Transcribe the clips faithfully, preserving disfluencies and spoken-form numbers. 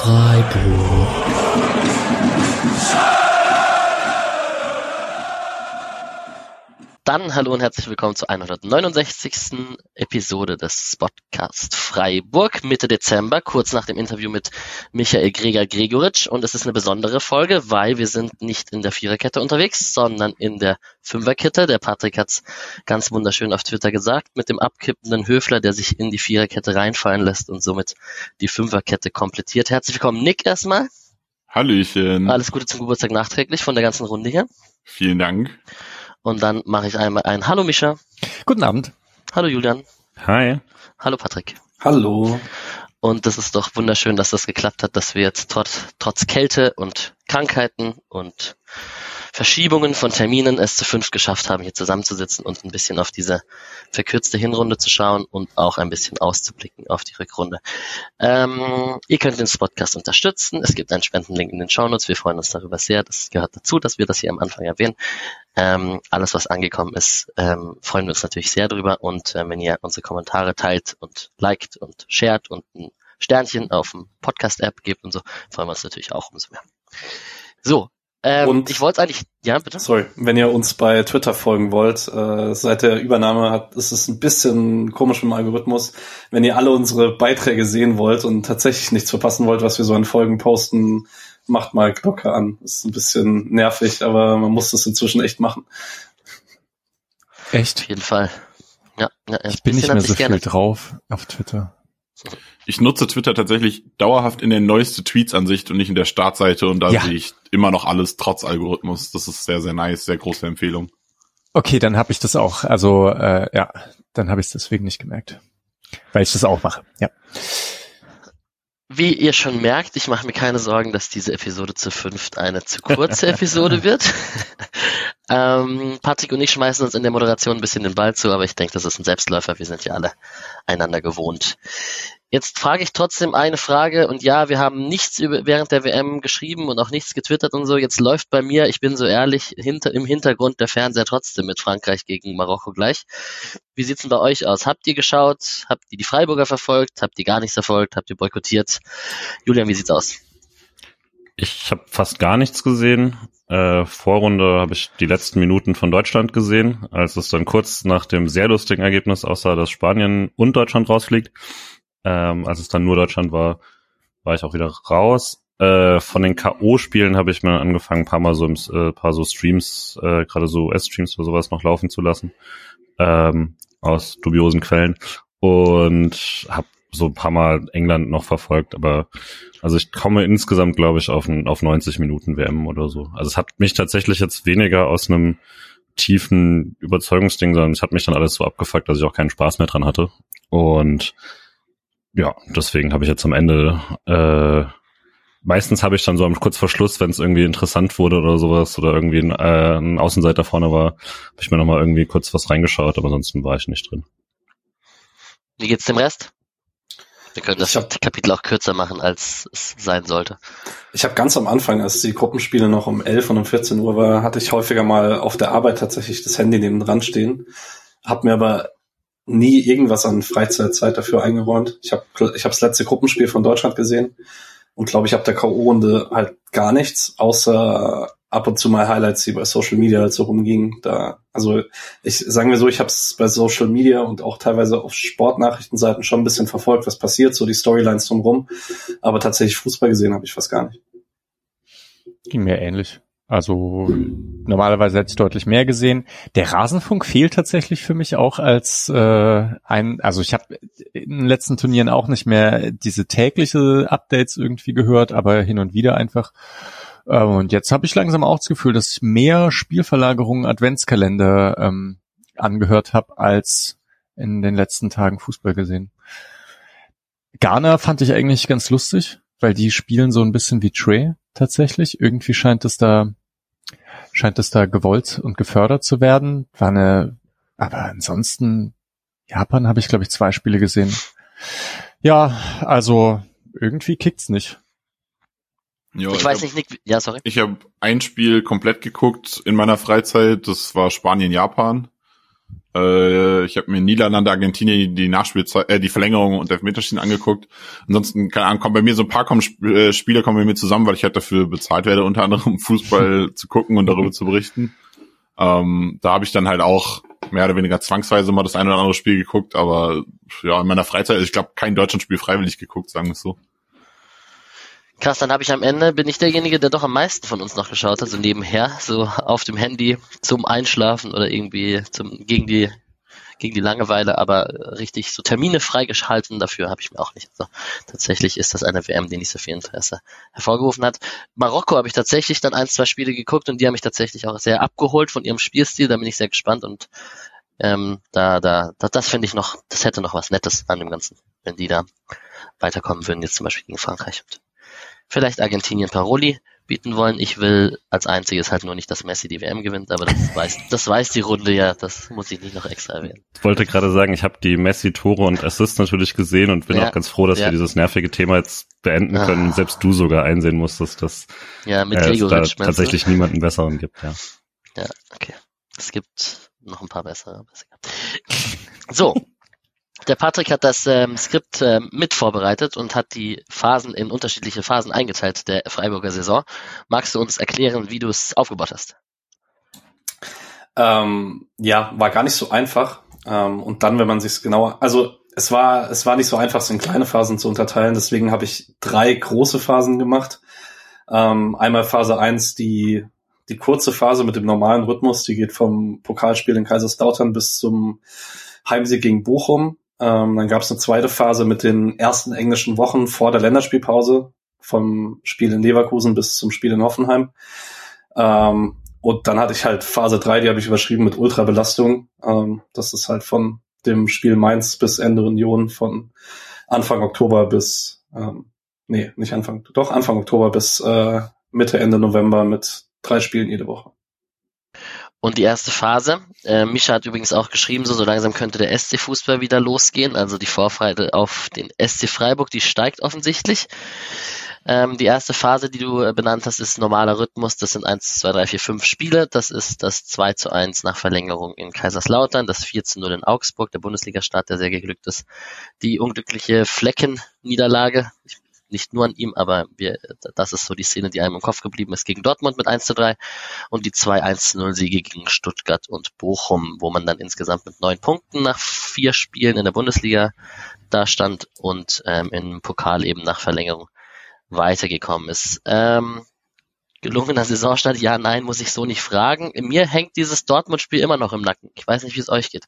Freiburg. Dann hallo und herzlich willkommen zur hundertneunundsechzigsten Episode des Podcast Freiburg, Mitte Dezember, kurz nach dem Interview mit Michael Greger-Gregoritsch. Und es ist eine besondere Folge, weil wir sind nicht in der Viererkette unterwegs, sondern in der Fünferkette. Der Patrick hat's ganz wunderschön auf Twitter gesagt, mit dem abkippenden Höfler, der sich in die Viererkette reinfallen lässt und somit die Fünferkette komplettiert. Herzlich willkommen, Nick, erstmal. Hallöchen. Alles Gute zum Geburtstag nachträglich von der ganzen Runde hier. Vielen Dank. Und dann mache ich einmal ein Hallo Mischa. Guten Abend. Hallo Julian. Hi. Hallo Patrick. Hallo. Und das ist doch wunderschön, dass das geklappt hat, dass wir jetzt trotz, trotz Kälte und Krankheiten und Verschiebungen von Terminen es zu fünf geschafft haben, hier zusammenzusitzen und ein bisschen auf diese verkürzte Hinrunde zu schauen und auch ein bisschen auszublicken auf die Rückrunde. Ähm, ihr könnt den Podcast unterstützen. Es gibt einen Spendenlink in den Shownotes. Wir freuen uns darüber sehr. Das gehört dazu, dass wir das hier am Anfang erwähnen. Ähm, alles, was angekommen ist, ähm, freuen wir uns natürlich sehr drüber. Und äh, wenn ihr unsere Kommentare teilt und liked und shared und ein Sternchen auf dem Podcast-App gebt und so, freuen wir uns natürlich auch umso mehr. So. Ähm, und ich wollte eigentlich, ja, bitte? Sorry, wenn ihr uns bei Twitter folgen wollt, äh, seit der Übernahme hat, ist es ein bisschen komisch im Algorithmus. Wenn ihr alle unsere Beiträge sehen wollt und tatsächlich nichts verpassen wollt, was wir so an Folgen posten, macht mal Glocke an. Ist ein bisschen nervig, aber man muss das inzwischen echt machen. Echt? Auf jeden Fall. Ja, ja, ich bin nicht mehr so viel drauf auf Twitter. Ich nutze Twitter tatsächlich dauerhaft in der neueste Tweets-Ansicht und nicht in der Startseite und da ja. sehe ich immer noch alles trotz Algorithmus. Das ist sehr, sehr nice, sehr große Empfehlung. Okay, dann habe ich das auch. Also äh, ja, dann habe ich es deswegen nicht gemerkt, weil ich das auch mache. Ja. Wie ihr schon merkt, ich mache mir keine Sorgen, dass diese Episode zu fünft eine zu kurze Episode wird. ähm, Patrick und ich schmeißen uns in der Moderation ein bisschen den Ball zu, aber ich denke, das ist ein Selbstläufer. Wir sind ja alle einander gewohnt. Jetzt frage ich trotzdem eine Frage und ja, wir haben nichts über, während der W M geschrieben und auch nichts getwittert und so. Jetzt läuft bei mir, ich bin so ehrlich, hinter, im Hintergrund der Fernseher trotzdem mit Frankreich gegen Marokko gleich. Wie sieht's denn bei euch aus? Habt ihr geschaut? Habt ihr die Freiburger verfolgt? Habt ihr gar nichts verfolgt? Habt ihr boykottiert? Julian, wie sieht's aus? Ich habe fast gar nichts gesehen. Äh, Vorrunde habe ich die letzten Minuten von Deutschland gesehen, als es dann kurz nach dem sehr lustigen Ergebnis aussah, dass Spanien und Deutschland rausfliegt. Ähm, als es dann nur Deutschland war, war ich auch wieder raus. Äh, von den K O-Spielen habe ich mir angefangen, ein paar Mal so, äh, paar so Streams, äh, gerade so U S-Streams oder sowas noch laufen zu lassen, ähm, aus dubiosen Quellen und habe so ein paar Mal England noch verfolgt, aber also ich komme insgesamt, glaube ich, auf, ein, auf neunzig Minuten W M oder so. Also es hat mich tatsächlich jetzt weniger aus einem tiefen Überzeugungsding, sondern es hat mich dann alles so abgefuckt, dass ich auch keinen Spaß mehr dran hatte. Und ja, deswegen habe ich jetzt am Ende, äh, meistens habe ich dann so am kurz vor Schluss, wenn es irgendwie interessant wurde oder sowas oder irgendwie ein, äh, ein Außenseiter vorne war, habe ich mir nochmal irgendwie kurz was reingeschaut, aber ansonsten war ich nicht drin. Wie geht's dem Rest? Wir können das hab, Kapitel auch kürzer machen, als es sein sollte. Ich habe ganz am Anfang, als die Gruppenspiele noch um elf und um vierzehn Uhr war, hatte ich häufiger mal auf der Arbeit tatsächlich das Handy neben dran stehen, habe mir aber nie irgendwas an Freizeitzeit dafür eingeräumt. Ich habe ich hab das letzte Gruppenspiel von Deutschland gesehen und glaube, ich habe der K O-Runde halt gar nichts, außer ab und zu mal Highlights, die bei Social Media halt so rumgingen. Da, also ich sagen wir so, ich habe es bei Social Media und auch teilweise auf Sportnachrichtenseiten schon ein bisschen verfolgt, was passiert, so die Storylines drumherum. Aber tatsächlich Fußball gesehen habe ich fast gar nicht. Ging mir ähnlich. Also normalerweise hätte ich deutlich mehr gesehen. Der Rasenfunk fehlt tatsächlich für mich auch als äh, ein, also ich habe in den letzten Turnieren auch nicht mehr diese tägliche Updates irgendwie gehört, aber hin und wieder einfach. Äh, und jetzt habe ich langsam auch das Gefühl, dass ich mehr Spielverlagerungen Adventskalender ähm, angehört habe, als in den letzten Tagen Fußball gesehen. Ghana fand ich eigentlich ganz lustig, weil die spielen so ein bisschen wie Trey tatsächlich. Irgendwie scheint es da scheint es da gewollt und gefördert zu werden. War eine, aber ansonsten Japan habe ich, glaube ich, zwei Spiele gesehen. Ja, also irgendwie kickt's nicht. Ja, ich, ich weiß hab, nicht, Nick, ja, sorry. Ich habe ein Spiel komplett geguckt in meiner Freizeit, das war Spanien-Japan. Äh, ich habe mir Niederlande, Argentinien die Nachspielzeit, äh, die Verlängerung und Elfmeterschießen angeguckt. Ansonsten keine Ahnung, kommen bei mir so ein paar kommen, äh, Spiele kommen bei mir zusammen, weil ich halt dafür bezahlt werde, unter anderem Fußball zu gucken und darüber zu berichten. Ähm, da habe ich dann halt auch mehr oder weniger zwangsweise mal das eine oder andere Spiel geguckt, aber ja, in meiner Freizeit, ich glaube, kein Deutschlandspiel freiwillig geguckt, sagen wir es so. Krass, dann habe ich am Ende, bin ich derjenige, der doch am meisten von uns noch geschaut hat, so nebenher, so auf dem Handy zum Einschlafen oder irgendwie zum gegen die gegen die Langeweile, aber richtig so Termine freigeschalten, dafür habe ich mir auch nicht. Also tatsächlich ist das eine W M, die nicht so viel Interesse hervorgerufen hat. Marokko habe ich tatsächlich dann ein, zwei Spiele geguckt und die haben mich tatsächlich auch sehr abgeholt von ihrem Spielstil, da bin ich sehr gespannt und ähm, da, da, da das finde ich noch, das hätte noch was Nettes an dem Ganzen, wenn die da weiterkommen würden, jetzt zum Beispiel gegen Frankreich und vielleicht Argentinien Paroli bieten wollen. Ich will als einziges halt nur nicht, dass Messi die W M gewinnt, aber das weiß, das weiß die Runde ja, das muss ich nicht noch extra erwähnen. Ich wollte gerade sagen, ich habe die Messi-Tore und Assists natürlich gesehen und bin ja, auch ganz froh, dass ja. wir dieses nervige Thema jetzt beenden können. Ah. Selbst du sogar einsehen musstest, dass ja, mit äh, es da du? tatsächlich niemanden besseren gibt. Ja, ja, okay. Es gibt noch ein paar bessere. Aber so. Der Patrick hat das ähm, Skript äh, mit vorbereitet und hat die Phasen in unterschiedliche Phasen eingeteilt der Freiburger Saison. Magst du uns erklären, wie du es aufgebaut hast? Ähm, ja, war gar nicht so einfach. Ähm, und dann, wenn man sich's genauer, also es war es war nicht so einfach, es in kleine Phasen zu unterteilen. Deswegen habe ich drei große Phasen gemacht. Ähm, einmal Phase eins, die die kurze Phase mit dem normalen Rhythmus, die geht vom Pokalspiel in Kaiserslautern bis zum Heimsieg gegen Bochum. Ähm, dann gab es eine zweite Phase mit den ersten englischen Wochen vor der Länderspielpause, vom Spiel in Leverkusen bis zum Spiel in Hoffenheim. Ähm, und dann hatte ich halt Phase drei, die habe ich überschrieben mit Ultrabelastung. Ähm, das ist halt von dem Spiel Mainz bis Ende Union, von Anfang Oktober bis, ähm, nee, nicht Anfang, doch Anfang Oktober bis äh, Mitte, Ende November mit drei Spielen jede Woche. Und die erste Phase, äh, Mischa hat übrigens auch geschrieben, so, so langsam könnte der S C-Fußball wieder losgehen, also die Vorfreude auf den S C Freiburg, die steigt offensichtlich. Ähm, die erste Phase, die du äh, benannt hast, ist normaler Rhythmus, das sind eins, zwei, drei, vier, fünf Spiele, das ist das zwei zu eins nach Verlängerung in Kaiserslautern, das vier zu null in Augsburg, der Bundesliga-Start, der sehr geglückt ist, die unglückliche Flecken-Niederlage, ich nicht nur an ihm, aber wir, das ist so die Szene, die einem im Kopf geblieben ist, gegen Dortmund mit eins zu drei und die zwei eins zu null Siege gegen Stuttgart und Bochum, wo man dann insgesamt mit neun Punkten nach vier Spielen in der Bundesliga da stand und ähm, im Pokal eben nach Verlängerung weitergekommen ist. Ähm, gelungener Saisonstart? Ja, nein, muss ich so nicht fragen. Mir hängt dieses Dortmund-Spiel immer noch im Nacken. Ich weiß nicht, wie es euch geht.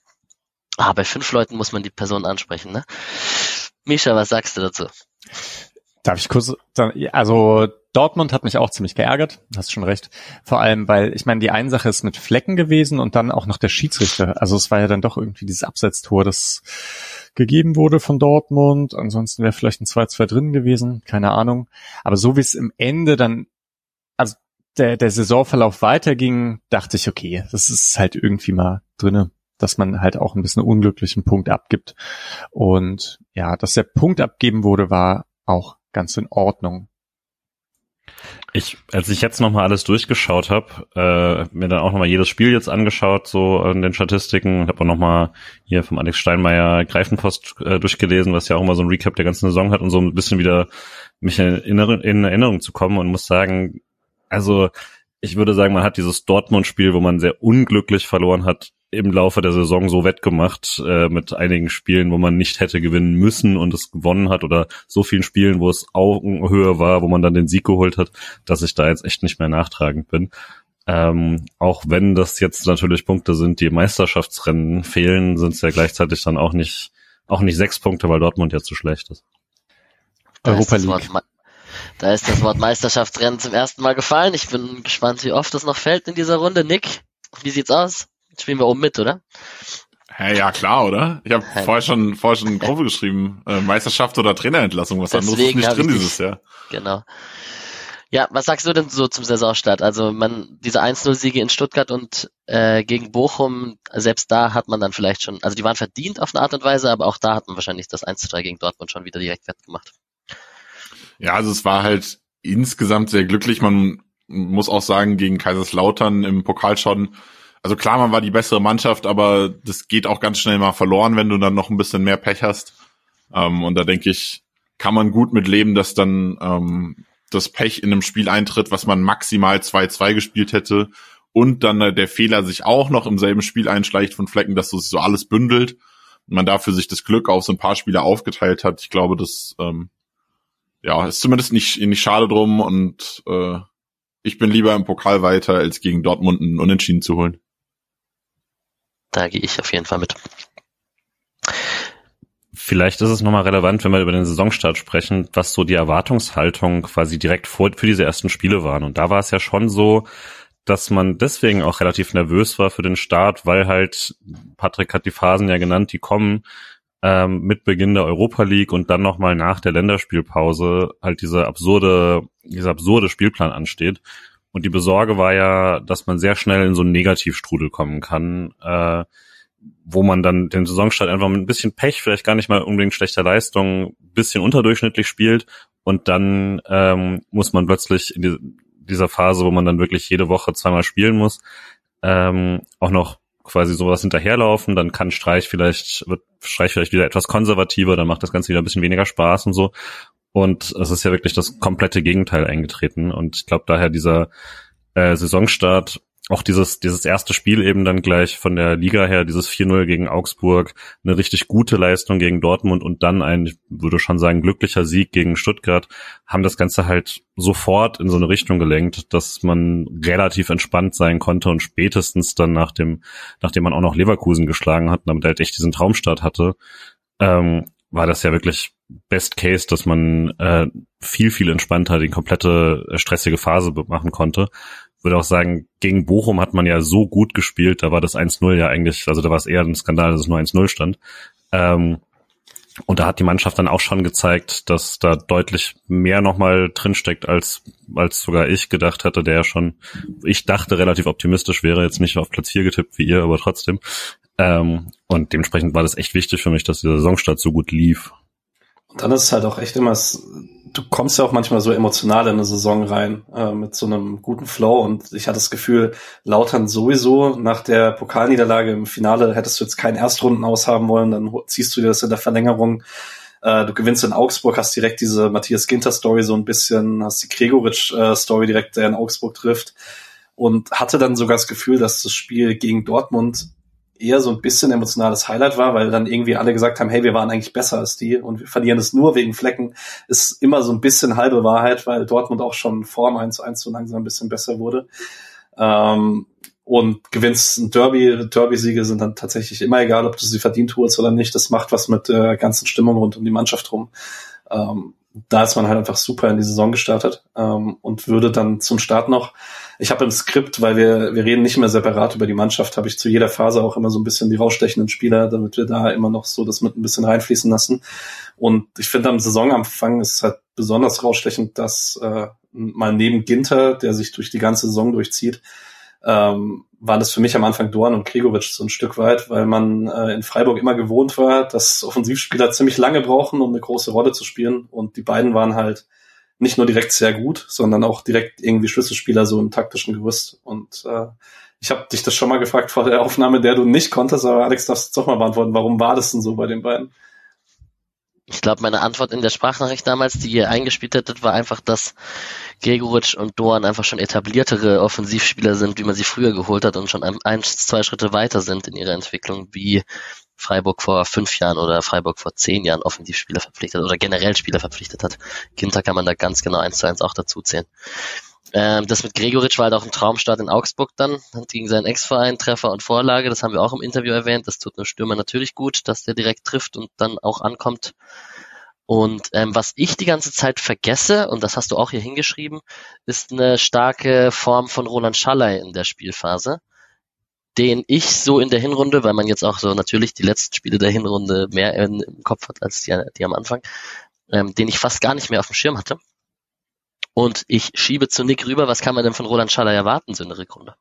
Ah, bei fünf Leuten muss man die Person ansprechen, ne? Mischa, was sagst du dazu? Darf ich kurz, also Dortmund hat mich auch ziemlich geärgert, hast schon recht. Vor allem, weil, ich meine, die eine Sache ist mit Flecken gewesen und dann auch noch der Schiedsrichter. Also es war ja dann doch irgendwie dieses Abseitstor, das gegeben wurde von Dortmund. Ansonsten wäre vielleicht ein zwei zwei drin gewesen, keine Ahnung. Aber so wie es im Ende dann, also der, der Saisonverlauf weiterging, dachte ich, okay, das ist halt irgendwie mal drinne, dass man halt auch ein bisschen unglücklichen Punkt abgibt. Und ja, dass der Punkt abgeben wurde, war auch ganz in Ordnung. Ich, als ich jetzt nochmal alles durchgeschaut habe, äh, mir dann auch nochmal jedes Spiel jetzt angeschaut, so in den Statistiken, habe auch nochmal hier vom Alex Steinmeier Greifenpost äh, durchgelesen, was ja auch immer so ein Recap der ganzen Saison hat, und so ein bisschen wieder mich in, in Erinnerung zu kommen, und muss sagen, also ich würde sagen, man hat dieses Dortmund-Spiel, wo man sehr unglücklich verloren hat, im Laufe der Saison so wettgemacht, äh, mit einigen Spielen, wo man nicht hätte gewinnen müssen und es gewonnen hat, oder so vielen Spielen, wo es Augenhöhe war, wo man dann den Sieg geholt hat, dass ich da jetzt echt nicht mehr nachtragend bin. Ähm, auch wenn das jetzt natürlich Punkte sind, die im Meisterschaftsrennen fehlen, sind es ja gleichzeitig dann auch nicht auch nicht sechs Punkte, weil Dortmund ja zu schlecht ist. Da Europa ist League. Wort, da ist das Wort Meisterschaftsrennen zum ersten Mal gefallen. Ich bin gespannt, wie oft das noch fällt in dieser Runde. Nick, wie sieht's aus? Jetzt spielen wir oben mit, oder? Hey, ja, klar, oder? Ich habe hey. vorher schon vorher schon eine Gruppe geschrieben. Äh, Meisterschaft oder Trainerentlassung, was anderes ist nicht drin dieses Jahr. Genau. Ja, was sagst du denn so zum Saisonstart? Also man, diese eins null Siege in Stuttgart und äh, gegen Bochum, selbst da hat man dann vielleicht schon, also die waren verdient auf eine Art und Weise, aber auch da hat man wahrscheinlich das eins zu drei gegen Dortmund schon wieder direkt wettgemacht. Ja, also es war halt insgesamt sehr glücklich. Man muss auch sagen, gegen Kaiserslautern im Pokal schon also klar, man war die bessere Mannschaft, aber das geht auch ganz schnell mal verloren, wenn du dann noch ein bisschen mehr Pech hast. Ähm, und da denke ich, kann man gut mit leben, dass dann ähm, das Pech in einem Spiel eintritt, was man maximal zwei zwei gespielt hätte und dann äh, der Fehler sich auch noch im selben Spiel einschleicht von Flecken, dass sich so alles bündelt und man dafür sich das Glück auf so ein paar Spiele aufgeteilt hat. Ich glaube, das ähm, ja ist zumindest nicht, nicht schade drum und äh, ich bin lieber im Pokal weiter, als gegen Dortmund einen Unentschieden zu holen. Da gehe ich auf jeden Fall mit. Vielleicht ist es nochmal relevant, wenn wir über den Saisonstart sprechen, was so die Erwartungshaltung quasi direkt vor, für diese ersten Spiele waren. Und da war es ja schon so, dass man deswegen auch relativ nervös war für den Start, weil halt, Patrick hat die Phasen ja genannt, die kommen ähm, mit Beginn der Europa League und dann nochmal nach der Länderspielpause halt diese absurde, dieser absurde Spielplan ansteht. Und die Besorge war ja, dass man sehr schnell in so einen Negativstrudel kommen kann, äh, wo man dann den Saisonstart einfach mit ein bisschen Pech, vielleicht gar nicht mal unbedingt schlechter Leistung, ein bisschen unterdurchschnittlich spielt und dann ähm, muss man plötzlich in die, dieser Phase, wo man dann wirklich jede Woche zweimal spielen muss, ähm, auch noch quasi sowas hinterherlaufen, dann kann Streich vielleicht, wird Streich vielleicht wieder etwas konservativer, dann macht das Ganze wieder ein bisschen weniger Spaß und so. Und es ist ja wirklich das komplette Gegenteil eingetreten und ich glaube daher dieser äh, Saisonstart, auch dieses dieses erste Spiel eben dann gleich von der Liga her, dieses vier null gegen Augsburg, eine richtig gute Leistung gegen Dortmund und dann ein, ich würde schon sagen, glücklicher Sieg gegen Stuttgart, haben das Ganze halt sofort in so eine Richtung gelenkt, dass man relativ entspannt sein konnte und spätestens dann nach dem, nachdem man auch noch Leverkusen geschlagen hat, damit er halt echt diesen Traumstart hatte, ähm, war das ja wirklich Best Case, dass man äh, viel, viel entspannter die komplette äh, stressige Phase machen konnte. Würde auch sagen, gegen Bochum hat man ja so gut gespielt, da war das eins null ja eigentlich, also da war es eher ein Skandal, dass es nur eins null stand. Ähm, und da hat die Mannschaft dann auch schon gezeigt, dass da deutlich mehr nochmal drinsteckt, als als sogar ich gedacht hatte, der ja schon, ich dachte, relativ optimistisch wäre, jetzt nicht auf Platz vier getippt wie ihr, aber trotzdem. Ähm, und dementsprechend war das echt wichtig für mich, dass dieser Saisonstart so gut lief. Und dann ist es halt auch echt immer, du kommst ja auch manchmal so emotional in eine Saison rein, äh, mit so einem guten Flow und ich hatte das Gefühl, Lautern sowieso nach der Pokalniederlage im Finale hättest du jetzt keinen Erstrunden aushaben wollen, dann ziehst du dir das in der Verlängerung, äh, du gewinnst in Augsburg, hast direkt diese Matthias Ginter-Story so ein bisschen, hast die Gregoritsch-Story direkt, der in Augsburg trifft und hatte dann sogar das Gefühl, dass das Spiel gegen Dortmund eher so ein bisschen emotionales Highlight war, weil dann irgendwie alle gesagt haben, hey, wir waren eigentlich besser als die und wir verlieren es nur wegen Flecken, ist immer so ein bisschen halbe Wahrheit, weil Dortmund auch schon vor dem eins zu eins so langsam ein bisschen besser wurde. Ähm, und gewinnst ein Derby, Derby-Siege sind dann tatsächlich immer egal, ob du sie verdient holst oder nicht, das macht was mit der ganzen Stimmung rund um die Mannschaft rum. Ähm, da ist man halt einfach super in die Saison gestartet ähm, und würde dann zum Start noch, ich habe im Skript, weil wir wir reden nicht mehr separat über die Mannschaft, habe ich zu jeder Phase auch immer so ein bisschen die rausstechenden Spieler, damit wir da immer noch so das mit ein bisschen reinfließen lassen. Und ich finde am Saisonanfang ist es halt besonders rausstechend, dass äh, mal neben Ginter, der sich durch die ganze Saison durchzieht, ähm, war das für mich am Anfang Dorn und Gregoritsch so ein Stück weit, weil man äh, in Freiburg immer gewohnt war, dass Offensivspieler ziemlich lange brauchen, um eine große Rolle zu spielen. Und die beiden waren halt nicht nur direkt sehr gut, sondern auch direkt irgendwie Schlüsselspieler so im taktischen Gerüst. Und äh, ich habe dich das schon mal gefragt vor der Aufnahme, der du nicht konntest, aber Alex, darfst du doch mal beantworten, warum war das denn so bei den beiden? Ich glaube, meine Antwort in der Sprachnachricht damals, die ihr eingespielt hättet, war einfach, dass Gregoritsch und Doan einfach schon etabliertere Offensivspieler sind, wie man sie früher geholt hat und schon ein, zwei Schritte weiter sind in ihrer Entwicklung, wie Freiburg vor fünf Jahren oder Freiburg vor zehn Jahren Offensivspieler verpflichtet oder generell Spieler verpflichtet hat. Ginter kann man da ganz genau eins zu eins auch dazu zählen. Ähm, das mit Gregoritsch war halt auch ein Traumstart in Augsburg dann, hat gegen seinen Ex-Verein Treffer und Vorlage, das haben wir auch im Interview erwähnt, das tut einem Stürmer natürlich gut, dass der direkt trifft und dann auch ankommt. Und ähm, was ich die ganze Zeit vergesse, und das hast du auch hier hingeschrieben, ist eine starke Form von Roland Schallei in der Spielphase, den ich so in der Hinrunde, weil man jetzt auch so natürlich die letzten Spiele der Hinrunde mehr in, im Kopf hat als die, die am Anfang, ähm, den ich fast gar nicht mehr auf dem Schirm hatte. Und ich schiebe zu Nick rüber, was kann man denn von Roland Schallei erwarten, so eine Rückrunde?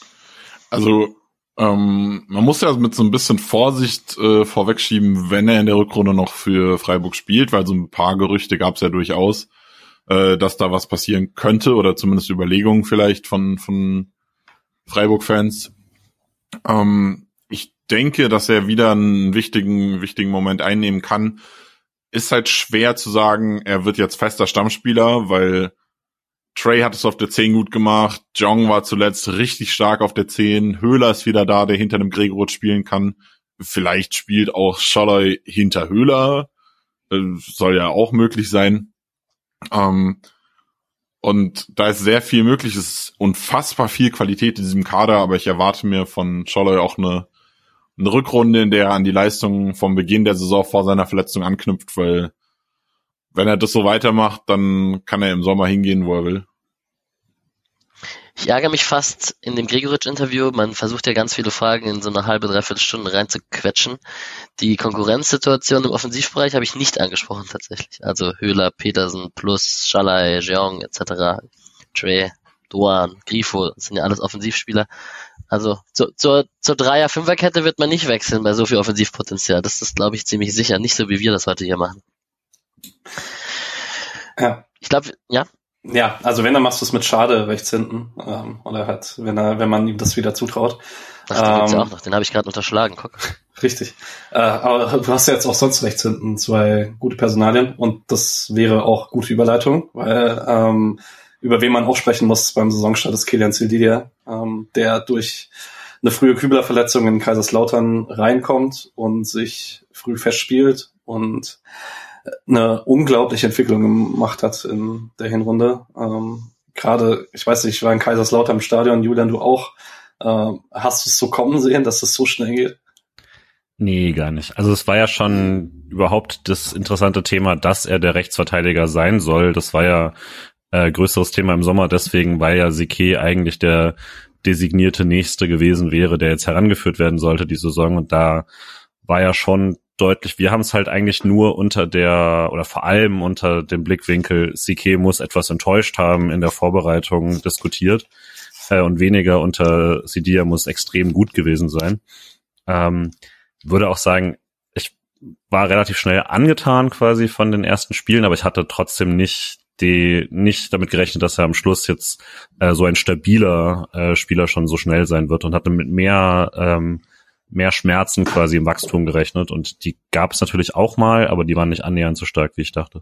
Also ähm, man muss ja mit so ein bisschen Vorsicht äh, vorwegschieben, wenn er in der Rückrunde noch für Freiburg spielt, weil so ein paar Gerüchte gab es ja durchaus, äh, dass da was passieren könnte oder zumindest Überlegungen vielleicht von von Freiburg-Fans. Ähm, ich denke, dass er wieder einen wichtigen, wichtigen Moment einnehmen kann. Ist halt schwer zu sagen, er wird jetzt fester Stammspieler, weil Trey hat es auf der zehn gut gemacht, Jong war zuletzt richtig stark auf der zehn, Höhler ist wieder da, der hinter einem Gregoritsch spielen kann. Vielleicht spielt auch Scholloy hinter Höhler, soll ja auch möglich sein. Ähm, und da ist sehr viel möglich, es ist unfassbar viel Qualität in diesem Kader, aber ich erwarte mir von Scholloy auch eine, eine Rückrunde, in der er an die Leistungen vom Beginn der Saison vor seiner Verletzung anknüpft, weil wenn er das so weitermacht, dann kann er im Sommer hingehen, wo er will. Ich ärgere mich fast in dem Gregoritsch-Interview, man versucht ja ganz viele Fragen in so eine halbe, dreiviertel Stunde reinzuquetschen. Die Konkurrenzsituation im Offensivbereich habe ich nicht angesprochen tatsächlich. Also Höhler, Petersen, Plus, Schalay, Jeong et cetera, Trey, Doan, Grifo, das sind ja alles Offensivspieler. Also zu, zur, zur Dreier-Fünfer-Kette wird man nicht wechseln bei so viel Offensivpotenzial. Das ist, glaube ich, ziemlich sicher. Nicht so, wie wir das heute hier machen. Ja. Ich glaube, ja. Ja, also wenn, dann machst du es mit Schade rechts hinten. Ähm, oder halt, wenn er, wenn man ihm das wieder zutraut. Ach, den gibt's ähm, ja auch noch. Den habe ich gerade unterschlagen. Guck. Richtig. Äh, aber du hast ja jetzt auch sonst rechts hinten zwei gute Personalien und das wäre auch gute Überleitung, weil ähm, über wen man auch sprechen muss beim Saisonstart ist Kilian Zildilia, ähm, der durch eine frühe Kübler-Verletzung in Kaiserslautern reinkommt und sich früh festspielt und eine unglaubliche Entwicklung gemacht hat in der Hinrunde. Ähm, Gerade, ich weiß nicht, ich war in Kaiserslautern im Stadion, Julian, du auch. Äh, hast du es so kommen sehen, dass es so schnell geht? Nee, gar nicht. Also es war ja schon überhaupt das interessante Thema, dass er der Rechtsverteidiger sein soll. Das war ja äh, größeres Thema im Sommer, deswegen, weil ja Sique eigentlich der designierte Nächste gewesen wäre, der jetzt herangeführt werden sollte, die Saison. Und da war ja schon deutlich, wir haben es halt eigentlich nur unter der, oder vor allem unter dem Blickwinkel, Sique muss etwas enttäuscht haben in der Vorbereitung diskutiert äh, und weniger unter Sidia muss extrem gut gewesen sein. Ähm, würde auch sagen, ich war relativ schnell angetan quasi von den ersten Spielen, aber ich hatte trotzdem nicht die nicht damit gerechnet, dass er am Schluss jetzt äh, so ein stabiler äh, Spieler schon so schnell sein wird und hatte mit mehr ähm, mehr Schmerzen quasi im Wachstum gerechnet und die gab es natürlich auch mal, aber die waren nicht annähernd so stark, wie ich dachte.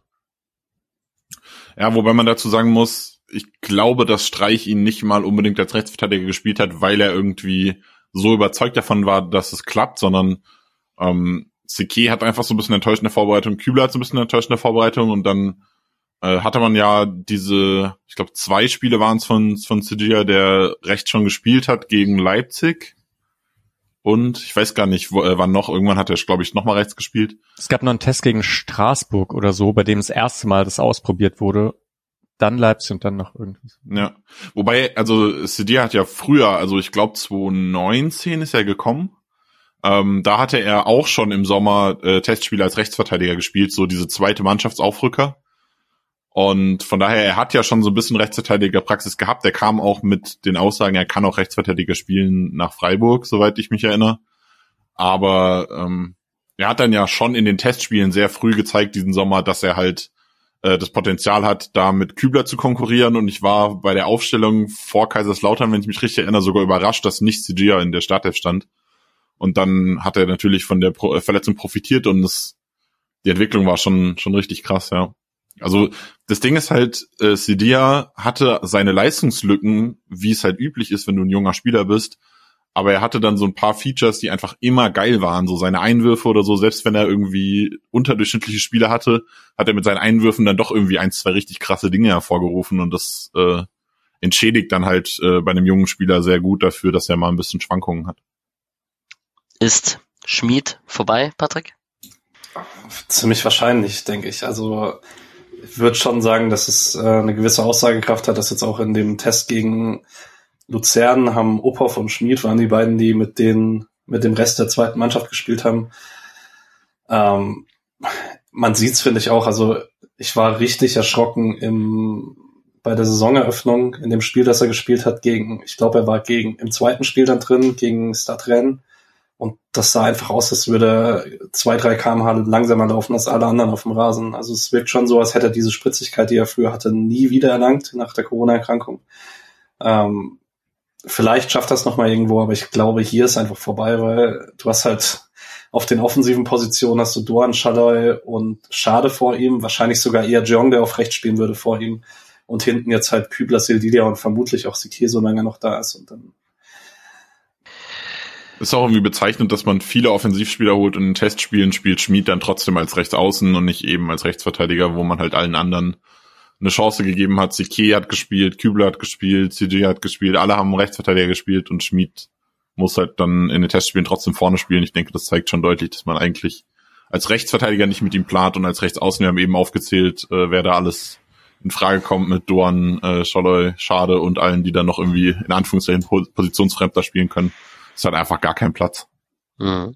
Ja, wobei man dazu sagen muss, ich glaube, dass Streich ihn nicht mal unbedingt als Rechtsverteidiger gespielt hat, weil er irgendwie so überzeugt davon war, dass es klappt, sondern ähm, Sique hat einfach so ein bisschen enttäuschende Vorbereitung, Kübler hat so ein bisschen enttäuschende Vorbereitung und dann äh, hatte man ja diese, ich glaube zwei Spiele waren es von von Sidia, der rechts schon gespielt hat gegen Leipzig. Und ich weiß gar nicht, wo, äh, wann noch. Irgendwann hat er, glaube ich, noch mal rechts gespielt. Es gab noch einen Test gegen Straßburg oder so, bei dem das erste Mal das ausprobiert wurde. Dann Leipzig und dann noch irgendwas. Ja, wobei, also Sidia hat ja früher, also ich glaube zwanzig neunzehn ist er gekommen. Ähm, da hatte er auch schon im Sommer äh, Testspiele als Rechtsverteidiger gespielt, so diese zweite Mannschaftsaufrücker. Und von daher, er hat ja schon so ein bisschen Rechtsverteidigerpraxis gehabt. Er kam auch mit den Aussagen, er kann auch Rechtsverteidiger spielen nach Freiburg, soweit ich mich erinnere. Aber ähm, er hat dann ja schon in den Testspielen sehr früh gezeigt diesen Sommer, dass er halt äh, das Potenzial hat, da mit Kübler zu konkurrieren. Und ich war bei der Aufstellung vor Kaiserslautern, wenn ich mich richtig erinnere, sogar überrascht, dass nicht Sidia in der Startelf stand. Und dann hat er natürlich von der Pro- Verletzung profitiert und das, die Entwicklung war schon schon richtig krass, ja. Also das Ding ist halt, äh, Sidia hatte seine Leistungslücken, wie es halt üblich ist, wenn du ein junger Spieler bist, aber er hatte dann so ein paar Features, die einfach immer geil waren, so seine Einwürfe oder so, selbst wenn er irgendwie unterdurchschnittliche Spiele hatte, hat er mit seinen Einwürfen dann doch irgendwie ein, zwei richtig krasse Dinge hervorgerufen und das äh, entschädigt dann halt äh, bei einem jungen Spieler sehr gut dafür, dass er mal ein bisschen Schwankungen hat. Ist Schmid vorbei, Patrick? Ziemlich wahrscheinlich, denke ich. Also ich würde schon sagen, dass es äh, eine gewisse Aussagekraft hat, dass jetzt auch in dem Test gegen Luzern haben Uphoff und Schmid waren die beiden, die mit den mit dem Rest der zweiten Mannschaft gespielt haben. Ähm, man sieht's, finde ich auch. Also ich war richtig erschrocken im bei der Saisoneröffnung in dem Spiel, das er gespielt hat gegen, ich glaube, er war gegen im zweiten Spiel dann drin gegen Stade Rennes. Und das sah einfach aus, als würde er zwei, drei Kilometer pro Stunde langsamer laufen als alle anderen auf dem Rasen. Also es wirkt schon so, als hätte er diese Spritzigkeit, die er früher hatte, nie wieder erlangt nach der Corona-Erkrankung. Ähm, vielleicht schafft das noch mal irgendwo, aber ich glaube, hier ist einfach vorbei, weil du hast halt auf den offensiven Positionen hast du Doan, Schalloy und Schade vor ihm, wahrscheinlich sogar eher Jeong, der auf rechts spielen würde, vor ihm. Und hinten jetzt halt Kübler, Sildilia und vermutlich auch Sique, solange er noch da ist. Und dann ist auch irgendwie bezeichnend, dass man viele Offensivspieler holt und in Testspielen spielt Schmid dann trotzdem als Rechtsaußen und nicht eben als Rechtsverteidiger, wo man halt allen anderen eine Chance gegeben hat. Sique hat gespielt, Kübler hat gespielt, C J hat gespielt, alle haben Rechtsverteidiger gespielt und Schmid muss halt dann in den Testspielen trotzdem vorne spielen. Ich denke, das zeigt schon deutlich, dass man eigentlich als Rechtsverteidiger nicht mit ihm plant und als Rechtsaußen, wir haben eben aufgezählt, äh, wer da alles in Frage kommt mit Doan, äh, Scholloy, Schade und allen, die dann noch irgendwie in Anführungszeichen positionsfremder spielen können. Ist halt einfach gar kein Platz. Mhm.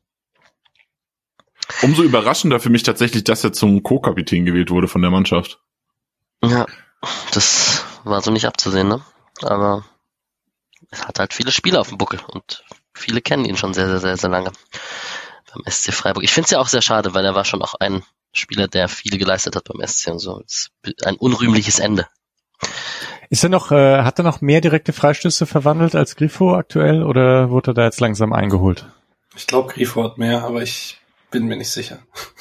Umso überraschender für mich tatsächlich, dass er zum Co-Kapitän gewählt wurde von der Mannschaft. Ja, das war so nicht abzusehen, ne? Aber er hat halt viele Spiele auf dem Buckel und viele kennen ihn schon sehr, sehr, sehr, sehr lange beim S C Freiburg. Ich finde es ja auch sehr schade, weil er war schon auch ein Spieler, der viel geleistet hat beim S C und so. Es ist ein unrühmliches Ende. Ist er noch, äh, hat er noch mehr direkte Freistöße verwandelt als Grifo aktuell oder wurde er da jetzt langsam eingeholt? Ich glaube, Grifo hat mehr, aber ich bin mir nicht sicher.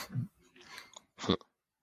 Hm.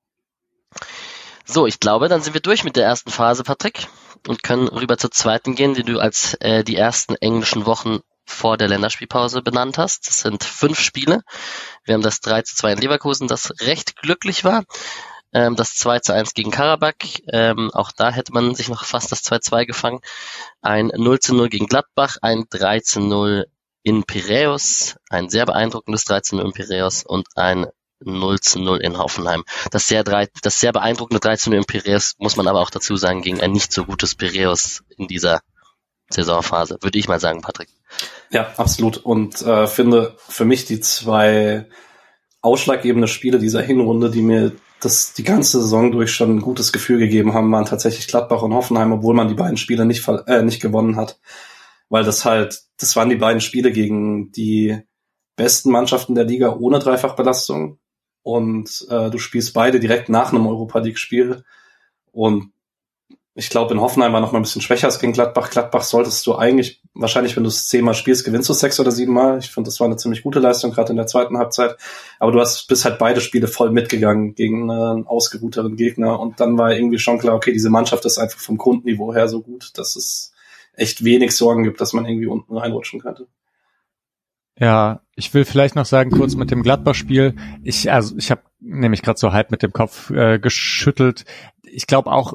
So, ich glaube, dann sind wir durch mit der ersten Phase, Patrick, und können rüber zur zweiten gehen, die du als äh, die ersten englischen Wochen vor der Länderspielpause benannt hast. Das sind fünf Spiele. Wir haben das drei zu zwei in Leverkusen, das recht glücklich war. Ähm, das zwei zu eins gegen Karabakh. Ähm, auch da hätte man sich noch fast das zwei zu zwei gefangen. Ein null zu null gegen Gladbach, ein drei zu null in Piräus, ein sehr beeindruckendes drei zu null in Piräus und ein null zu null in Hoffenheim. Das sehr, drei, das sehr beeindruckende drei zu null in Piräus, muss man aber auch dazu sagen, gegen ein nicht so gutes Piräus in dieser Saisonphase, würde ich mal sagen, Patrick. Ja, absolut. Und äh, finde für mich die zwei ausschlaggebende Spiele dieser Hinrunde, die mir das die ganze Saison durch schon ein gutes Gefühl gegeben haben, waren tatsächlich Gladbach und Hoffenheim, obwohl man die beiden Spiele nicht äh, nicht gewonnen hat. Weil das halt, das waren die beiden Spiele gegen die besten Mannschaften der Liga ohne Dreifachbelastung. Und äh, du spielst beide direkt nach einem Europa-League-Spiel. Und ich glaube, in Hoffenheim war noch mal ein bisschen schwächer als gegen Gladbach. Gladbach solltest du eigentlich, wahrscheinlich, wenn du es zehnmal spielst, gewinnst du sechs oder siebenmal. Ich finde, das war eine ziemlich gute Leistung, gerade in der zweiten Halbzeit. Aber du hast bist halt beide Spiele voll mitgegangen gegen einen ausgeruhteren Gegner. Und dann war irgendwie schon klar, okay, diese Mannschaft ist einfach vom Grundniveau her so gut, dass es echt wenig Sorgen gibt, dass man irgendwie unten reinrutschen könnte. Ja, ich will vielleicht noch sagen, kurz mit dem Gladbach-Spiel. Ich, also ich habe nämlich gerade so halb mit dem Kopf äh, geschüttelt. Ich glaube auch,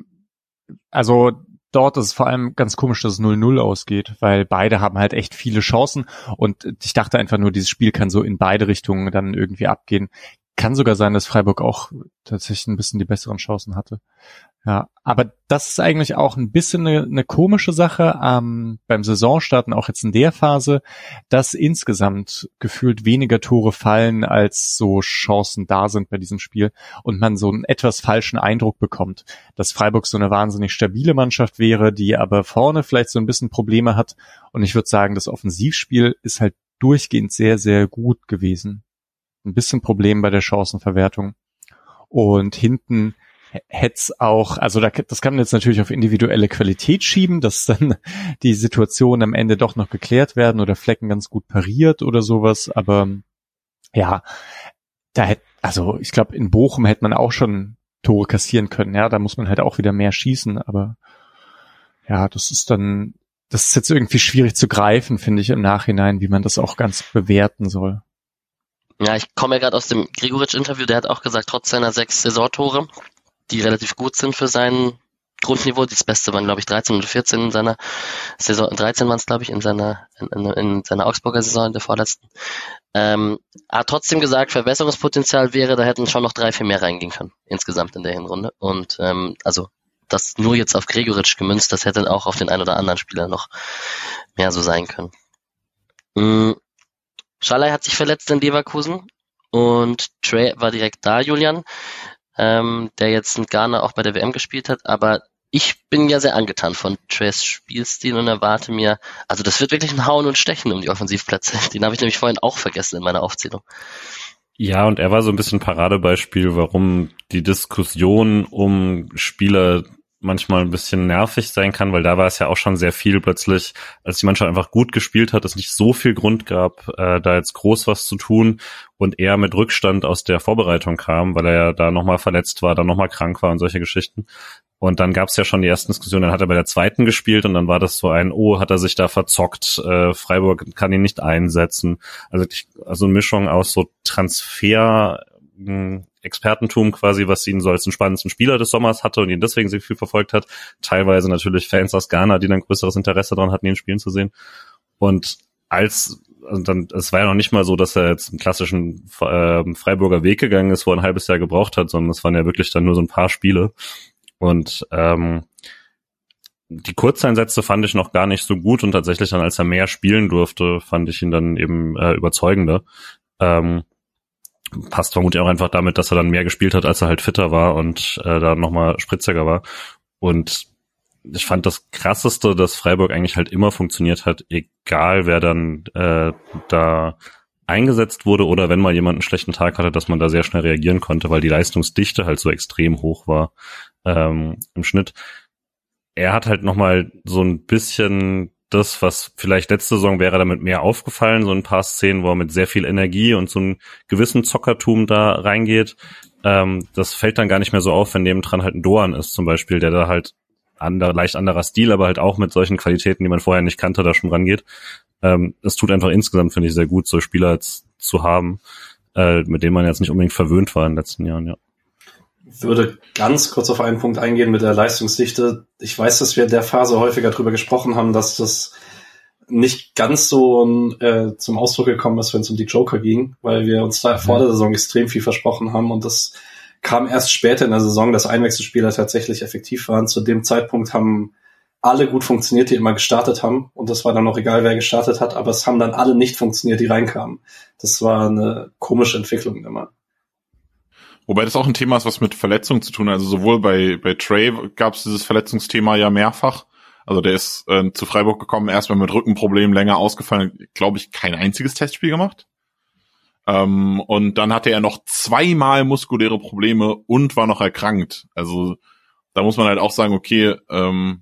also dort ist es vor allem ganz komisch, dass es null null ausgeht, weil beide haben halt echt viele Chancen und ich dachte einfach nur, dieses Spiel kann so in beide Richtungen dann irgendwie abgehen. Kann sogar sein, dass Freiburg auch tatsächlich ein bisschen die besseren Chancen hatte. Ja, aber das ist eigentlich auch ein bisschen eine, eine komische Sache ähm, beim Saisonstarten, auch jetzt in der Phase, dass insgesamt gefühlt weniger Tore fallen, als so Chancen da sind bei diesem Spiel und man so einen etwas falschen Eindruck bekommt, dass Freiburg so eine wahnsinnig stabile Mannschaft wäre, die aber vorne vielleicht so ein bisschen Probleme hat und ich würde sagen, das Offensivspiel ist halt durchgehend sehr, sehr gut gewesen. Ein bisschen Problem bei der Chancenverwertung und hinten hätte auch, also da, das kann man jetzt natürlich auf individuelle Qualität schieben, dass dann die Situationen am Ende doch noch geklärt werden oder Flecken ganz gut pariert oder sowas, aber ja, da hätte, also ich glaube, in Bochum hätte man auch schon Tore kassieren können, ja, da muss man halt auch wieder mehr schießen, aber ja, das ist dann, das ist jetzt irgendwie schwierig zu greifen, finde ich im Nachhinein, wie man das auch ganz bewerten soll. Ja, ich komme ja gerade aus dem Gregoritsch-Interview, der hat auch gesagt, trotz seiner sechs Saisontore, die relativ gut sind für sein Grundniveau. Das Beste waren, glaube ich, dreizehn oder vierzehn in seiner Saison, dreizehn waren es, glaube ich, in seiner in, in, in seiner Augsburger Saison, in der vorletzten. Ähm, hat trotzdem gesagt, Verbesserungspotenzial wäre, da hätten schon noch drei, vier mehr reingehen können, insgesamt in der Hinrunde. Und ähm, also das nur jetzt auf Gregoritsch gemünzt, das hätte auch auf den einen oder anderen Spieler noch mehr so sein können. Mhm. Schalay hat sich verletzt in Leverkusen und Trey war direkt da, Julian. Ähm, der jetzt in Ghana auch bei der W M gespielt hat, aber ich bin ja sehr angetan von Treys Spielstil und erwarte mir, also das wird wirklich ein Hauen und Stechen um die Offensivplätze. Den habe ich nämlich vorhin auch vergessen in meiner Aufzählung. Ja, und er war so ein bisschen Paradebeispiel, warum die Diskussion um Spieler manchmal ein bisschen nervig sein kann, weil da war es ja auch schon sehr viel plötzlich, als die Mannschaft einfach gut gespielt hat, es nicht so viel Grund gab, äh, da jetzt groß was zu tun und er mit Rückstand aus der Vorbereitung kam, weil er ja da nochmal verletzt war, dann nochmal krank war und solche Geschichten. Und dann gab es ja schon die ersten Diskussionen, dann hat er bei der zweiten gespielt und dann war das so ein, oh, hat er sich da verzockt, äh, Freiburg kann ihn nicht einsetzen. Also, also eine Mischung aus so Transfer, mh, Expertentum quasi, was ihn so als den spannendsten Spieler des Sommers hatte und ihn deswegen sehr viel verfolgt hat. Teilweise natürlich Fans aus Ghana, die dann größeres Interesse daran hatten, ihn spielen zu sehen. Und als, also dann, es war ja noch nicht mal so, dass er jetzt einen klassischen äh, Freiburger Weg gegangen ist, wo er ein halbes Jahr gebraucht hat, sondern es waren ja wirklich dann nur so ein paar Spiele. Und ähm, die Kurzeinsätze fand ich noch gar nicht so gut und tatsächlich dann, als er mehr spielen durfte, fand ich ihn dann eben äh, überzeugender. Ähm, passt vermutlich auch einfach damit, dass er dann mehr gespielt hat, als er halt fitter war und äh, da nochmal spritziger war. Und ich fand das Krasseste, dass Freiburg eigentlich halt immer funktioniert hat, egal wer dann äh, da eingesetzt wurde oder wenn mal jemand einen schlechten Tag hatte, dass man da sehr schnell reagieren konnte, weil die Leistungsdichte halt so extrem hoch war ähm, im Schnitt. Er hat halt nochmal so ein bisschen das, was vielleicht letzte Saison wäre damit mehr aufgefallen, so ein paar Szenen, wo er mit sehr viel Energie und so einem gewissen Zockertum da reingeht. Ähm, das fällt dann gar nicht mehr so auf, wenn nebendran halt ein Doan ist zum Beispiel, der da halt ander, leicht anderer Stil, aber halt auch mit solchen Qualitäten, die man vorher nicht kannte, da schon rangeht. Ähm, es tut einfach insgesamt, finde ich, sehr gut, so Spieler jetzt zu haben, äh, mit denen man jetzt nicht unbedingt verwöhnt war in den letzten Jahren, ja. Ich würde ganz kurz auf einen Punkt eingehen mit der Leistungsdichte. Ich weiß, dass wir in der Phase häufiger drüber gesprochen haben, dass das nicht ganz so äh, zum Ausdruck gekommen ist, wenn es um die Joker ging, weil wir uns da vor der Saison extrem viel versprochen haben und das kam erst später in der Saison, dass Einwechselspieler tatsächlich effektiv waren. Zu dem Zeitpunkt haben alle gut funktioniert, die immer gestartet haben und das war dann auch egal, wer gestartet hat, aber es haben dann alle nicht funktioniert, die reinkamen. Das war eine komische Entwicklung immer. Wobei das auch ein Thema ist, was mit Verletzungen zu tun hat. Also sowohl bei bei Trey gab es dieses Verletzungsthema ja mehrfach. Also der ist äh, zu Freiburg gekommen, erstmal mit Rückenproblemen länger ausgefallen, glaube ich, kein einziges Testspiel gemacht. Ähm, und dann hatte er noch zweimal muskuläre Probleme und war noch erkrankt. Also da muss man halt auch sagen, okay, ähm,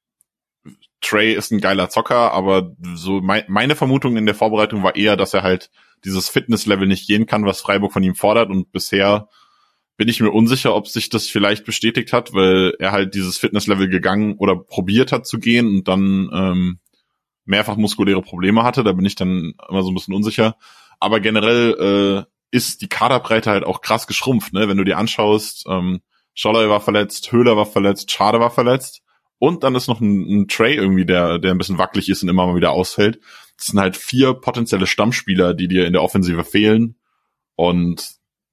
Trey ist ein geiler Zocker, aber so mein, meine Vermutung in der Vorbereitung war eher, dass er halt dieses Fitnesslevel nicht gehen kann, was Freiburg von ihm fordert und bisher bin ich mir unsicher, ob sich das vielleicht bestätigt hat, weil er halt dieses Fitnesslevel gegangen oder probiert hat zu gehen und dann ähm, mehrfach muskuläre Probleme hatte. Da bin ich dann immer so ein bisschen unsicher. Aber generell äh, ist die Kaderbreite halt auch krass geschrumpft, ne? Wenn du dir anschaust, ähm, Scholler war verletzt, Höhler war verletzt, Schade war verletzt und dann ist noch ein, ein Trey irgendwie, der der ein bisschen wackelig ist und immer mal wieder ausfällt. Das sind halt vier potenzielle Stammspieler, die dir in der Offensive fehlen und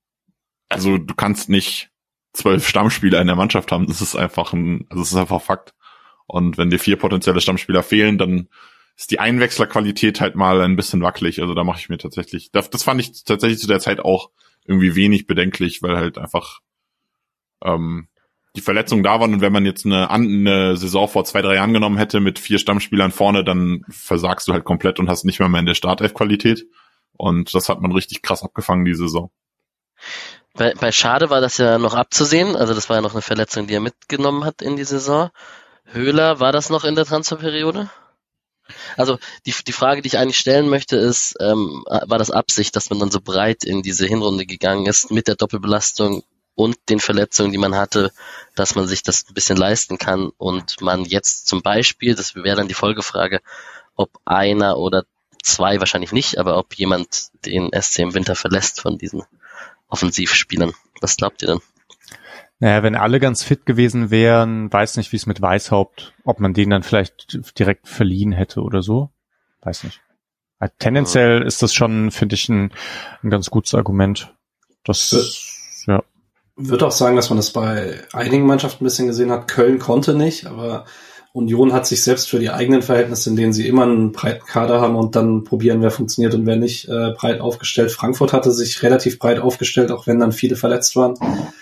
also du kannst nicht zwölf Stammspieler in der Mannschaft haben. Das ist einfach ein, also es ist einfach Fakt. Und wenn dir vier potenzielle Stammspieler fehlen, dann ist die Einwechslerqualität halt mal ein bisschen wackelig. Also da mache ich mir tatsächlich, das, das fand ich tatsächlich zu der Zeit auch irgendwie wenig bedenklich, weil halt einfach ähm, die Verletzungen da waren. Und wenn man jetzt eine, eine Saison vor zwei, drei Jahren genommen hätte mit vier Stammspielern vorne, dann versagst du halt komplett und hast nicht mehr, mehr in der Startelf-Qualität. Und das hat man richtig krass abgefangen, die Saison. Bei, bei Schade war das ja noch abzusehen, also das war ja noch eine Verletzung, die er mitgenommen hat in die Saison. Höhler, war das noch in der Transferperiode? Also die die Frage, die ich eigentlich stellen möchte, ist, ähm, war das Absicht, dass man dann so breit in diese Hinrunde gegangen ist mit der Doppelbelastung und den Verletzungen, die man hatte, dass man sich das ein bisschen leisten kann und man jetzt zum Beispiel, das wäre dann die Folgefrage, ob einer oder zwei, wahrscheinlich nicht, aber ob jemand den S C im Winter verlässt von diesen Offensivspielern. Was glaubt ihr denn? Naja, wenn alle ganz fit gewesen wären, weiß nicht, wie es mit Weishaupt, ob man den dann vielleicht direkt verliehen hätte oder so. Weiß nicht. Also tendenziell ja. Ist das schon, finde ich, ein, ein ganz gutes Argument. Das, ich ja. würde auch sagen, dass man das bei einigen Mannschaften ein bisschen gesehen hat. Köln konnte nicht, aber Union hat sich selbst für die eigenen Verhältnisse, in denen sie immer einen breiten Kader haben und dann probieren, wer funktioniert und wer nicht, äh, breit aufgestellt. Frankfurt hatte sich relativ breit aufgestellt, auch wenn dann viele verletzt waren.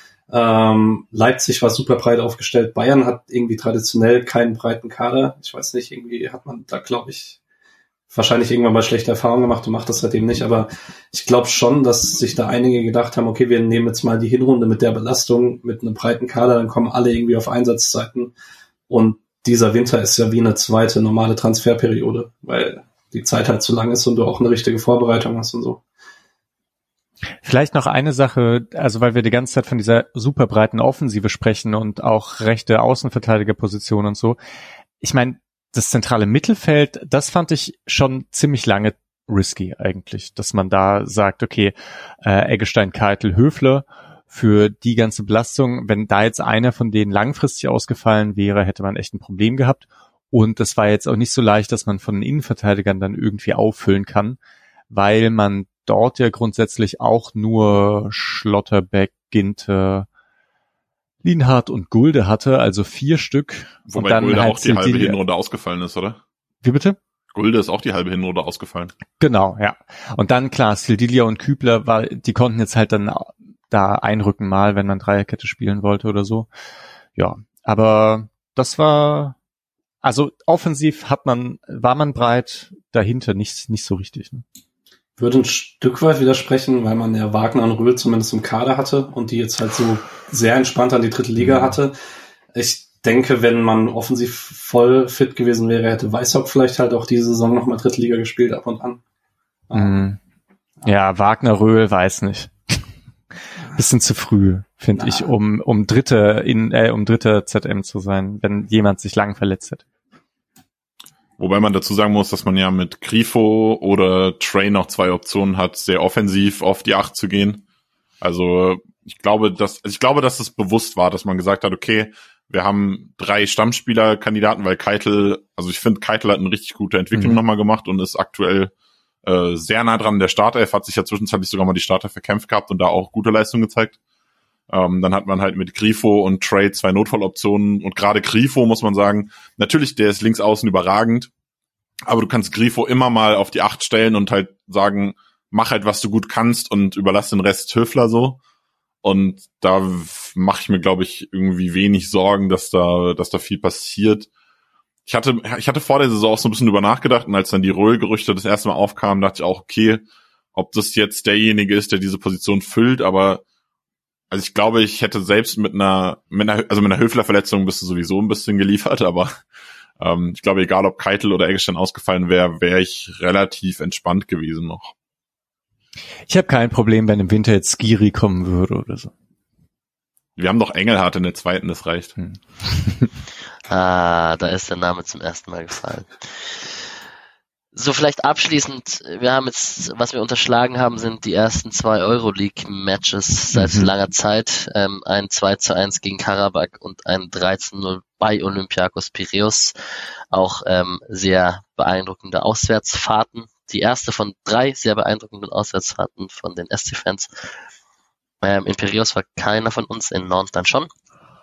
Ähm, Leipzig war super breit aufgestellt. Bayern hat irgendwie traditionell keinen breiten Kader. Ich weiß nicht, irgendwie hat man da, glaube ich, wahrscheinlich irgendwann mal schlechte Erfahrungen gemacht und macht das seitdem nicht, aber ich glaube schon, dass sich da einige gedacht haben, okay, wir nehmen jetzt mal die Hinrunde mit der Belastung, mit einem breiten Kader, dann kommen alle irgendwie auf Einsatzzeiten und dieser Winter ist ja wie eine zweite normale Transferperiode, weil die Zeit halt zu lang ist und du auch eine richtige Vorbereitung hast und so. Vielleicht noch eine Sache, also weil wir die ganze Zeit von dieser super breiten Offensive sprechen und auch rechte Außenverteidigerposition und so. Ich meine, das zentrale Mittelfeld, das fand ich schon ziemlich lange risky eigentlich, dass man da sagt, okay, äh, Eggestein, Keitel, Höfler für die ganze Belastung, wenn da jetzt einer von denen langfristig ausgefallen wäre, hätte man echt ein Problem gehabt. Und das war jetzt auch nicht so leicht, dass man von den Innenverteidigern dann irgendwie auffüllen kann, weil man dort ja grundsätzlich auch nur Schlotterbeck, Ginter, Lienhardt und Gulde hatte, also vier Stück. Wobei und dann Gulde halt auch die halbe Sildilia. Hinrunde ausgefallen ist, oder? Wie bitte? Gulde ist auch die halbe Hinrunde ausgefallen. Genau, ja. Und dann klar, Sildilia und Kübler, war, die konnten jetzt halt dann da einrücken mal, wenn man Dreierkette spielen wollte oder so. Ja, aber das war, also offensiv hat man, war man breit, dahinter nicht, nicht so richtig. Ne? Würde ein Stück weit widersprechen, weil man ja Wagner und Röhl zumindest im Kader hatte und die jetzt halt so sehr entspannt an die dritte Liga hatte. Ich denke, wenn man offensiv voll fit gewesen wäre, hätte Weishaupt vielleicht halt auch diese Saison nochmal dritte Liga gespielt, ab und an. Mhm. Ja, Wagner, Röhl, weiß nicht. Bisschen zu früh, finde ich, um um dritte in äh, um dritter Z M zu sein, wenn jemand sich lang verletzt hat. Wobei man dazu sagen muss, dass man ja mit Grifo oder Trey noch zwei Optionen hat, sehr offensiv auf die Acht zu gehen. Also ich glaube, dass ich glaube, dass es bewusst war, dass man gesagt hat, okay, wir haben drei Stammspielerkandidaten, weil Keitel, also ich finde, Keitel hat eine richtig gute Entwicklung mhm. nochmal gemacht und ist aktuell äh, sehr nah dran. Der Startelf hat sich ja zwischenzeitlich sogar mal die Startelf verkämpft gehabt und da auch gute Leistung gezeigt. Ähm, dann hat man halt mit Grifo und Trey zwei Notfalloptionen und gerade Grifo, muss man sagen, natürlich, der ist links außen überragend, aber du kannst Grifo immer mal auf die Acht stellen und halt sagen, mach halt, was du gut kannst und überlass den Rest Höfler so. Und da mache ich mir, glaube ich, irgendwie wenig Sorgen, dass da, dass da viel passiert. Ich hatte, ich hatte vor der Saison auch so ein bisschen drüber nachgedacht und als dann die Röhl-Gerüchte das erste Mal aufkamen, dachte ich auch, okay, ob das jetzt derjenige ist, der diese Position füllt, aber also ich glaube, ich hätte selbst mit einer, mit einer also mit einer Höfler-Verletzung bist du sowieso ein bisschen geliefert, aber ähm, ich glaube, egal ob Keitel oder Eggestein ausgefallen wäre, wäre ich relativ entspannt gewesen noch. Ich habe kein Problem, wenn im Winter jetzt Skiri kommen würde oder so. Wir haben doch Engelhardt in der zweiten, das reicht. Hm. Ah, da ist der Name zum ersten Mal gefallen. So, vielleicht abschließend, wir haben jetzt, was wir unterschlagen haben, sind die ersten zwei Euroleague-Matches seit mhm. langer Zeit. Ähm, ein zwei zu eins gegen Karabakh und ein drei zu null bei Olympiakos Piräus. Auch ähm, sehr beeindruckende Auswärtsfahrten. Die erste von drei sehr beeindruckenden Auswärtsfahrten von den S C-Fans. Ähm, in Piräus war keiner von uns, in Nantes dann schon.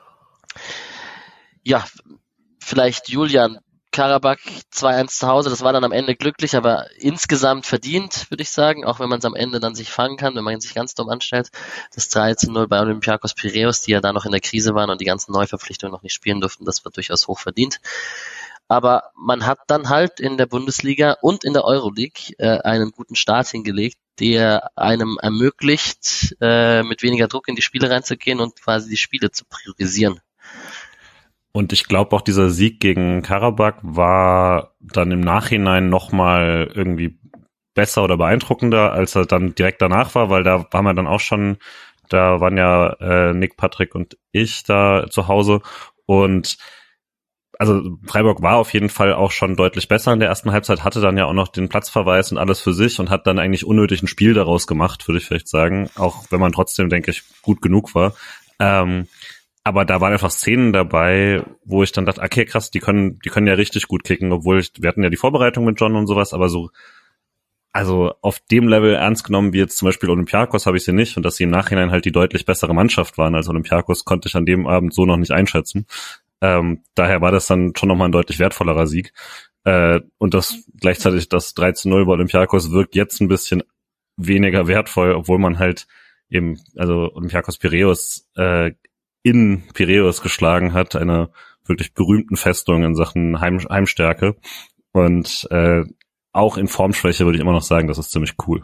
Ja, vielleicht Julian, Karabakh zwei eins zu Hause, das war dann am Ende glücklich, aber insgesamt verdient, würde ich sagen, auch wenn man es am Ende dann sich fangen kann, wenn man sich ganz dumm anstellt. Das drei zu null bei Olympiakos Piräus, die ja da noch in der Krise waren und die ganzen Neuverpflichtungen noch nicht spielen durften, das war durchaus hoch verdient. Aber man hat dann halt in der Bundesliga und in der Euroleague äh, einen guten Start hingelegt, der einem ermöglicht, äh, mit weniger Druck in die Spiele reinzugehen und quasi die Spiele zu priorisieren. Und ich glaube auch dieser Sieg gegen Karabakh war dann im Nachhinein nochmal irgendwie besser oder beeindruckender, als er dann direkt danach war, weil da waren wir dann auch schon, da waren ja äh, Nick, Patrick und ich da zu Hause und also Freiburg war auf jeden Fall auch schon deutlich besser in der ersten Halbzeit, hatte dann ja auch noch den Platzverweis und alles für sich und hat dann eigentlich unnötig ein Spiel daraus gemacht, würde ich vielleicht sagen, auch wenn man trotzdem, denke ich, gut genug war. Ähm, aber da waren einfach Szenen dabei, wo ich dann dachte, okay, krass, die können, die können ja richtig gut kicken, obwohl ich, wir hatten ja die Vorbereitung mit John und sowas, aber so, also auf dem Level ernst genommen wie jetzt zum Beispiel Olympiakos habe ich sie nicht und dass sie im Nachhinein halt die deutlich bessere Mannschaft waren als Olympiakos, konnte ich an dem Abend so noch nicht einschätzen. Ähm, daher war das dann schon nochmal ein deutlich wertvollerer Sieg. Äh, und das gleichzeitig das drei zu null bei Olympiakos wirkt jetzt ein bisschen weniger wertvoll, obwohl man halt eben, also Olympiakos Piräus äh, in Piräus geschlagen hat, einer wirklich berühmten Festung in Sachen Heim, Heimstärke. Und äh, auch in Formschwäche würde ich immer noch sagen, das ist ziemlich cool.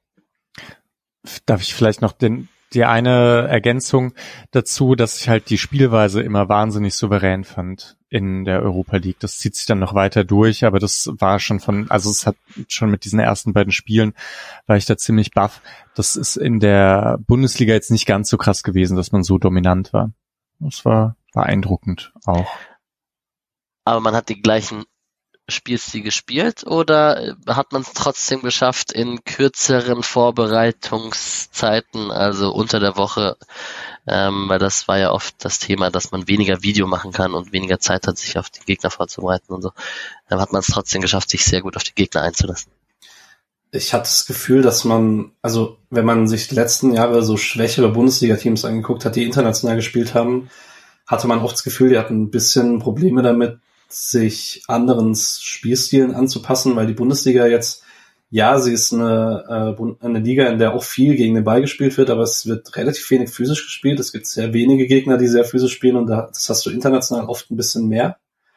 Darf ich vielleicht noch den, die eine Ergänzung dazu, dass ich halt die Spielweise immer wahnsinnig souverän fand in der Europa League. Das zieht sich dann noch weiter durch, aber das war schon von, also es hat schon mit diesen ersten beiden Spielen, war ich da ziemlich baff. Das ist in der Bundesliga jetzt nicht ganz so krass gewesen, dass man so dominant war. Das war beeindruckend auch. Aber man hat die gleichen Spielstil gespielt oder hat man es trotzdem geschafft, in kürzeren Vorbereitungszeiten, also unter der Woche, ähm, weil das war ja oft das Thema, dass man weniger Video machen kann und weniger Zeit hat, sich auf die Gegner vorzubereiten und so, dann hat man es trotzdem geschafft, sich sehr gut auf die Gegner einzulassen. Ich hatte das Gefühl, dass man, also wenn man sich die letzten Jahre so schwächere Bundesliga-Teams angeguckt hat, die international gespielt haben, hatte man oft das Gefühl, die hatten ein bisschen Probleme damit, sich anderen Spielstilen anzupassen, weil die Bundesliga jetzt, ja, sie ist eine, äh, eine Liga, in der auch viel gegen den Ball gespielt wird, aber es wird relativ wenig physisch gespielt. Es gibt sehr wenige Gegner, die sehr physisch spielen und das hast du international oft ein bisschen mehr.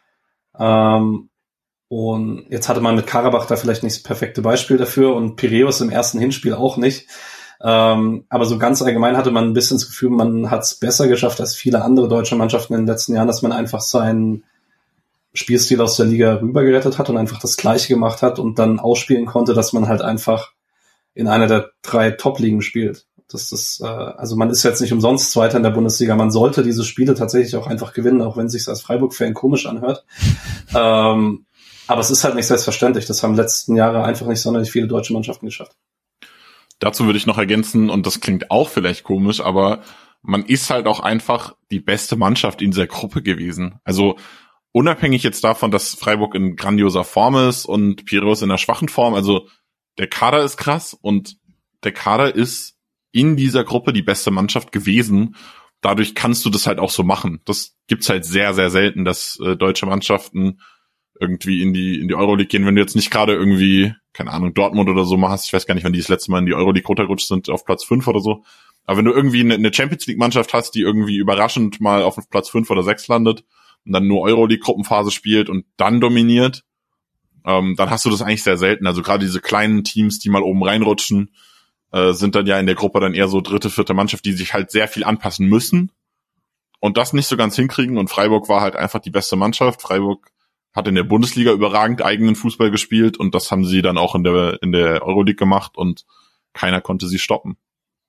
Ähm, und jetzt hatte man mit Karabach da vielleicht nicht das perfekte Beispiel dafür und Piräus im ersten Hinspiel auch nicht. Ähm, aber so ganz allgemein hatte man ein bisschen das Gefühl, man hat es besser geschafft als viele andere deutsche Mannschaften in den letzten Jahren, dass man einfach seinen Spielstil aus der Liga rübergerettet hat und einfach das Gleiche gemacht hat und dann ausspielen konnte, dass man halt einfach in einer der drei Top-Ligen spielt. Das ist, äh, also man ist jetzt nicht umsonst Zweiter in der Bundesliga. Man sollte diese Spiele tatsächlich auch einfach gewinnen, auch wenn es sich als Freiburg-Fan komisch anhört. ähm, aber es ist halt nicht selbstverständlich. Das haben letzten Jahre einfach nicht sonderlich viele deutsche Mannschaften geschafft. Dazu würde ich noch ergänzen, und das klingt auch vielleicht komisch, aber man ist halt auch einfach die beste Mannschaft in dieser Gruppe gewesen. Also unabhängig jetzt davon, dass Freiburg in grandioser Form ist und Piräus in einer schwachen Form, also der Kader ist krass und der Kader ist in dieser Gruppe die beste Mannschaft gewesen. Dadurch kannst du das halt auch so machen. Das gibt's halt sehr, sehr selten, dass äh, deutsche Mannschaften irgendwie in die in die Euroleague gehen, wenn du jetzt nicht gerade irgendwie, keine Ahnung, Dortmund oder so machst. Ich weiß gar nicht, wann die das letzte Mal in die Euroleague runtergerutscht sind, auf Platz fünf oder so. Aber wenn du irgendwie eine, eine Champions-League-Mannschaft hast, die irgendwie überraschend mal auf Platz fünf oder sechs landet, und dann nur Euroleague-Gruppenphase spielt und dann dominiert, ähm, dann hast du das eigentlich sehr selten. Also gerade diese kleinen Teams, die mal oben reinrutschen, äh, sind dann ja in der Gruppe dann eher so dritte, vierte Mannschaft, die sich halt sehr viel anpassen müssen und das nicht so ganz hinkriegen. Und Freiburg war halt einfach die beste Mannschaft. Freiburg hat in der Bundesliga überragend eigenen Fußball gespielt und das haben sie dann auch in der in der Euroleague gemacht und keiner konnte sie stoppen.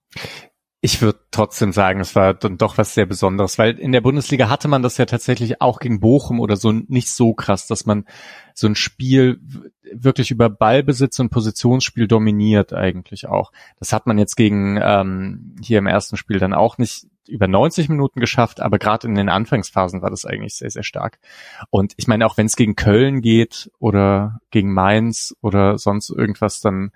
Ich würde trotzdem sagen, es war dann doch was sehr Besonderes, weil in der Bundesliga hatte man das ja tatsächlich auch gegen Bochum oder so nicht so krass, dass man so ein Spiel wirklich über Ballbesitz und Positionsspiel dominiert eigentlich auch. Das hat man jetzt gegen ähm, hier im ersten Spiel dann auch nicht über neunzig Minuten geschafft, aber gerade in den Anfangsphasen war das eigentlich sehr, sehr stark. Und ich meine, auch wenn es gegen Köln geht oder gegen Mainz oder sonst irgendwas, dann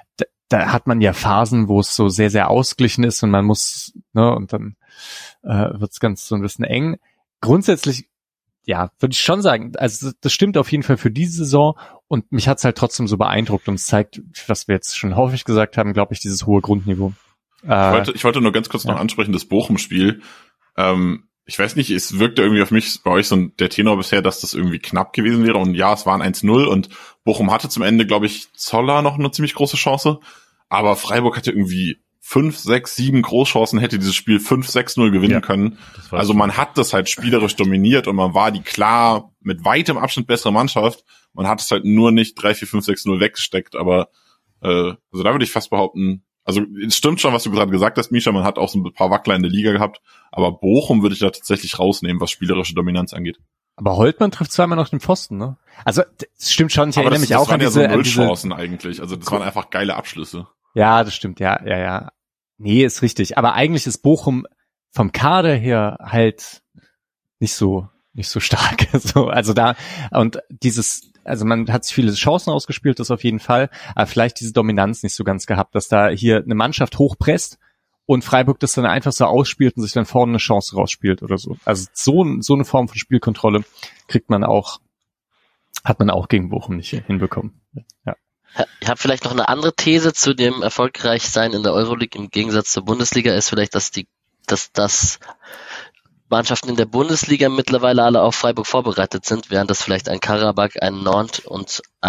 da hat man ja Phasen, wo es so sehr, sehr ausgeglichen ist und man muss, ne, und dann äh, wird es ganz so ein bisschen eng. Grundsätzlich, ja, würde ich schon sagen, also das stimmt auf jeden Fall für diese Saison und mich hat es halt trotzdem so beeindruckt und es zeigt, was wir jetzt schon häufig gesagt haben, glaube ich, dieses hohe Grundniveau. Äh, ich, wollte, ich wollte nur ganz kurz ja. noch ansprechen, das Bochum-Spiel. Ähm, ich weiß nicht, es wirkte irgendwie auf mich, bei euch so der Tenor bisher, dass das irgendwie knapp gewesen wäre und ja, es waren eins null und Bochum hatte zum Ende, glaube ich, Zoller noch eine ziemlich große Chance. Aber Freiburg hatte irgendwie fünf, sechs, sieben Großchancen, hätte dieses Spiel fünf, sechs null gewinnen ja, können. Also man hat das halt spielerisch dominiert und man war die klar mit weitem Abstand bessere Mannschaft. Man hat es halt nur nicht drei, vier, fünf, sechs null weggesteckt. Aber äh, also da würde ich fast behaupten, also es stimmt schon, was du gerade gesagt hast, Misha, man hat auch so ein paar Wackler in der Liga gehabt. Aber Bochum würde ich da tatsächlich rausnehmen, was spielerische Dominanz angeht. Aber Holtmann trifft zweimal noch den Pfosten, ne? Also das stimmt schon, ich aber erinnere das, mich das auch an diese... Das waren ja so Nullchancen eigentlich, also das waren einfach geile Abschlüsse. Ja, das stimmt, ja, ja, ja. Nee, ist richtig. Aber eigentlich ist Bochum vom Kader her halt nicht so, nicht so stark. So, also da, und dieses, also man hat sich viele Chancen ausgespielt, das auf jeden Fall, aber vielleicht diese Dominanz nicht so ganz gehabt, dass da hier eine Mannschaft hochpresst und Freiburg das dann einfach so ausspielt und sich dann vorne eine Chance rausspielt oder so. Also so, so eine Form von Spielkontrolle kriegt man auch, hat man auch gegen Bochum nicht hinbekommen. Ja. Ich habe vielleicht noch eine andere These zu dem Erfolgreichsein in der Euroleague im Gegensatz zur Bundesliga, ist vielleicht, dass die, dass das Mannschaften in der Bundesliga mittlerweile alle auf Freiburg vorbereitet sind, während das vielleicht ein Karabakh, ein Nantes und ein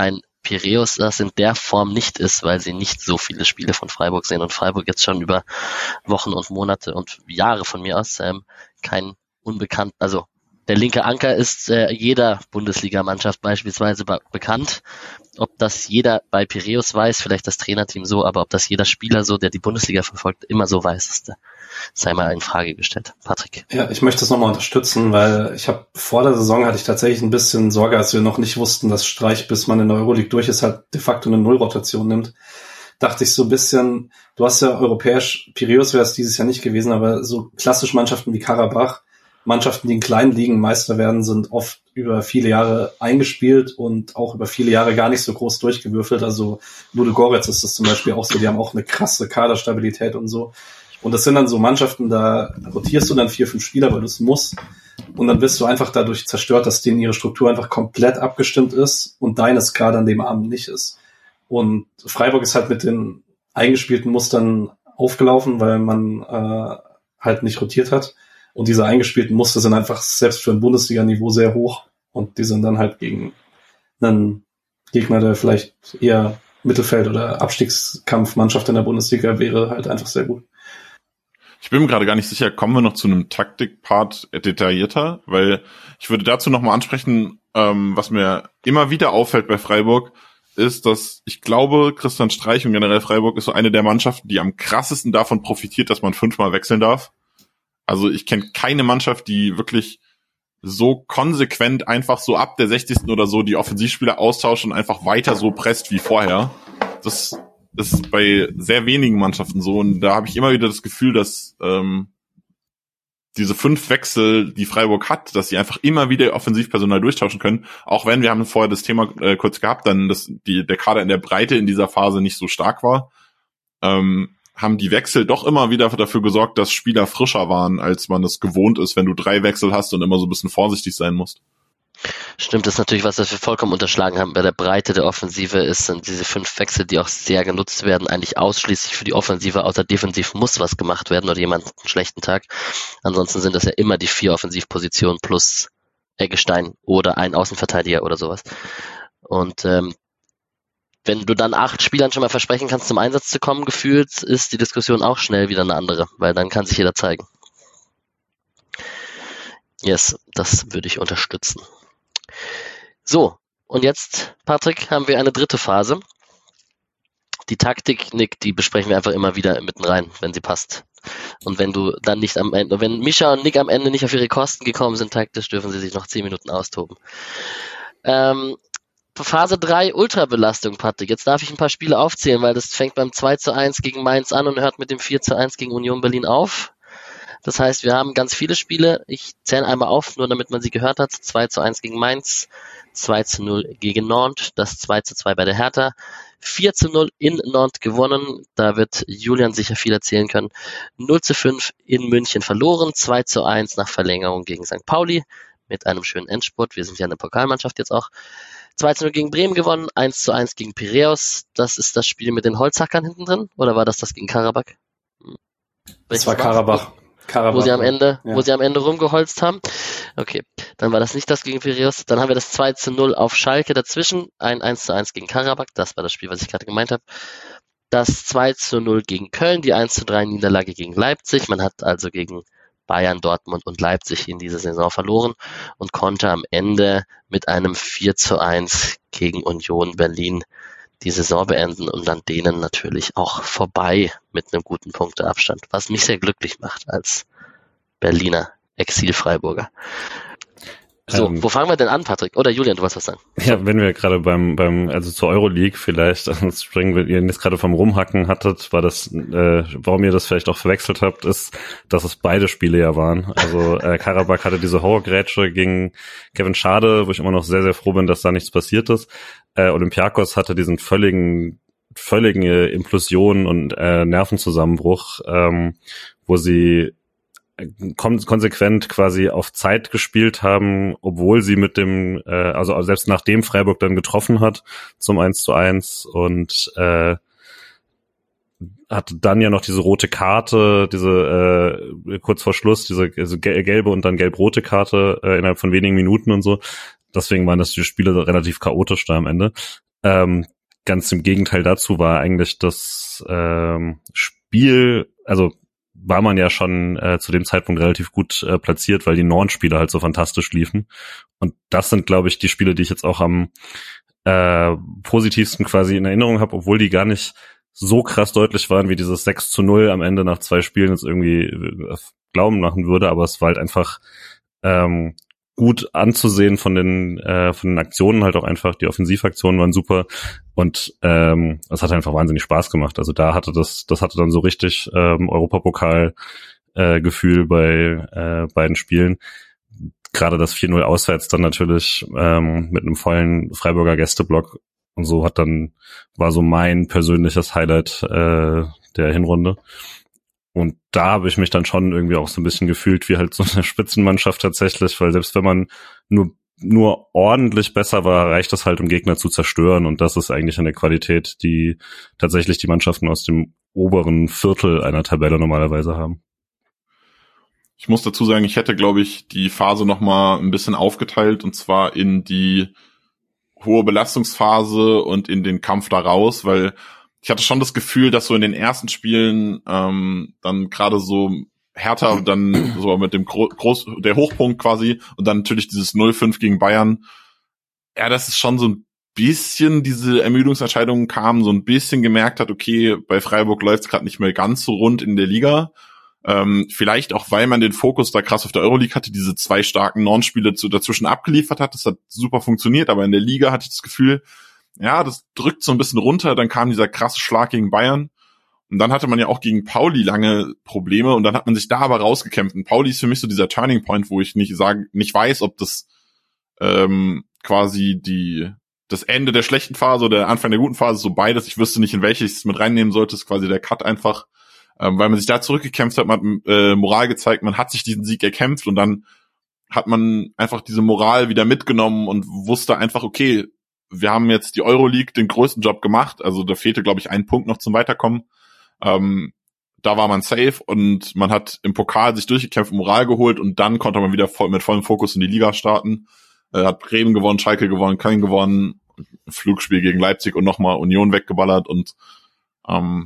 Piräus das in der Form nicht ist, weil sie nicht so viele Spiele von Freiburg sehen und Freiburg jetzt schon über Wochen und Monate und Jahre von mir aus ähm, kein unbekannt, also der linke Anker ist äh, jeder Bundesligamannschaft beispielsweise be- bekannt. Ob das jeder bei Piräus weiß, vielleicht das Trainerteam so, aber ob das jeder Spieler so, der die Bundesliga verfolgt, immer so weiß, ist, sei mal in Frage gestellt. Patrick. Ja, ich möchte das nochmal unterstützen, weil ich habe vor der Saison hatte ich tatsächlich ein bisschen Sorge, als wir noch nicht wussten, dass Streich, bis man in der Euroleague durch ist, halt de facto eine Nullrotation nimmt. Dachte ich so ein bisschen, du hast ja europäisch, Piräus wäre es dieses Jahr nicht gewesen, aber so klassisch Mannschaften wie Karabach, Mannschaften, die in kleinen Ligen Meister werden, sind oft über viele Jahre eingespielt und auch über viele Jahre gar nicht so groß durchgewürfelt. Also Ludogorets ist das zum Beispiel auch so, die haben auch eine krasse Kaderstabilität und so. Und das sind dann so Mannschaften, da rotierst du dann vier, fünf Spieler, weil du es musst. Und dann wirst du einfach dadurch zerstört, dass denen ihre Struktur einfach komplett abgestimmt ist und deines Kader an dem Abend nicht ist. Und Freiburg ist halt mit den eingespielten Mustern aufgelaufen, weil man äh, halt nicht rotiert hat. Und diese eingespielten Muster sind einfach selbst für ein Bundesliga-Niveau sehr hoch. Und die sind dann halt gegen einen Gegner, der vielleicht eher Mittelfeld- oder Abstiegskampfmannschaft in der Bundesliga wäre, halt einfach sehr gut. Ich bin mir gerade gar nicht sicher, kommen wir noch zu einem Taktikpart detaillierter? Weil ich würde dazu nochmal ansprechen, ähm, was mir immer wieder auffällt bei Freiburg, ist, dass ich glaube, Christian Streich und generell Freiburg ist so eine der Mannschaften, die am krassesten davon profitiert, dass man fünfmal wechseln darf. Also ich kenne keine Mannschaft, die wirklich so konsequent einfach so ab der sechzigsten oder so die Offensivspieler austauscht und einfach weiter so presst wie vorher. Das ist bei sehr wenigen Mannschaften so und da habe ich immer wieder das Gefühl, dass ähm, diese fünf Wechsel, die Freiburg hat, dass sie einfach immer wieder Offensivpersonal durchtauschen können, auch wenn, wir haben vorher das Thema äh, kurz gehabt, dann dass die der Kader in der Breite in dieser Phase nicht so stark war, ähm, haben die Wechsel doch immer wieder dafür gesorgt, dass Spieler frischer waren, als man es gewohnt ist, wenn du drei Wechsel hast und immer so ein bisschen vorsichtig sein musst. Stimmt, das ist natürlich was, das wir vollkommen unterschlagen haben. Bei der Breite der Offensive ist sind diese fünf Wechsel, die auch sehr genutzt werden, eigentlich ausschließlich für die Offensive. Außer defensiv muss was gemacht werden oder jemand einen schlechten Tag. Ansonsten sind das ja immer die vier Offensivpositionen plus Eggestein oder ein Außenverteidiger oder sowas. Und ähm, wenn du dann acht Spielern schon mal versprechen kannst, zum Einsatz zu kommen, gefühlt, ist die Diskussion auch schnell wieder eine andere, weil dann kann sich jeder zeigen. Yes, das würde ich unterstützen. So, und jetzt, Patrick, haben wir eine dritte Phase. Die Taktik, Nick, die besprechen wir einfach immer wieder mitten rein, wenn sie passt. Und wenn du dann nicht am Ende, wenn Mischa und Nick am Ende nicht auf ihre Kosten gekommen sind taktisch, dürfen sie sich noch zehn Minuten austoben. Ähm, Phase drei, Ultrabelastung, Patrick. Jetzt darf ich ein paar Spiele aufzählen, weil das fängt beim zwei zu eins gegen Mainz an und hört mit dem vier zu eins gegen Union Berlin auf. Das heißt, wir haben ganz viele Spiele. Ich zähle einmal auf, nur damit man sie gehört hat. zwei zu eins gegen Mainz, zwei zu null gegen Nantes, das zwei zu zwei bei der Hertha, vier zu null in Nantes gewonnen. Da wird Julian sicher viel erzählen können. null zu fünf in München verloren, zwei zu eins nach Verlängerung gegen Sankt Pauli mit einem schönen Endspurt. Wir sind ja eine Pokalmannschaft jetzt auch. zwei zu null gegen Bremen gewonnen, eins zu eins gegen Piräus. Das ist das Spiel mit den Holzhackern hinten drin? Oder war das das gegen Karabach? Hm. Das war Karabach. Karabach. Wo sie am Ende, ja. wo sie am Ende rumgeholzt haben. Okay, dann war das nicht das gegen Piräus. Dann haben wir das zwei zu null auf Schalke dazwischen. Ein eins zu eins gegen Karabach. Das war das Spiel, was ich gerade gemeint habe. Das zwei zu null gegen Köln. Die eins zu drei Niederlage gegen Leipzig. Man hat also gegen Bayern, Dortmund und Leipzig in dieser Saison verloren und konnte am Ende mit einem vier zu eins gegen Union Berlin die Saison beenden und an denen natürlich auch vorbei mit einem guten Punkteabstand, was mich sehr glücklich macht als Berliner Exil-Freiburger. So, ähm, wo fangen wir denn an, Patrick? Oder Julian, du wolltest was sagen? Ja, wenn wir gerade beim, beim, also zur Euroleague vielleicht, das springen, wenn ihr jetzt gerade vom Rumhacken hattet, war das, äh, warum ihr das vielleicht auch verwechselt habt, ist, dass es beide Spiele ja waren. Also äh, Karabach hatte diese Horrorgrätsche gegen Kevin Schade, wo ich immer noch sehr, sehr froh bin, dass da nichts passiert ist. Äh, Olympiakos hatte diesen völligen, völligen äh, Implosion und äh, Nervenzusammenbruch, ähm, wo sie konsequent quasi auf Zeit gespielt haben, obwohl sie mit dem, äh, also selbst nachdem Freiburg dann getroffen hat zum eins zu eins und äh, hatte dann ja noch diese rote Karte, diese äh, kurz vor Schluss, diese also gelbe und dann gelb-rote Karte äh, innerhalb von wenigen Minuten und so. Deswegen waren das die Spiele relativ chaotisch da am Ende. Ähm, ganz im Gegenteil dazu war eigentlich das ähm, Spiel, also war man ja schon äh, zu dem Zeitpunkt relativ gut äh, platziert, weil die Norden-Spiele halt so fantastisch liefen. Und das sind, glaube ich, die Spiele, die ich jetzt auch am äh, positivsten quasi in Erinnerung habe, obwohl die gar nicht so krass deutlich waren, wie dieses sechs zu null am Ende nach zwei Spielen jetzt irgendwie äh, glauben machen würde. Aber es war halt einfach ähm, gut anzusehen von den äh, von den Aktionen halt auch einfach. Die Offensivaktionen waren super und ähm, es hat einfach wahnsinnig Spaß gemacht. Also da hatte das das hatte dann so richtig ähm, Europapokal äh, Gefühl bei äh, beiden Spielen. Gerade das vier null auswärts dann natürlich ähm, mit einem vollen Freiburger Gästeblock und so hat dann war so mein persönliches Highlight äh, der Hinrunde. Und da habe ich mich dann schon irgendwie auch so ein bisschen gefühlt wie halt so eine Spitzenmannschaft tatsächlich, weil selbst wenn man nur nur ordentlich besser war, reicht das halt, um Gegner zu zerstören. Und das ist eigentlich eine Qualität, die tatsächlich die Mannschaften aus dem oberen Viertel einer Tabelle normalerweise haben. Ich muss dazu sagen, ich hätte, glaube ich, die Phase nochmal ein bisschen aufgeteilt, und zwar in die hohe Belastungsphase und in den Kampf daraus, weil ich hatte schon das Gefühl, dass so in den ersten Spielen ähm, dann gerade so Hertha dann so mit dem Gro- Groß, der Hochpunkt quasi und dann natürlich dieses null fünf gegen Bayern. Ja, das ist schon so ein bisschen diese Ermüdungserscheinungen kamen, so ein bisschen gemerkt hat, okay, bei Freiburg läuft es gerade nicht mehr ganz so rund in der Liga. Ähm, vielleicht auch, weil man den Fokus da krass auf der Euroleague hatte, diese zwei starken Non-Spiele zu, dazwischen abgeliefert hat. Das hat super funktioniert, aber in der Liga hatte ich das Gefühl, ja, das drückt so ein bisschen runter. Dann kam dieser krasse Schlag gegen Bayern. Und dann hatte man ja auch gegen Pauli lange Probleme und dann hat man sich da aber rausgekämpft. Und Pauli ist für mich so dieser Turning Point, wo ich nicht sagen, nicht weiß, ob das ähm, quasi die das Ende der schlechten Phase oder der Anfang der guten Phase, so beides. Ich wüsste nicht, in welche ich es mit reinnehmen sollte. Das ist quasi der Cut einfach, ähm, weil man sich da zurückgekämpft hat, man hat äh, Moral gezeigt, man hat sich diesen Sieg erkämpft und dann hat man einfach diese Moral wieder mitgenommen und wusste einfach, okay, wir haben jetzt die Euroleague den größten Job gemacht. Also da fehlte, glaube ich, ein Punkt noch zum Weiterkommen. Ähm, da war man safe und man hat im Pokal sich durchgekämpft, Moral geholt und dann konnte man wieder voll, mit vollem Fokus in die Liga starten. Äh, hat Bremen gewonnen, Schalke gewonnen, Köln gewonnen, Flugspiel gegen Leipzig und nochmal Union weggeballert und ähm,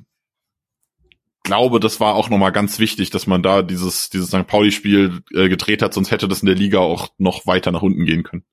glaube, das war auch nochmal ganz wichtig, dass man da dieses dieses Sankt Pauli-Spiel äh, gedreht hat, sonst hätte das in der Liga auch noch weiter nach unten gehen können.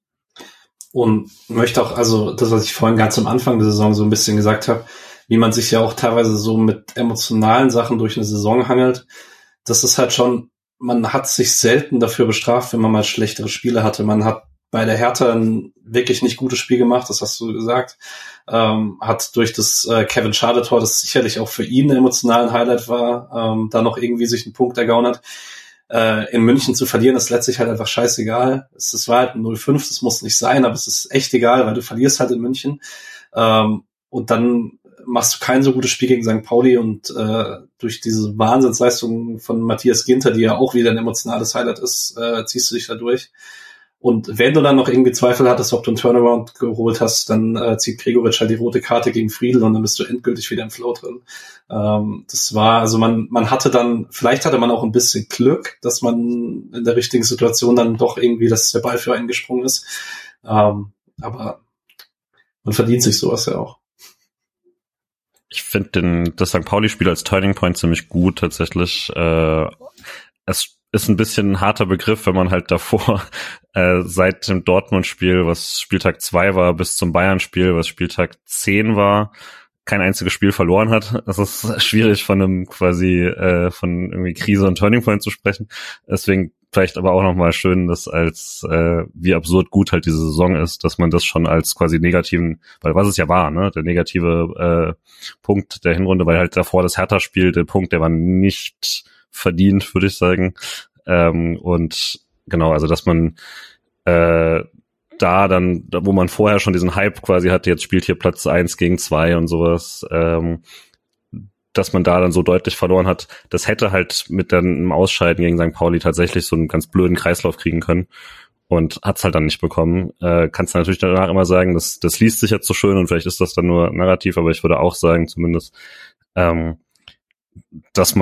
Und möchte auch, also das, was ich vorhin ganz am Anfang der Saison so ein bisschen gesagt habe, wie man sich ja auch teilweise so mit emotionalen Sachen durch eine Saison hangelt, das ist halt schon, man hat sich selten dafür bestraft, wenn man mal schlechtere Spiele hatte. Man hat bei der Hertha ein wirklich nicht gutes Spiel gemacht, das hast du gesagt, ähm, hat durch das äh, Kevin Schade-Tor, das sicherlich auch für ihn ein emotionalen Highlight war, ähm, da noch irgendwie sich einen Punkt ergaunert. Äh, in München zu verlieren, ist letztlich halt einfach scheißegal. Es, es war halt ein null fünf, das muss nicht sein, aber es ist echt egal, weil du verlierst halt in München. Ähm, und dann machst du kein so gutes Spiel gegen Sankt Pauli und äh, durch diese Wahnsinnsleistung von Matthias Ginter, die ja auch wieder ein emotionales Highlight ist, äh, ziehst du dich da durch. Und wenn du dann noch irgendwie Zweifel hattest, ob du einen Turnaround geholt hast, dann äh, zieht Gregoritsch halt die rote Karte gegen Friedl und dann bist du endgültig wieder im Flow drin. Ähm, das war, also man man hatte dann, vielleicht hatte man auch ein bisschen Glück, dass man in der richtigen Situation dann doch irgendwie, dass der Ball für einen gesprungen ist. Ähm, aber man verdient sich sowas ja auch. Ich finde den das Sankt Pauli-Spiel als Turning Point ziemlich gut tatsächlich. Äh, es ist ein bisschen ein harter Begriff, wenn man halt davor äh, seit dem Dortmund-Spiel, was Spieltag zwei war, bis zum Bayern-Spiel, was Spieltag zehn war, kein einziges Spiel verloren hat. Es ist schwierig von einem quasi äh, von irgendwie Krise und Turning Point zu sprechen. Deswegen vielleicht aber auch nochmal schön, dass als äh, wie absurd gut halt diese Saison ist, dass man das schon als quasi negativen, weil was es ja war, ne, der negative äh, Punkt der Hinrunde, weil halt davor das Hertha-Spiel, der Punkt, der war nicht verdient, würde ich sagen. Ähm, und genau, also dass man äh, da dann, wo man vorher schon diesen Hype quasi hatte, jetzt spielt hier Platz eins gegen zwei und sowas, ähm, dass man da dann so deutlich verloren hat, das hätte halt mit dem Ausscheiden gegen Sankt Pauli tatsächlich so einen ganz blöden Kreislauf kriegen können und hat's halt dann nicht bekommen. Äh, kannst du natürlich danach immer sagen, das, das liest sich jetzt so schön und vielleicht ist das dann nur narrativ, aber ich würde auch sagen zumindest, ähm, dass man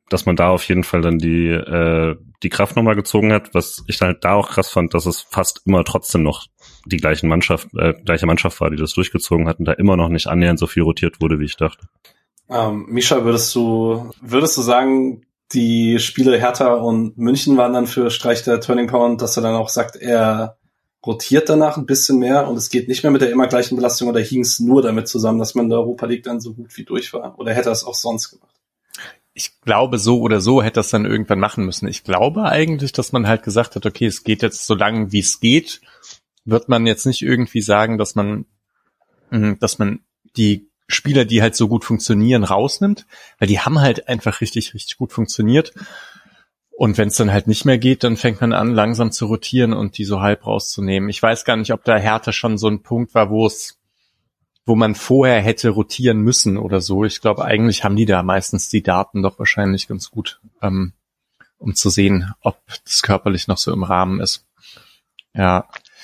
dass man da auf jeden Fall dann die äh, die Kraft nochmal gezogen hat. Was ich halt da auch krass fand, dass es fast immer trotzdem noch die gleichen Mannschaft, äh, gleiche Mannschaft war, die das durchgezogen hat und da immer noch nicht annähernd so viel rotiert wurde, wie ich dachte. Ähm, Mischa, würdest du würdest du sagen, die Spiele Hertha und München waren dann für Streich der Turning Point, dass er dann auch sagt, er rotiert danach ein bisschen mehr und es geht nicht mehr mit der immer gleichen Belastung, oder hing es nur damit zusammen, dass man in der Europa League dann so gut wie durch war? Oder hätte er es auch sonst gemacht? Ich glaube, so oder so hätte das dann irgendwann machen müssen. Ich glaube eigentlich, dass man halt gesagt hat, okay, es geht jetzt so lange, wie es geht. Wird man jetzt nicht irgendwie sagen, dass man, dass man die Spieler, die halt so gut funktionieren, rausnimmt, weil die haben halt einfach richtig, richtig gut funktioniert. Und wenn es dann halt nicht mehr geht, dann fängt man an, langsam zu rotieren und die so halb rauszunehmen. Ich weiß gar nicht, ob da Hertha schon so ein Punkt war, wo es wo man vorher hätte rotieren müssen oder so. Ich glaube, eigentlich haben die da meistens die Daten doch wahrscheinlich ganz gut, ähm, um zu sehen, ob das körperlich noch so im Rahmen ist. Ja.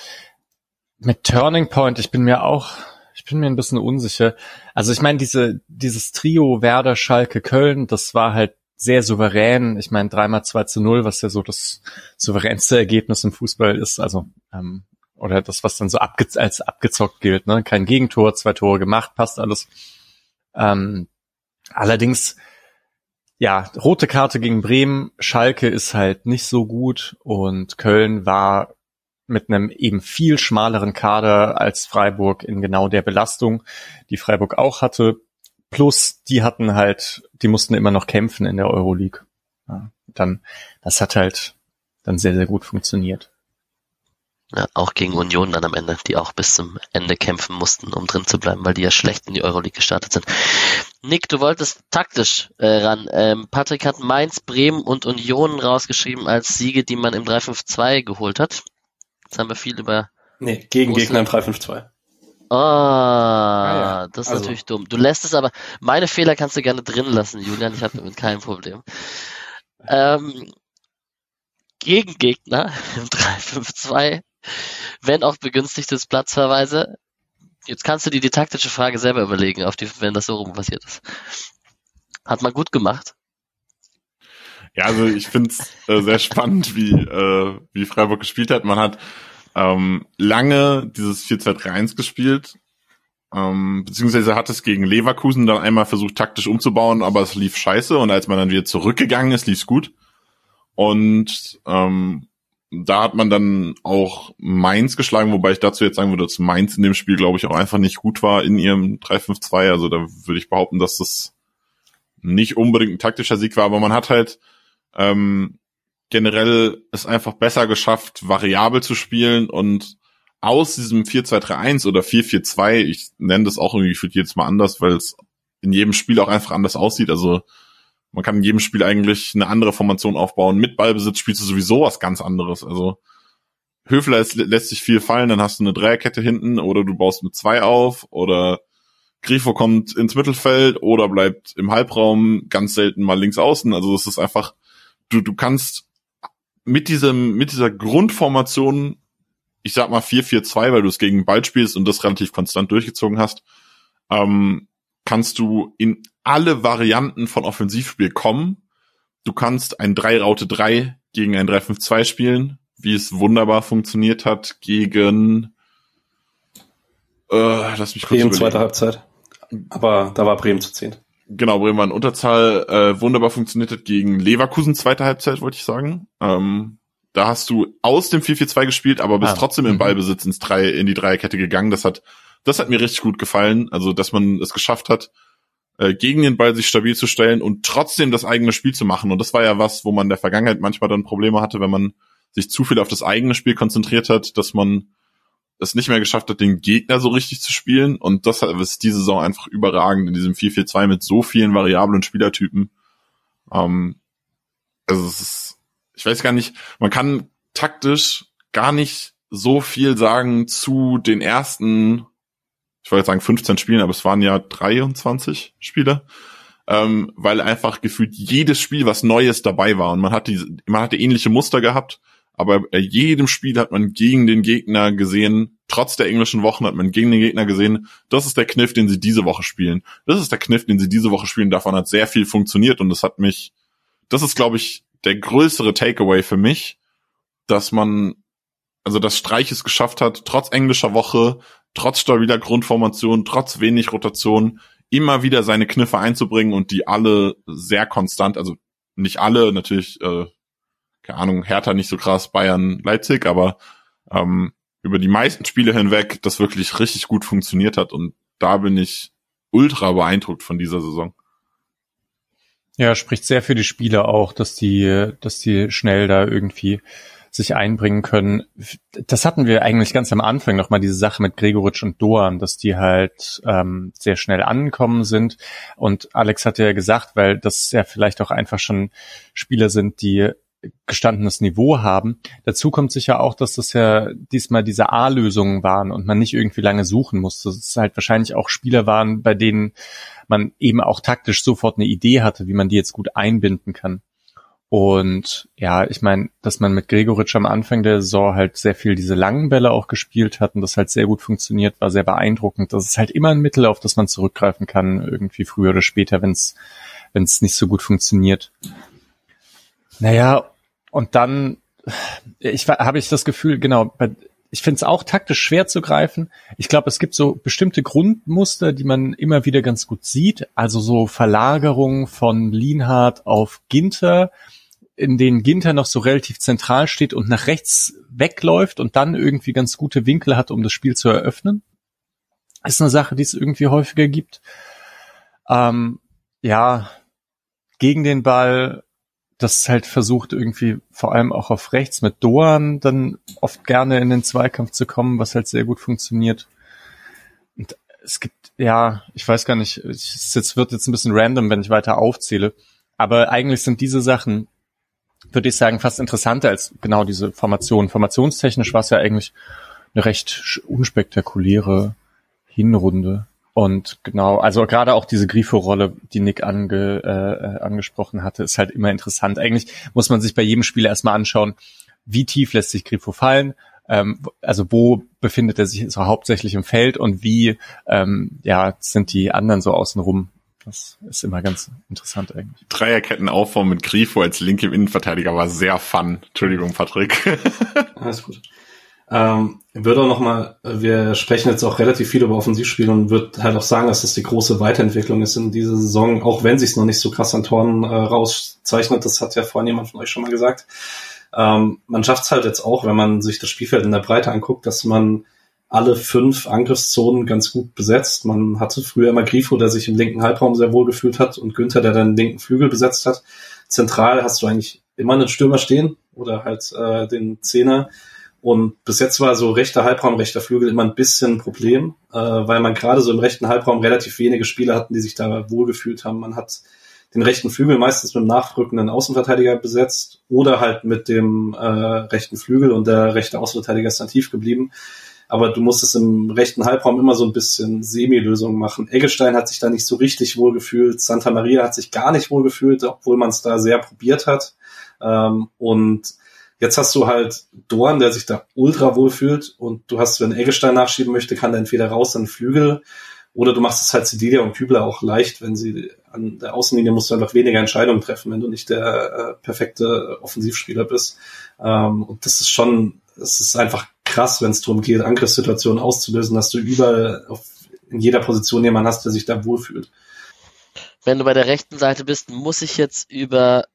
Mit Turning Point, ich bin mir auch, ich bin mir ein bisschen unsicher. Also ich meine, diese dieses Trio Werder, Schalke, Köln, das war halt sehr souverän. Ich meine, dreimal zwei zu null, was ja so das souveränste Ergebnis im Fußball ist. Also ähm, oder das, was dann so abge- als abgezockt gilt, ne? Kein Gegentor, zwei Tore gemacht, passt alles. Ähm, allerdings, ja, rote Karte gegen Bremen, Schalke ist halt nicht so gut und Köln war mit einem eben viel schmaleren Kader als Freiburg in genau der Belastung, die Freiburg auch hatte. Plus, die hatten halt, die mussten immer noch kämpfen in der Euroleague. Ja, dann, das hat halt dann sehr, sehr gut funktioniert. Ja, auch gegen Union dann am Ende, die auch bis zum Ende kämpfen mussten, um drin zu bleiben, weil die ja schlecht in die Euroleague gestartet sind. Nick, du wolltest taktisch äh, ran. Ähm, Patrick hat Mainz, Bremen und Union rausgeschrieben als Siege, die man im drei fünf zwei geholt hat. Jetzt haben wir viel über... Nee, gegen Russland. Gegner im drei fünf zwei. Ah, ah ja. Das ist also. natürlich dumm. Du lässt es aber... Meine Fehler kannst du gerne drin lassen, Julian. Ich habe damit kein Problem. Ähm, gegen Gegner im drei fünf zwei, wenn auch begünstigtes Platzverweise. Jetzt kannst du dir die taktische Frage selber überlegen, auf die, wenn das so rum passiert ist. Hat man gut gemacht. Ja, also ich finde es äh, sehr spannend, wie äh, wie Freiburg gespielt hat. Man hat ähm, lange dieses vier zwei drei eins gespielt, ähm, beziehungsweise hat es gegen Leverkusen dann einmal versucht, taktisch umzubauen, aber es lief scheiße. Und als man dann wieder zurückgegangen ist, lief es gut. Und ähm, da hat man dann auch Mainz geschlagen, wobei ich dazu jetzt sagen würde, dass Mainz in dem Spiel, glaube ich, auch einfach nicht gut war in ihrem drei fünf zwei. Also da würde ich behaupten, dass das nicht unbedingt ein taktischer Sieg war, aber man hat halt ähm, generell es einfach besser geschafft, variabel zu spielen und aus diesem vier zwei drei eins oder vier vier zwei, ich nenne das auch irgendwie für jedes Mal anders, weil es in jedem Spiel auch einfach anders aussieht. Also man kann in jedem Spiel eigentlich eine andere Formation aufbauen. Mit Ballbesitz spielst du sowieso was ganz anderes. Also Höfler ist, lässt sich viel fallen, dann hast du eine Dreierkette hinten oder du baust mit zwei auf oder Grifo kommt ins Mittelfeld oder bleibt im Halbraum, ganz selten mal links außen. Also das ist einfach, du du kannst mit diesem mit dieser Grundformation, ich sag mal vier vier zwei, weil du es gegen den Ball spielst und das relativ konstant durchgezogen hast, ähm, kannst du in alle Varianten von Offensivspiel kommen. Du kannst ein drei Raute drei gegen ein drei fünf zwei spielen, wie es wunderbar funktioniert hat gegen äh, lass mich kurz Bremen überlegen. Zweite Halbzeit. Aber da war Bremen zu zehn. Genau, Bremen war in Unterzahl, äh, wunderbar funktioniert hat gegen Leverkusen zweite Halbzeit, wollte ich sagen. Ähm, da hast du aus dem vier vier zwei gespielt, aber bist ah, trotzdem im Ballbesitz ins drei, in die Dreierkette gegangen. Das hat, das hat mir richtig gut gefallen. Also, dass man es geschafft hat, äh, gegen den Ball sich stabil zu stellen und trotzdem das eigene Spiel zu machen. Und das war ja was, wo man in der Vergangenheit manchmal dann Probleme hatte, wenn man sich zu viel auf das eigene Spiel konzentriert hat, dass man es nicht mehr geschafft hat, den Gegner so richtig zu spielen. Und das ist diese Saison einfach überragend in diesem vier vier zwei mit so vielen variablen Spielertypen. Ähm, also es ist, ich weiß gar nicht, man kann taktisch gar nicht so viel sagen zu den ersten, ich wollte jetzt sagen fünfzehn Spielen, aber es waren ja dreiundzwanzig Spiele, ähm, weil einfach gefühlt jedes Spiel was Neues dabei war und man hat die, man hatte ähnliche Muster gehabt. Aber bei jedem Spiel hat man gegen den Gegner gesehen, trotz der englischen Wochen hat man gegen den Gegner gesehen, das ist der Kniff, den sie diese Woche spielen. Das ist der Kniff, den sie diese Woche spielen. Davon hat sehr viel funktioniert und das hat mich, das ist, glaube ich, der größere Takeaway für mich, dass man, also dass Streich es geschafft hat, trotz englischer Woche, trotz stabiler Grundformation, trotz wenig Rotation, immer wieder seine Kniffe einzubringen und die alle sehr konstant, also nicht alle, natürlich, äh, keine Ahnung, Hertha nicht so krass, Bayern, Leipzig, aber ähm, über die meisten Spiele hinweg das wirklich richtig gut funktioniert hat und da bin ich ultra beeindruckt von dieser Saison. Ja, spricht sehr für die Spieler auch, dass die, dass die schnell da irgendwie sich einbringen können. Das hatten wir eigentlich ganz am Anfang nochmal, diese Sache mit Gregoritsch und Doan, dass die halt ähm, sehr schnell angekommen sind. Und Alex hat ja gesagt, weil das ja vielleicht auch einfach schon Spieler sind, die gestandenes Niveau haben. Dazu kommt sicher auch, dass das ja diesmal diese A-Lösungen waren und man nicht irgendwie lange suchen musste. Dass es halt wahrscheinlich auch Spieler waren, bei denen man eben auch taktisch sofort eine Idee hatte, wie man die jetzt gut einbinden kann. Und ja, ich meine, dass man mit Gregoritsch am Anfang der Saison halt sehr viel diese langen Bälle auch gespielt hat und das halt sehr gut funktioniert, war sehr beeindruckend. Das ist halt immer ein Mittel, auf das man zurückgreifen kann, irgendwie früher oder später, wenn es wenn es nicht so gut funktioniert. Naja, und dann ich habe ich das Gefühl, genau, bei, ich finde es auch taktisch schwer zu greifen. Ich glaube, es gibt so bestimmte Grundmuster, die man immer wieder ganz gut sieht. Also so Verlagerung von Lienhardt auf Ginter, in denen Ginter noch so relativ zentral steht und nach rechts wegläuft und dann irgendwie ganz gute Winkel hat, um das Spiel zu eröffnen. Ist eine Sache, die es irgendwie häufiger gibt. Ähm, ja, gegen den Ball, das halt versucht irgendwie vor allem auch auf rechts mit Doan dann oft gerne in den Zweikampf zu kommen, was halt sehr gut funktioniert. Und es gibt, ja, ich weiß gar nicht, es jetzt wird jetzt ein bisschen random, wenn ich weiter aufzähle, aber eigentlich sind diese Sachen, würde ich sagen, fast interessanter als genau diese Formation. Formationstechnisch war es ja eigentlich eine recht unspektakuläre Hinrunde. Und genau, also gerade auch diese Grifo-Rolle, die Nick ange, äh, angesprochen hatte, ist halt immer interessant. Eigentlich muss man sich bei jedem Spieler erstmal anschauen, wie tief lässt sich Grifo fallen, ähm, also wo befindet er sich so hauptsächlich im Feld und wie ähm, ja sind die anderen so außenrum. Das ist immer ganz interessant eigentlich. Dreierkettenaufbau mit Grifo als linke Innenverteidiger war sehr fun. Entschuldigung, Patrick. Alles gut. Ähm, würde auch nochmal, wir sprechen jetzt auch relativ viel über Offensivspiel und würde halt auch sagen, dass das die große Weiterentwicklung ist in dieser Saison, auch wenn sich noch nicht so krass an Toren äh, rauszeichnet, das hat ja vorhin jemand von euch schon mal gesagt. Ähm, man schafft es halt jetzt auch, wenn man sich das Spielfeld in der Breite anguckt, dass man alle fünf Angriffszonen ganz gut besetzt. Man hatte früher immer Grifo, der sich im linken Halbraum sehr wohl gefühlt hat und Günther, der den linken Flügel besetzt hat. Zentral hast du eigentlich immer einen Stürmer stehen oder halt äh, den Zehner. Und bis jetzt war so rechter Halbraum, rechter Flügel immer ein bisschen ein Problem, äh, weil man gerade so im rechten Halbraum relativ wenige Spieler hatten, die sich da wohlgefühlt haben. Man hat den rechten Flügel meistens mit einem nachrückenden Außenverteidiger besetzt oder halt mit dem äh, rechten Flügel und der rechte Außenverteidiger ist dann tief geblieben. Aber du musstest im rechten Halbraum immer so ein bisschen Semi-Lösungen machen. Eggestein hat sich da nicht so richtig wohlgefühlt. Santa Maria hat sich gar nicht wohlgefühlt, obwohl man es da sehr probiert hat. Ähm, und jetzt hast du halt Doan, der sich da ultra wohl fühlt und du hast, wenn Eggestein nachschieben möchte, kann der entweder raus an den Flügel oder du machst es halt Sedilia und Kübler auch leicht, wenn sie an der Außenlinie musst du einfach weniger Entscheidungen treffen, wenn du nicht der äh, perfekte Offensivspieler bist. Ähm, und das ist schon, es ist einfach krass, wenn es darum geht, Angriffssituationen auszulösen, dass du überall auf, in jeder Position jemanden hast, der sich da wohlfühlt. Wenn du bei der rechten Seite bist, muss ich jetzt über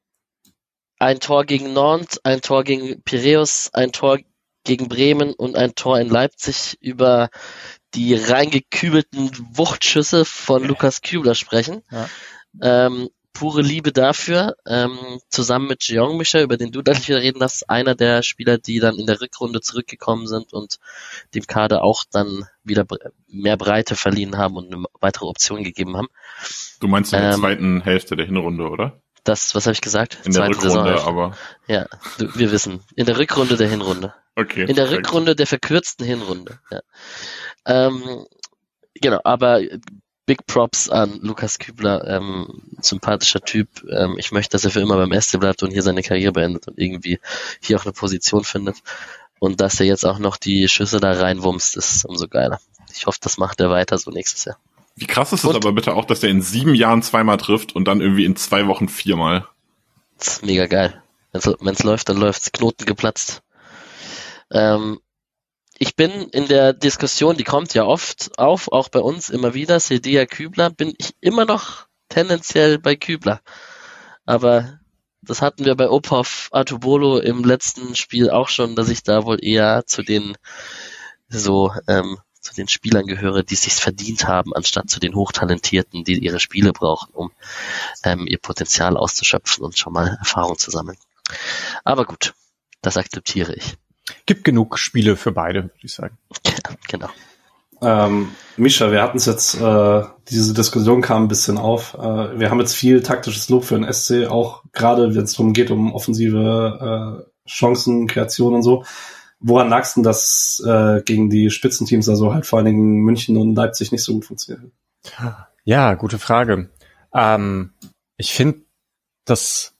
ein Tor gegen Nantes, ein Tor gegen Piräus, ein Tor gegen Bremen und ein Tor in Leipzig über die reingekübelten Wuchtschüsse von Lukas Kübler sprechen. Ja. Ähm, pure Liebe dafür. Ähm, zusammen mit Jeong Michel, über den du dann wieder reden darfst, einer der Spieler, die dann in der Rückrunde zurückgekommen sind und dem Kader auch dann wieder mehr Breite verliehen haben und eine weitere Option gegeben haben. Du meinst in der ähm, zweiten Hälfte der Hinrunde, oder? Das, was habe ich gesagt? In der Zweite Rückrunde, Saison, aber... Ja, du, wir wissen. In der Rückrunde der Hinrunde. Okay. In der perfekt. Rückrunde der verkürzten Hinrunde. Ja. Ähm, genau, aber Big Props an Lukas Kübler, ähm, sympathischer Typ. Ähm, ich möchte, dass er für immer beim S C bleibt und hier seine Karriere beendet und irgendwie hier auch eine Position findet. Und dass er jetzt auch noch die Schüsse da reinwumst, ist umso geiler. Ich hoffe, das macht er weiter so nächstes Jahr. Wie krass ist es aber bitte auch, dass der in sieben Jahren zweimal trifft und dann irgendwie in zwei Wochen viermal? Das ist mega geil. Wenn es läuft, dann läuft's. Knoten geplatzt. Ähm, ich bin in der Diskussion, die kommt ja oft auf, auch bei uns immer wieder, Sedia Kübler, bin ich immer noch tendenziell bei Kübler. Aber das hatten wir bei Opov Atubolo im letzten Spiel auch schon, dass ich da wohl eher zu den so ähm, zu den Spielern gehöre, die es sich verdient haben, anstatt zu den Hochtalentierten, die ihre Spiele brauchen, um ähm, ihr Potenzial auszuschöpfen und schon mal Erfahrung zu sammeln. Aber gut, das akzeptiere ich. Gibt genug Spiele für beide, würde ich sagen. Ja, genau. Ähm, Mischa, wir hatten es jetzt, äh, diese Diskussion kam ein bisschen auf. Äh, wir haben jetzt viel taktisches Lob für den S C, auch gerade wenn es darum geht, um offensive äh, Chancen, Kreation und so. Woran lag's denn, dass äh, gegen die Spitzenteams, also halt vor allen Dingen München und Leipzig, nicht so gut funktioniert? Ja, gute Frage. Ähm, ich finde, dass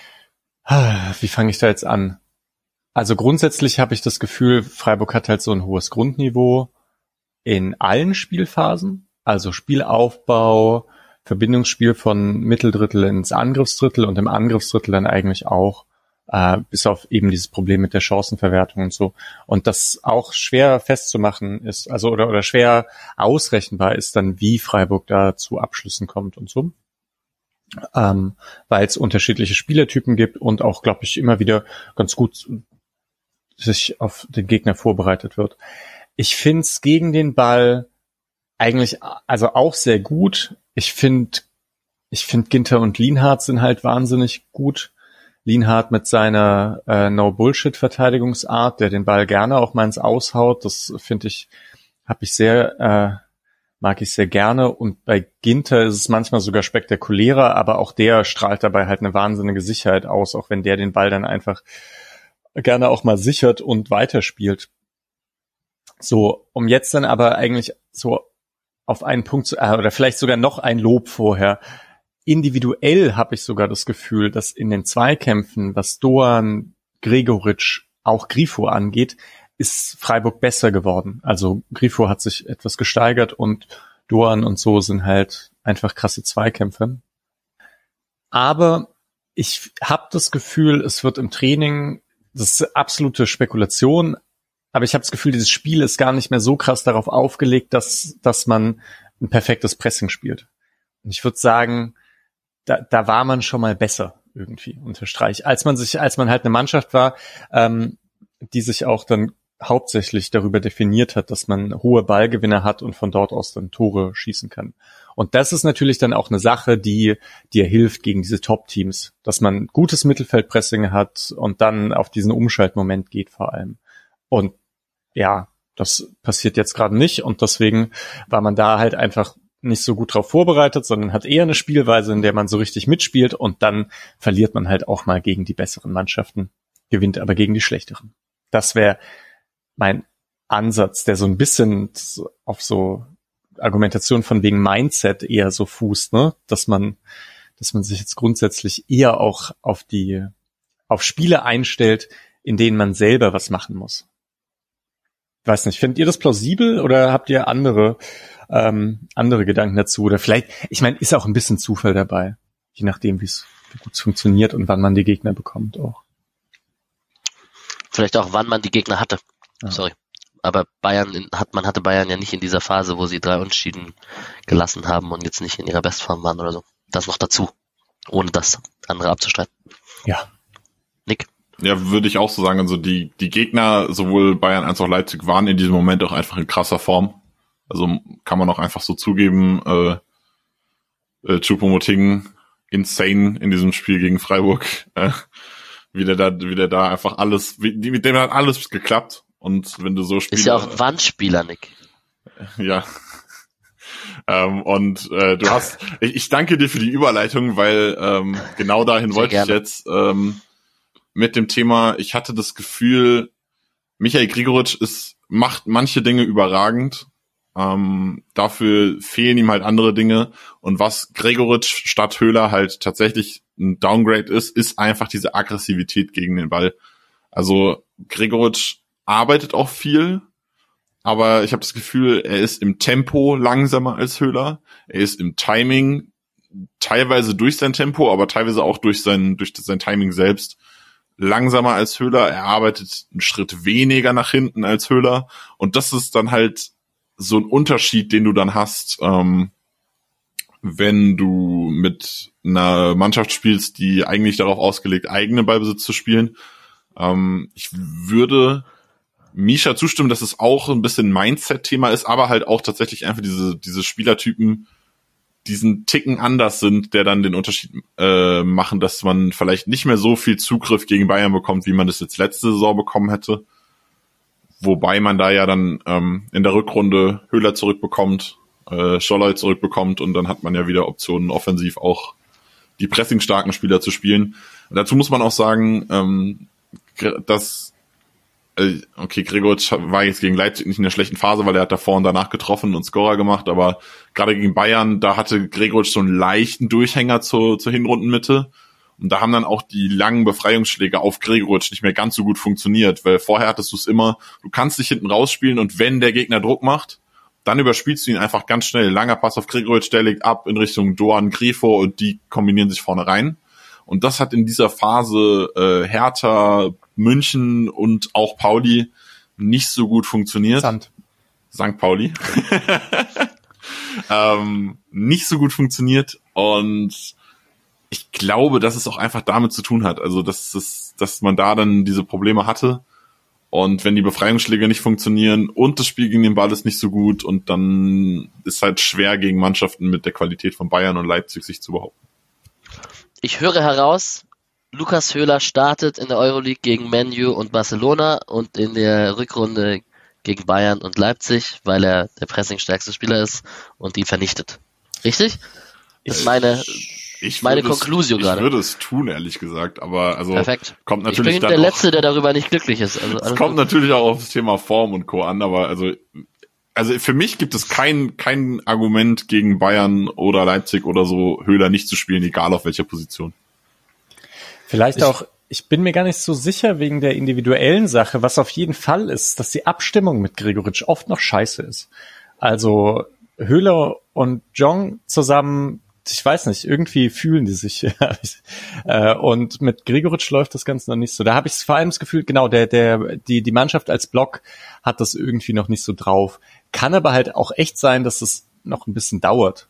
wie fange ich da jetzt an? Also grundsätzlich habe ich das Gefühl, Freiburg hat halt so ein hohes Grundniveau in allen Spielphasen, also Spielaufbau, Verbindungsspiel von Mitteldrittel ins Angriffsdrittel und im Angriffsdrittel dann eigentlich auch, äh, bis auf eben dieses Problem mit der Chancenverwertung und so. Und das auch schwer festzumachen ist, also oder oder schwer ausrechenbar ist dann, wie Freiburg da zu Abschlüssen kommt und so. Ähm, weil es unterschiedliche Spielertypen gibt und auch, glaube ich, immer wieder ganz gut sich auf den Gegner vorbereitet wird. Ich finde es gegen den Ball eigentlich also auch sehr gut. Ich finde ich finde Ginter und Lienhardt sind halt wahnsinnig gut. Lienhardt mit seiner äh, No-Bullshit-Verteidigungsart, der den Ball gerne auch mal ins Aushaut, das finde ich, habe ich sehr äh, mag ich sehr gerne, und bei Ginter ist es manchmal sogar spektakulärer, aber auch der strahlt dabei halt eine wahnsinnige Sicherheit aus, auch wenn der den Ball dann einfach gerne auch mal sichert und weiterspielt. So, um jetzt dann aber eigentlich so auf einen Punkt zu, äh, oder vielleicht sogar noch ein Lob vorher. Individuell habe ich sogar das Gefühl, dass in den Zweikämpfen, was Doan, Gregoritsch, auch Grifo angeht, ist Freiburg besser geworden. Also Grifo hat sich etwas gesteigert und Doan und so sind halt einfach krasse Zweikämpfe. Aber ich habe das Gefühl, es wird im Training, das ist absolute Spekulation, aber ich habe das Gefühl, dieses Spiel ist gar nicht mehr so krass darauf aufgelegt, dass dass man ein perfektes Pressing spielt. Und ich würde sagen, da, da war man schon mal besser irgendwie unter Streich, als man sich, als man halt eine Mannschaft war, ähm, die sich auch dann hauptsächlich darüber definiert hat, dass man hohe Ballgewinne hat und von dort aus dann Tore schießen kann. Und das ist natürlich dann auch eine Sache, die dir hilft gegen diese Top-Teams, dass man gutes Mittelfeldpressing hat und dann auf diesen Umschaltmoment geht vor allem. Und ja, das passiert jetzt gerade nicht, und deswegen war man da halt einfach nicht so gut drauf vorbereitet, sondern hat eher eine Spielweise, in der man so richtig mitspielt, und dann verliert man halt auch mal gegen die besseren Mannschaften, gewinnt aber gegen die schlechteren. Das wäre mein Ansatz, der so ein bisschen auf so Argumentation von wegen Mindset eher so fußt, ne, dass man, dass man sich jetzt grundsätzlich eher auch auf die, auf Spiele einstellt, in denen man selber was machen muss. Ich weiß nicht, findet ihr das plausibel oder habt ihr andere, ähm, andere Gedanken dazu? Oder vielleicht, ich meine, ist auch ein bisschen Zufall dabei, je nachdem, wie es wie gut es funktioniert und wann man die Gegner bekommt auch. Vielleicht auch, wann man die Gegner hatte. Ja. Sorry. Aber Bayern hat, man hatte Bayern ja nicht in dieser Phase, wo sie drei Unentschieden gelassen haben und jetzt nicht in ihrer Bestform waren oder so. Das noch dazu. Ohne das andere abzustreiten. Ja. Nick? Ja, würde ich auch so sagen. Also die, die Gegner, sowohl Bayern als auch Leipzig, waren in diesem Moment auch einfach in krasser Form. Also kann man auch einfach so zugeben, äh, äh Choupo-Moting insane in diesem Spiel gegen Freiburg. Äh, wie der da, wie der da einfach alles, wie, mit dem hat alles geklappt. Und wenn du so spielst. Ist ja auch ein Wandspieler, Nick. Ja. ähm, und äh, du hast, ich, ich danke dir für die Überleitung, weil ähm, genau dahin Sehr wollte gerne. ich jetzt ähm, mit dem Thema, ich hatte das Gefühl, Michael Gregoritsch ist, macht manche Dinge überragend. Ähm, dafür fehlen ihm halt andere Dinge. Und was Gregoritsch statt Höhler halt tatsächlich ein Downgrade ist, ist einfach diese Aggressivität gegen den Ball. Also Gregoritsch arbeitet auch viel, aber ich habe das Gefühl, er ist im Tempo langsamer als Höhler. Er ist im Timing teilweise durch sein Tempo, aber teilweise auch durch sein, durch sein Timing selbst langsamer als Höhler. Er arbeitet einen Schritt weniger nach hinten als Höhler. Und das ist dann halt so ein Unterschied, den du dann hast, ähm, wenn du mit einer Mannschaft spielst, die eigentlich darauf ausgelegt, eigenen Ballbesitz zu spielen. Ähm, ich würde Misha zustimmen, dass es auch ein bisschen Mindset-Thema ist, aber halt auch tatsächlich einfach diese diese Spielertypen diesen Ticken anders sind, der dann den Unterschied äh, machen, dass man vielleicht nicht mehr so viel Zugriff gegen Bayern bekommt, wie man das jetzt letzte Saison bekommen hätte. Wobei man da ja dann ähm, in der Rückrunde Höhler zurückbekommt, äh, Scholloy zurückbekommt und dann hat man ja wieder Optionen, offensiv auch die pressingstarken Spieler zu spielen. Und dazu muss man auch sagen, ähm, dass okay, Gregoritsch war jetzt gegen Leipzig nicht in der schlechten Phase, weil er hat davor und danach getroffen und Scorer gemacht, aber gerade gegen Bayern, da hatte Gregoritsch so einen leichten Durchhänger zur, zur Hinrundenmitte und da haben dann auch die langen Befreiungsschläge auf Gregoritsch nicht mehr ganz so gut funktioniert, weil vorher hattest du es immer, du kannst dich hinten rausspielen und wenn der Gegner Druck macht, dann überspielst du ihn einfach ganz schnell. Langer Pass auf Gregoritsch, der legt ab in Richtung Doan, Grifo und die kombinieren sich vorne rein. Und das hat in dieser Phase äh, Hertha, München und auch Pauli nicht so gut funktioniert. Sand. Sankt Pauli. ähm, nicht so gut funktioniert. Und ich glaube, dass es auch einfach damit zu tun hat. Also, dass, es, dass man da dann diese Probleme hatte. Und wenn die Befreiungsschläge nicht funktionieren und das Spiel gegen den Ball ist nicht so gut und dann ist halt schwer gegen Mannschaften mit der Qualität von Bayern und Leipzig sich zu behaupten. Ich höre heraus, Lukas Höhler startet in der Euroleague gegen Man U und Barcelona und in der Rückrunde gegen Bayern und Leipzig, weil er der pressingstärkste Spieler ist und die vernichtet. Richtig? Das ist meine, ich meine Konklusion gerade. Ich würde es tun, ehrlich gesagt, aber also Perfekt. Kommt natürlich ich bin dann der auch, Letzte, der darüber nicht glücklich ist. Also es kommt gut. Natürlich auch aufs Thema Form und Co. an, aber also Also für mich gibt es kein kein Argument gegen Bayern oder Leipzig oder so, Höhler nicht zu spielen, egal auf welcher Position. Vielleicht ich, auch, ich bin mir gar nicht so sicher wegen der individuellen Sache, was auf jeden Fall ist, dass die Abstimmung mit Gregoritsch oft noch scheiße ist. Also Höhler und Jong zusammen, ich weiß nicht, irgendwie fühlen die sich. Und mit Gregoritsch läuft das Ganze noch nicht so. Da habe ich vor allem das Gefühl, genau, der der die die Mannschaft als Block hat das irgendwie noch nicht so drauf. Kann aber halt auch echt sein, dass es noch ein bisschen dauert.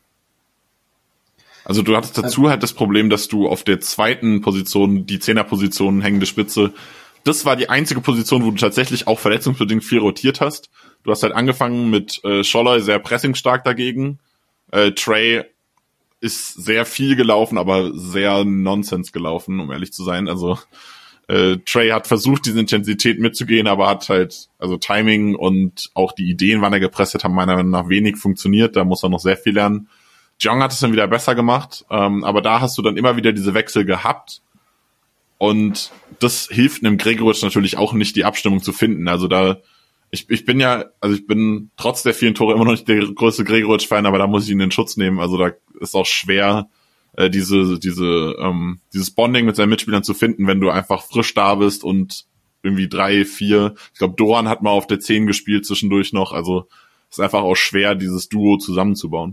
Also du hattest dazu halt das Problem, dass du auf der zweiten Position, die Zehnerposition, hängende Spitze, das war die einzige Position, wo du tatsächlich auch verletzungsbedingt viel rotiert hast. Du hast halt angefangen mit äh, Scholloy, sehr pressingstark dagegen. Äh, Trey ist sehr viel gelaufen, aber sehr Nonsens gelaufen, um ehrlich zu sein. Also äh, Trey hat versucht, diese Intensität mitzugehen, aber hat halt, also Timing und auch die Ideen, wann er gepresst hat, haben meiner Meinung nach wenig funktioniert. Da muss er noch sehr viel lernen. Jong hat es dann wieder besser gemacht, ähm, aber da hast du dann immer wieder diese Wechsel gehabt und das hilft einem Gregoritsch natürlich auch nicht, die Abstimmung zu finden. Also da, ich, ich bin ja, also ich bin trotz der vielen Tore immer noch nicht der größte Gregoritsch-Fan, aber da muss ich ihn in Schutz nehmen. Also da ist auch schwer, äh, diese, diese, ähm, dieses Bonding mit seinen Mitspielern zu finden, wenn du einfach frisch da bist und irgendwie drei, vier, ich glaube Doan hat mal auf der zehn gespielt zwischendurch noch, also ist einfach auch schwer, dieses Duo zusammenzubauen.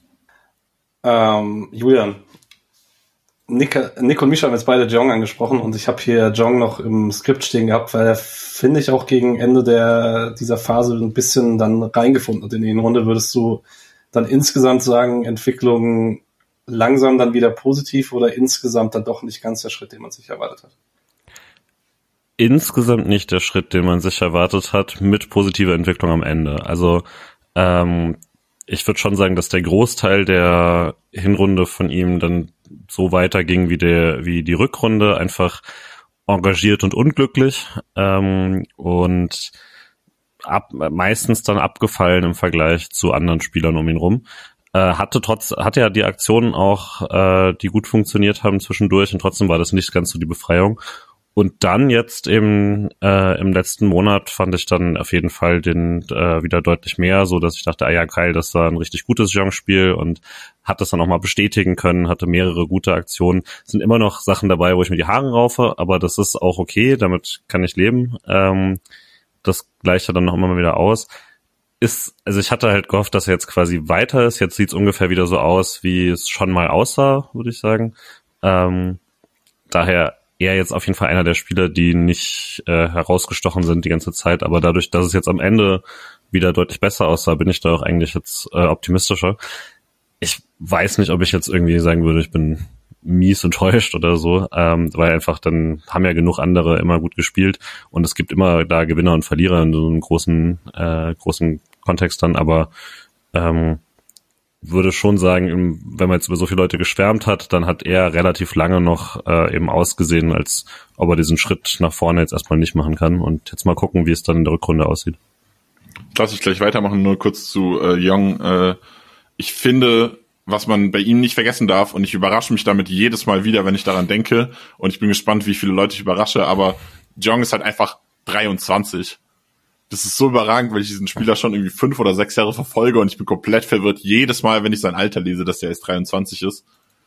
Ähm, Julian, Nick, Nick und Misha haben jetzt beide Jong angesprochen und ich habe hier Jong noch im Skript stehen gehabt, weil er, finde ich, auch gegen Ende der dieser Phase ein bisschen dann reingefunden hat in die Runde. Würdest du dann insgesamt sagen, Entwicklung langsam dann wieder positiv oder insgesamt dann doch nicht ganz der Schritt, den man sich erwartet hat? Insgesamt nicht der Schritt, den man sich erwartet hat, mit positiver Entwicklung am Ende. Also ähm, ich würde schon sagen, dass der Großteil der Hinrunde von ihm dann so weiterging wie der wie die Rückrunde, einfach engagiert und unglücklich ähm, und ab, meistens dann abgefallen im Vergleich zu anderen Spielern um ihn rum. Äh, hatte trotz hatte ja die Aktionen auch, äh, die gut funktioniert haben zwischendurch und trotzdem war das nicht ganz so die Befreiung. Und dann jetzt im, äh, im letzten Monat fand ich dann auf jeden Fall den äh, wieder deutlich mehr, so dass ich dachte, ah ja, geil, das war ein richtig gutes Jong-Spiel und hat das dann auch mal bestätigen können, hatte mehrere gute Aktionen. Es sind immer noch Sachen dabei, wo ich mir die Haare raufe, aber das ist auch okay, damit kann ich leben. Ähm, das gleicht ja dann noch immer mal wieder aus. ist, also ich hatte halt gehofft, dass er jetzt quasi weiter ist. Jetzt sieht's ungefähr wieder so aus, wie es schon mal aussah, würde ich sagen. Ähm, daher er jetzt auf jeden Fall einer der Spieler, die nicht äh, herausgestochen sind die ganze Zeit. Aber dadurch, dass es jetzt am Ende wieder deutlich besser aussah, bin ich da auch eigentlich jetzt äh, optimistischer. Ich weiß nicht, ob ich jetzt irgendwie sagen würde, ich bin mies enttäuscht oder so, ähm, weil einfach dann haben ja genug andere immer gut gespielt und es gibt immer da Gewinner und Verlierer in so einem großen äh, großen Kontext dann, aber ähm, würde schon sagen, wenn man jetzt über so viele Leute geschwärmt hat, dann hat er relativ lange noch äh, eben ausgesehen, als ob er diesen Schritt nach vorne jetzt erstmal nicht machen kann und jetzt mal gucken, wie es dann in der Rückrunde aussieht. Lass ich gleich weitermachen, nur kurz zu äh, Young. Äh, ich finde, was man bei ihm nicht vergessen darf, und ich überrasche mich damit jedes Mal wieder, wenn ich daran denke, und ich bin gespannt, wie viele Leute ich überrasche, aber Jong ist halt einfach dreiundzwanzig. Das ist so überragend, weil ich diesen Spieler schon irgendwie fünf oder sechs Jahre verfolge und ich bin komplett verwirrt jedes Mal, wenn ich sein Alter lese, dass der erst dreiundzwanzig ist.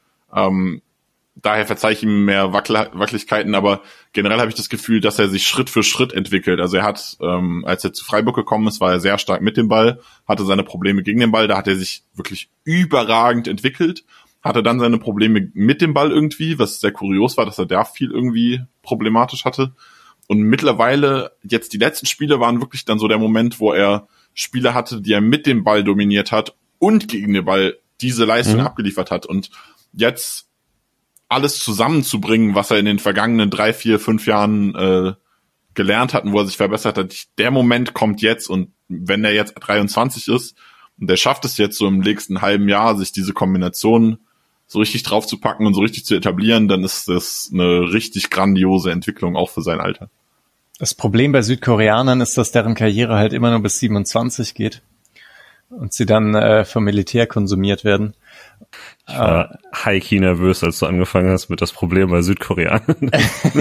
Ähm, daher verzeihe ich ihm mehr Wackel- Wackeligkeiten, aber generell habe ich das Gefühl, dass er sich Schritt für Schritt entwickelt. Also er hat, ähm, als er zu Freiburg gekommen ist, war er sehr stark mit dem Ball, hatte seine Probleme gegen den Ball, da hat er sich wirklich überragend entwickelt, hatte dann seine Probleme mit dem Ball irgendwie, was sehr kurios war, dass er da viel irgendwie problematisch hatte. Und mittlerweile, jetzt die letzten Spiele waren wirklich dann so der Moment, wo er Spiele hatte, die er mit dem Ball dominiert hat und gegen den Ball diese Leistung mhm. abgeliefert hat. Und jetzt alles zusammenzubringen, was er in den vergangenen drei, vier, fünf Jahren äh, gelernt hat und wo er sich verbessert hat, der Moment kommt jetzt, und wenn er jetzt dreiundzwanzig ist und der schafft es jetzt so im nächsten halben Jahr, sich diese Kombination so richtig drauf zu packen und so richtig zu etablieren, dann ist das eine richtig grandiose Entwicklung, auch für sein Alter. Das Problem bei Südkoreanern ist, dass deren Karriere halt immer nur bis siebenundzwanzig geht und sie dann äh, vom Militär konsumiert werden. Ich war high-key nervös, als du angefangen hast mit das Problem bei Südkoreanern.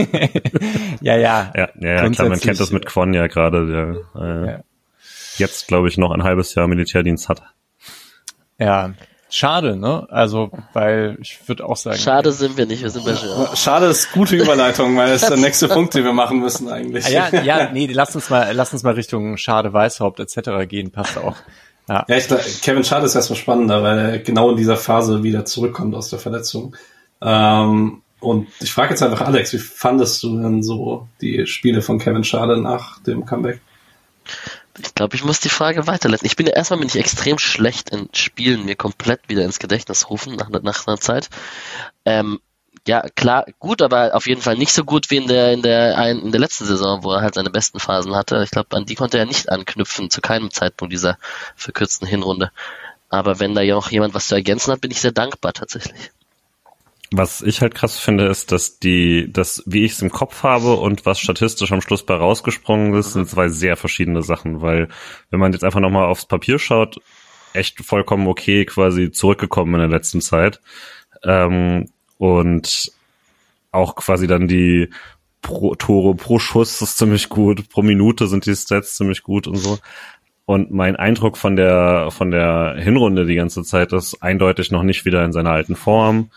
ja, ja. Ja, ja, ja klar, man kennt das mit Kwon ja gerade, der äh, ja. jetzt, glaube ich, noch ein halbes Jahr Militärdienst hat. Ja, schade, ne? Also, weil ich würde auch sagen... Schade sind wir nicht, wir sind bei Schade. Schade ist gute Überleitung, weil es ist der nächste Punkt, den wir machen müssen eigentlich. Ja, ja, nee, lass uns mal, lass uns mal Richtung Schade, Weißhaupt et cetera gehen, passt auch. Ja, ja ich, Kevin Schade ist erstmal spannender, weil er genau in dieser Phase wieder zurückkommt aus der Verletzung. Ähm, und ich frage jetzt einfach Alex, wie fandest du denn so die Spiele von Kevin Schade nach dem Comeback? Ich glaube, ich muss die Frage weiterleiten. Ich bin ja erstmal bin ich extrem schlecht in Spielen, mir komplett wieder ins Gedächtnis rufen nach, nach einer Zeit. Ähm, ja, klar, gut, aber auf jeden Fall nicht so gut wie in der in der ein, in der letzten Saison, wo er halt seine besten Phasen hatte. Ich glaube, an die konnte er nicht anknüpfen, zu keinem Zeitpunkt dieser verkürzten Hinrunde. Aber wenn da ja auch jemand was zu ergänzen hat, bin ich sehr dankbar tatsächlich. Was ich halt krass finde, ist, dass die, das, wie ich es im Kopf habe und was statistisch am Schluss bei rausgesprungen ist, sind zwei sehr verschiedene Sachen, weil wenn man jetzt einfach nochmal aufs Papier schaut, echt vollkommen okay quasi zurückgekommen in der letzten Zeit, ähm, und auch quasi dann die pro Tore pro Schuss ist ziemlich gut, pro Minute sind die Stats ziemlich gut und so. Und mein Eindruck von der, von der Hinrunde die ganze Zeit ist eindeutig noch nicht wieder in seiner alten Form.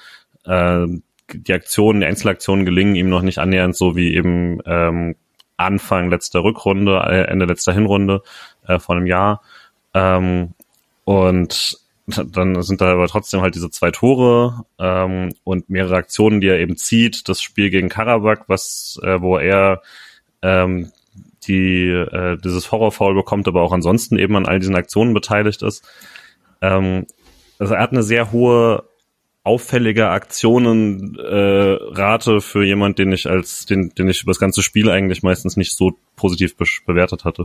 Die Aktionen, die Einzelaktionen gelingen ihm noch nicht annähernd so wie eben ähm, Anfang letzter Rückrunde, Ende letzter Hinrunde äh, vor einem Jahr. Ähm, und dann sind da aber trotzdem halt diese zwei Tore ähm, und mehrere Aktionen, die er eben zieht. Das Spiel gegen Karabakh, was äh, wo er ähm, die äh, dieses Horrorfoul bekommt, aber auch ansonsten eben an all diesen Aktionen beteiligt ist. Ähm, also er hat eine sehr hohe auffällige Aktionenrate äh, für jemand, den ich als den den ich über das ganze Spiel eigentlich meistens nicht so positiv be- bewertet hatte.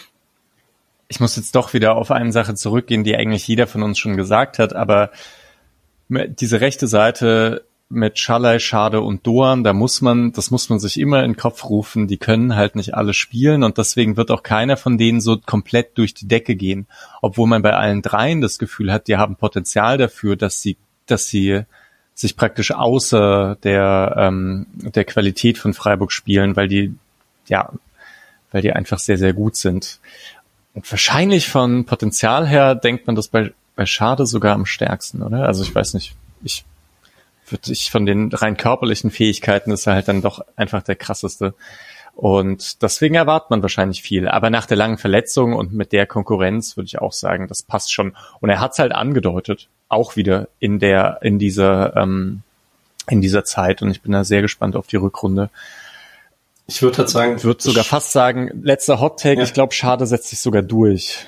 Ich muss jetzt doch wieder auf eine Sache zurückgehen, die eigentlich jeder von uns schon gesagt hat, aber diese rechte Seite mit Schalay, Schade und Doan, da muss man, das muss man sich immer in den Kopf rufen, die können halt nicht alle spielen und deswegen wird auch keiner von denen so komplett durch die Decke gehen, obwohl man bei allen dreien das Gefühl hat, die haben Potenzial dafür, dass sie dass sie sich praktisch außer der ähm, der Qualität von Freiburg spielen, weil die ja, weil die einfach sehr, sehr gut sind. Und wahrscheinlich von Potenzial her denkt man das bei bei Schade sogar am stärksten, oder? Also ich weiß nicht, ich würde ich von den rein körperlichen Fähigkeiten ist er halt dann doch einfach der krasseste. Und deswegen erwartet man wahrscheinlich viel. Aber nach der langen Verletzung und mit der Konkurrenz würde ich auch sagen, das passt schon. Und er hat es halt angedeutet, auch wieder in der, in dieser, ähm, in dieser Zeit. Und ich bin da sehr gespannt auf die Rückrunde. Ich würde halt sagen, ich würde sogar fast sagen, letzter Hot Take, ja. Ich glaube, Schade setzt sich sogar durch.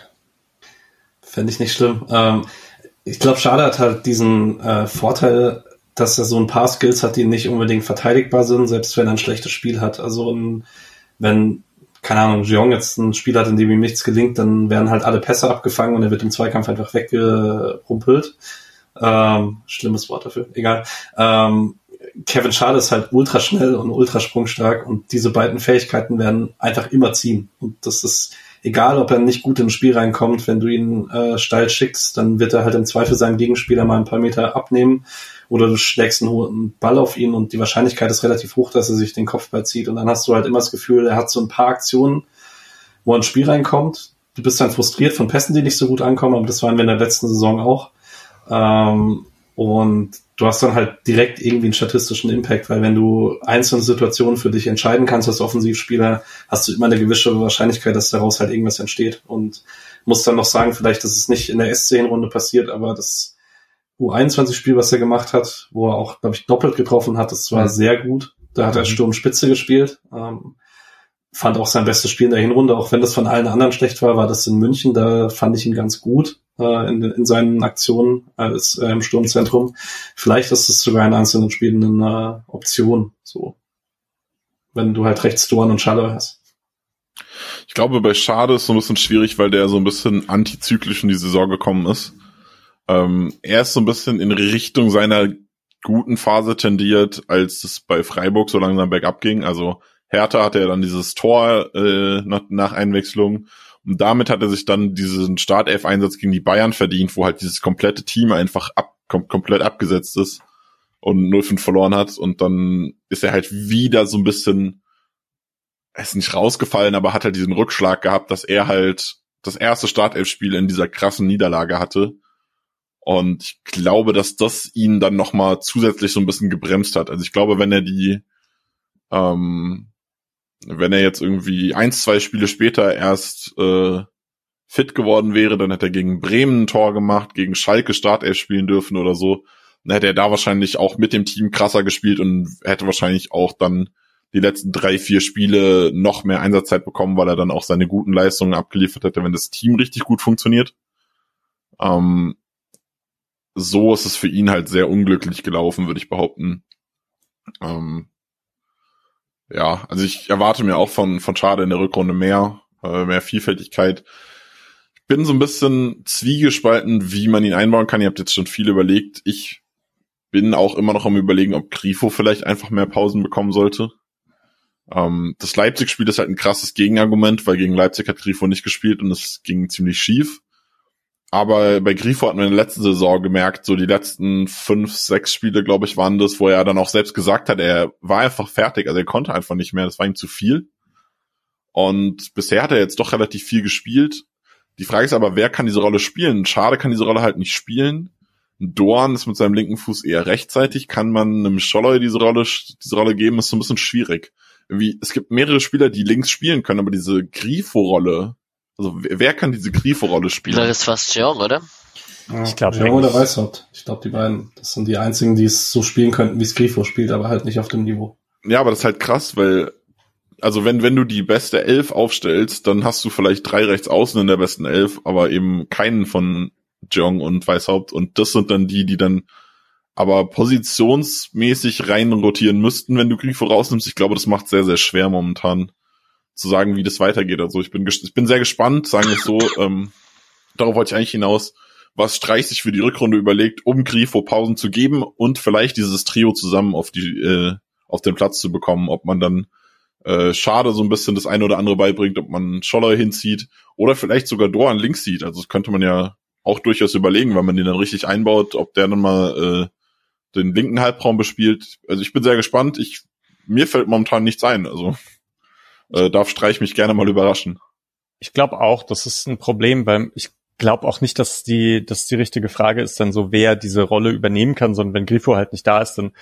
Fände ich nicht schlimm. Ähm, ich glaube, Schade hat halt diesen äh, Vorteil, dass er so ein paar Skills hat, die nicht unbedingt verteidigbar sind, selbst wenn er ein schlechtes Spiel hat. Also ein, wenn, keine Ahnung, Jeong jetzt ein Spiel hat, in dem ihm nichts gelingt, dann werden halt alle Pässe abgefangen und er wird im Zweikampf einfach weggerumpelt. Ähm, schlimmes Wort dafür, egal. Ähm, Kevin Schade ist halt ultra schnell und ultra sprungstark und diese beiden Fähigkeiten werden einfach immer ziehen. Und das ist egal, ob er nicht gut ins Spiel reinkommt, wenn du ihn äh, steil schickst, dann wird er halt im Zweifel seinem Gegenspieler mal ein paar Meter abnehmen oder du schlägst einen hohen Ball auf ihn und die Wahrscheinlichkeit ist relativ hoch, dass er sich den Kopfball zieht und dann hast du halt immer das Gefühl, er hat so ein paar Aktionen, wo er ins Spiel reinkommt. Du bist dann frustriert von Pässen, die nicht so gut ankommen, aber das waren wir in der letzten Saison auch. Ähm, und du hast dann halt direkt irgendwie einen statistischen Impact, weil wenn du einzelne Situationen für dich entscheiden kannst als Offensivspieler, hast du immer eine gewisse Wahrscheinlichkeit, dass daraus halt irgendwas entsteht. Und muss dann noch sagen, vielleicht, dass es nicht in der S zehn-Runde passiert, aber das U einundzwanzig-Spiel, was er gemacht hat, wo er auch, glaube ich, doppelt getroffen hat, das war mhm. sehr gut. Da hat mhm. er Sturmspitze gespielt. Ähm, fand auch sein bestes Spiel in der Hinrunde, auch wenn das von allen anderen schlecht war, war das in München, da fand ich ihn ganz gut äh, in, in seinen Aktionen als äh, im Sturmzentrum. Vielleicht ist es sogar in einzelnen Spielen eine Option, so, wenn du halt rechts Doan und Schaller hast. Ich glaube, bei Schade ist so ein bisschen schwierig, weil der so ein bisschen antizyklisch in die Saison gekommen ist. Ähm, er ist so ein bisschen in Richtung seiner guten Phase tendiert, als es bei Freiburg so langsam bergab ging, also Hertha hatte er dann dieses Tor äh, nach, nach Einwechslung und damit hat er sich dann diesen Startelf-Einsatz gegen die Bayern verdient, wo halt dieses komplette Team einfach ab, kom- komplett abgesetzt ist und null fünf verloren hat und dann ist er halt wieder so ein bisschen, er ist nicht rausgefallen, aber hat halt diesen Rückschlag gehabt, dass er halt das erste Startelf-Spiel in dieser krassen Niederlage hatte und ich glaube, dass das ihn dann nochmal zusätzlich so ein bisschen gebremst hat. Also ich glaube, wenn er die ähm, wenn er jetzt irgendwie eins, zwei Spiele später erst äh, fit geworden wäre, dann hätte er gegen Bremen ein Tor gemacht, gegen Schalke Startelf spielen dürfen oder so. Dann hätte er da wahrscheinlich auch mit dem Team krasser gespielt und hätte wahrscheinlich auch dann die letzten drei, vier Spiele noch mehr Einsatzzeit bekommen, weil er dann auch seine guten Leistungen abgeliefert hätte, wenn das Team richtig gut funktioniert. Ähm, so ist es für ihn halt sehr unglücklich gelaufen, würde ich behaupten. Ähm, Ja, also ich erwarte mir auch von von Schade in der Rückrunde mehr, äh, mehr Vielfältigkeit. Ich bin so ein bisschen zwiegespalten, wie man ihn einbauen kann. Ihr habt jetzt schon viel überlegt. Ich bin auch immer noch am Überlegen, ob Grifo vielleicht einfach mehr Pausen bekommen sollte. Ähm, das Leipzig-Spiel ist halt ein krasses Gegenargument, weil gegen Leipzig hat Grifo nicht gespielt und es ging ziemlich schief. Aber bei Grifo hatten wir in der letzten Saison gemerkt, so die letzten fünf, sechs Spiele, glaube ich, waren das, wo er dann auch selbst gesagt hat, er war einfach fertig, also er konnte einfach nicht mehr, das war ihm zu viel. Und bisher hat er jetzt doch relativ viel gespielt. Die Frage ist aber, wer kann diese Rolle spielen? Schade kann diese Rolle halt nicht spielen. Doan ist mit seinem linken Fuß eher rechtzeitig. Kann man einem Scholloy diese Rolle, diese Rolle geben, ist so ein bisschen schwierig. Irgendwie, es gibt mehrere Spieler, die links spielen können, aber diese Grifo-Rolle, also wer, wer kann diese Grifo-Rolle spielen? Das ist fast Jeong, oder? Ja, ich glaube, Jeong oder Weishaupt. Ich glaube, die beiden, das sind die einzigen, die es so spielen könnten, wie es Grifo spielt, aber halt nicht auf dem Niveau. Ja, aber das ist halt krass, weil, also wenn, wenn du die beste Elf aufstellst, dann hast du vielleicht drei rechts außen in der besten Elf, aber eben keinen von Jeong und Weishaupt und das sind dann die, die dann aber positionsmäßig rein rotieren müssten, wenn du Grifo rausnimmst. Ich glaube, das macht sehr, sehr schwer momentan zu sagen, wie das weitergeht. Also ich bin ich bin sehr gespannt, sagen wir es so. Ähm, darauf wollte ich eigentlich hinaus, was Streich sich für die Rückrunde überlegt, um Grifo Pausen zu geben und vielleicht dieses Trio zusammen auf die äh, auf den Platz zu bekommen. Ob man dann äh, Schade so ein bisschen das eine oder andere beibringt, ob man Scholloy hinzieht oder vielleicht sogar Doan links sieht. Also das könnte man ja auch durchaus überlegen, wenn man den dann richtig einbaut, ob der dann mal äh, den linken Halbraum bespielt. Also ich bin sehr gespannt. Ich mir fällt momentan nichts ein. Also Äh, darf Streich mich gerne mal überraschen. Ich glaube auch, das ist ein Problem beim, ich glaube auch nicht, dass die, dass die richtige Frage ist dann so, wer diese Rolle übernehmen kann, sondern wenn Grifo halt nicht da ist, dann,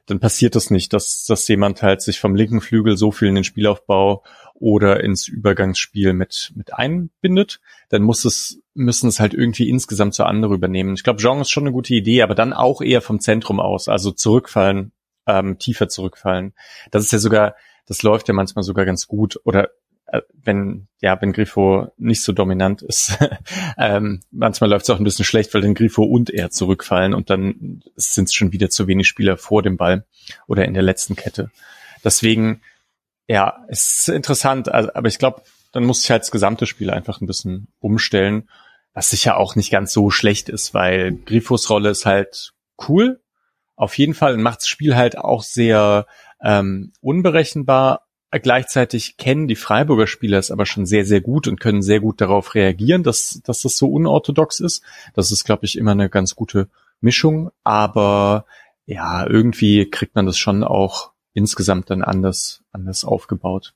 dann passiert das nicht, dass, dass jemand halt sich vom linken Flügel so viel in den Spielaufbau oder ins Übergangsspiel mit, mit einbindet. Dann muss es, müssen es halt irgendwie insgesamt so andere übernehmen. Ich glaube, Jean ist schon eine gute Idee, aber dann auch eher vom Zentrum aus, also zurückfallen, ähm, tiefer zurückfallen. Das ist ja sogar, das läuft ja manchmal sogar ganz gut. Oder äh, wenn, ja, wenn Grifo nicht so dominant ist, ähm, manchmal läuft es auch ein bisschen schlecht, weil dann Grifo und er zurückfallen und dann sind es schon wieder zu wenig Spieler vor dem Ball oder in der letzten Kette. Deswegen, ja, es ist interessant, also, aber ich glaube, dann muss ich halt das gesamte Spiel einfach ein bisschen umstellen, was sicher auch nicht ganz so schlecht ist, weil Grifos Rolle ist halt cool, auf jeden Fall, und macht das Spiel halt auch sehr ähm, unberechenbar. Gleichzeitig kennen die Freiburger Spieler es aber schon sehr, sehr gut und können sehr gut darauf reagieren, dass, dass das so unorthodox ist. Das ist, glaube ich, immer eine ganz gute Mischung, aber ja, irgendwie kriegt man das schon auch insgesamt dann anders, anders aufgebaut.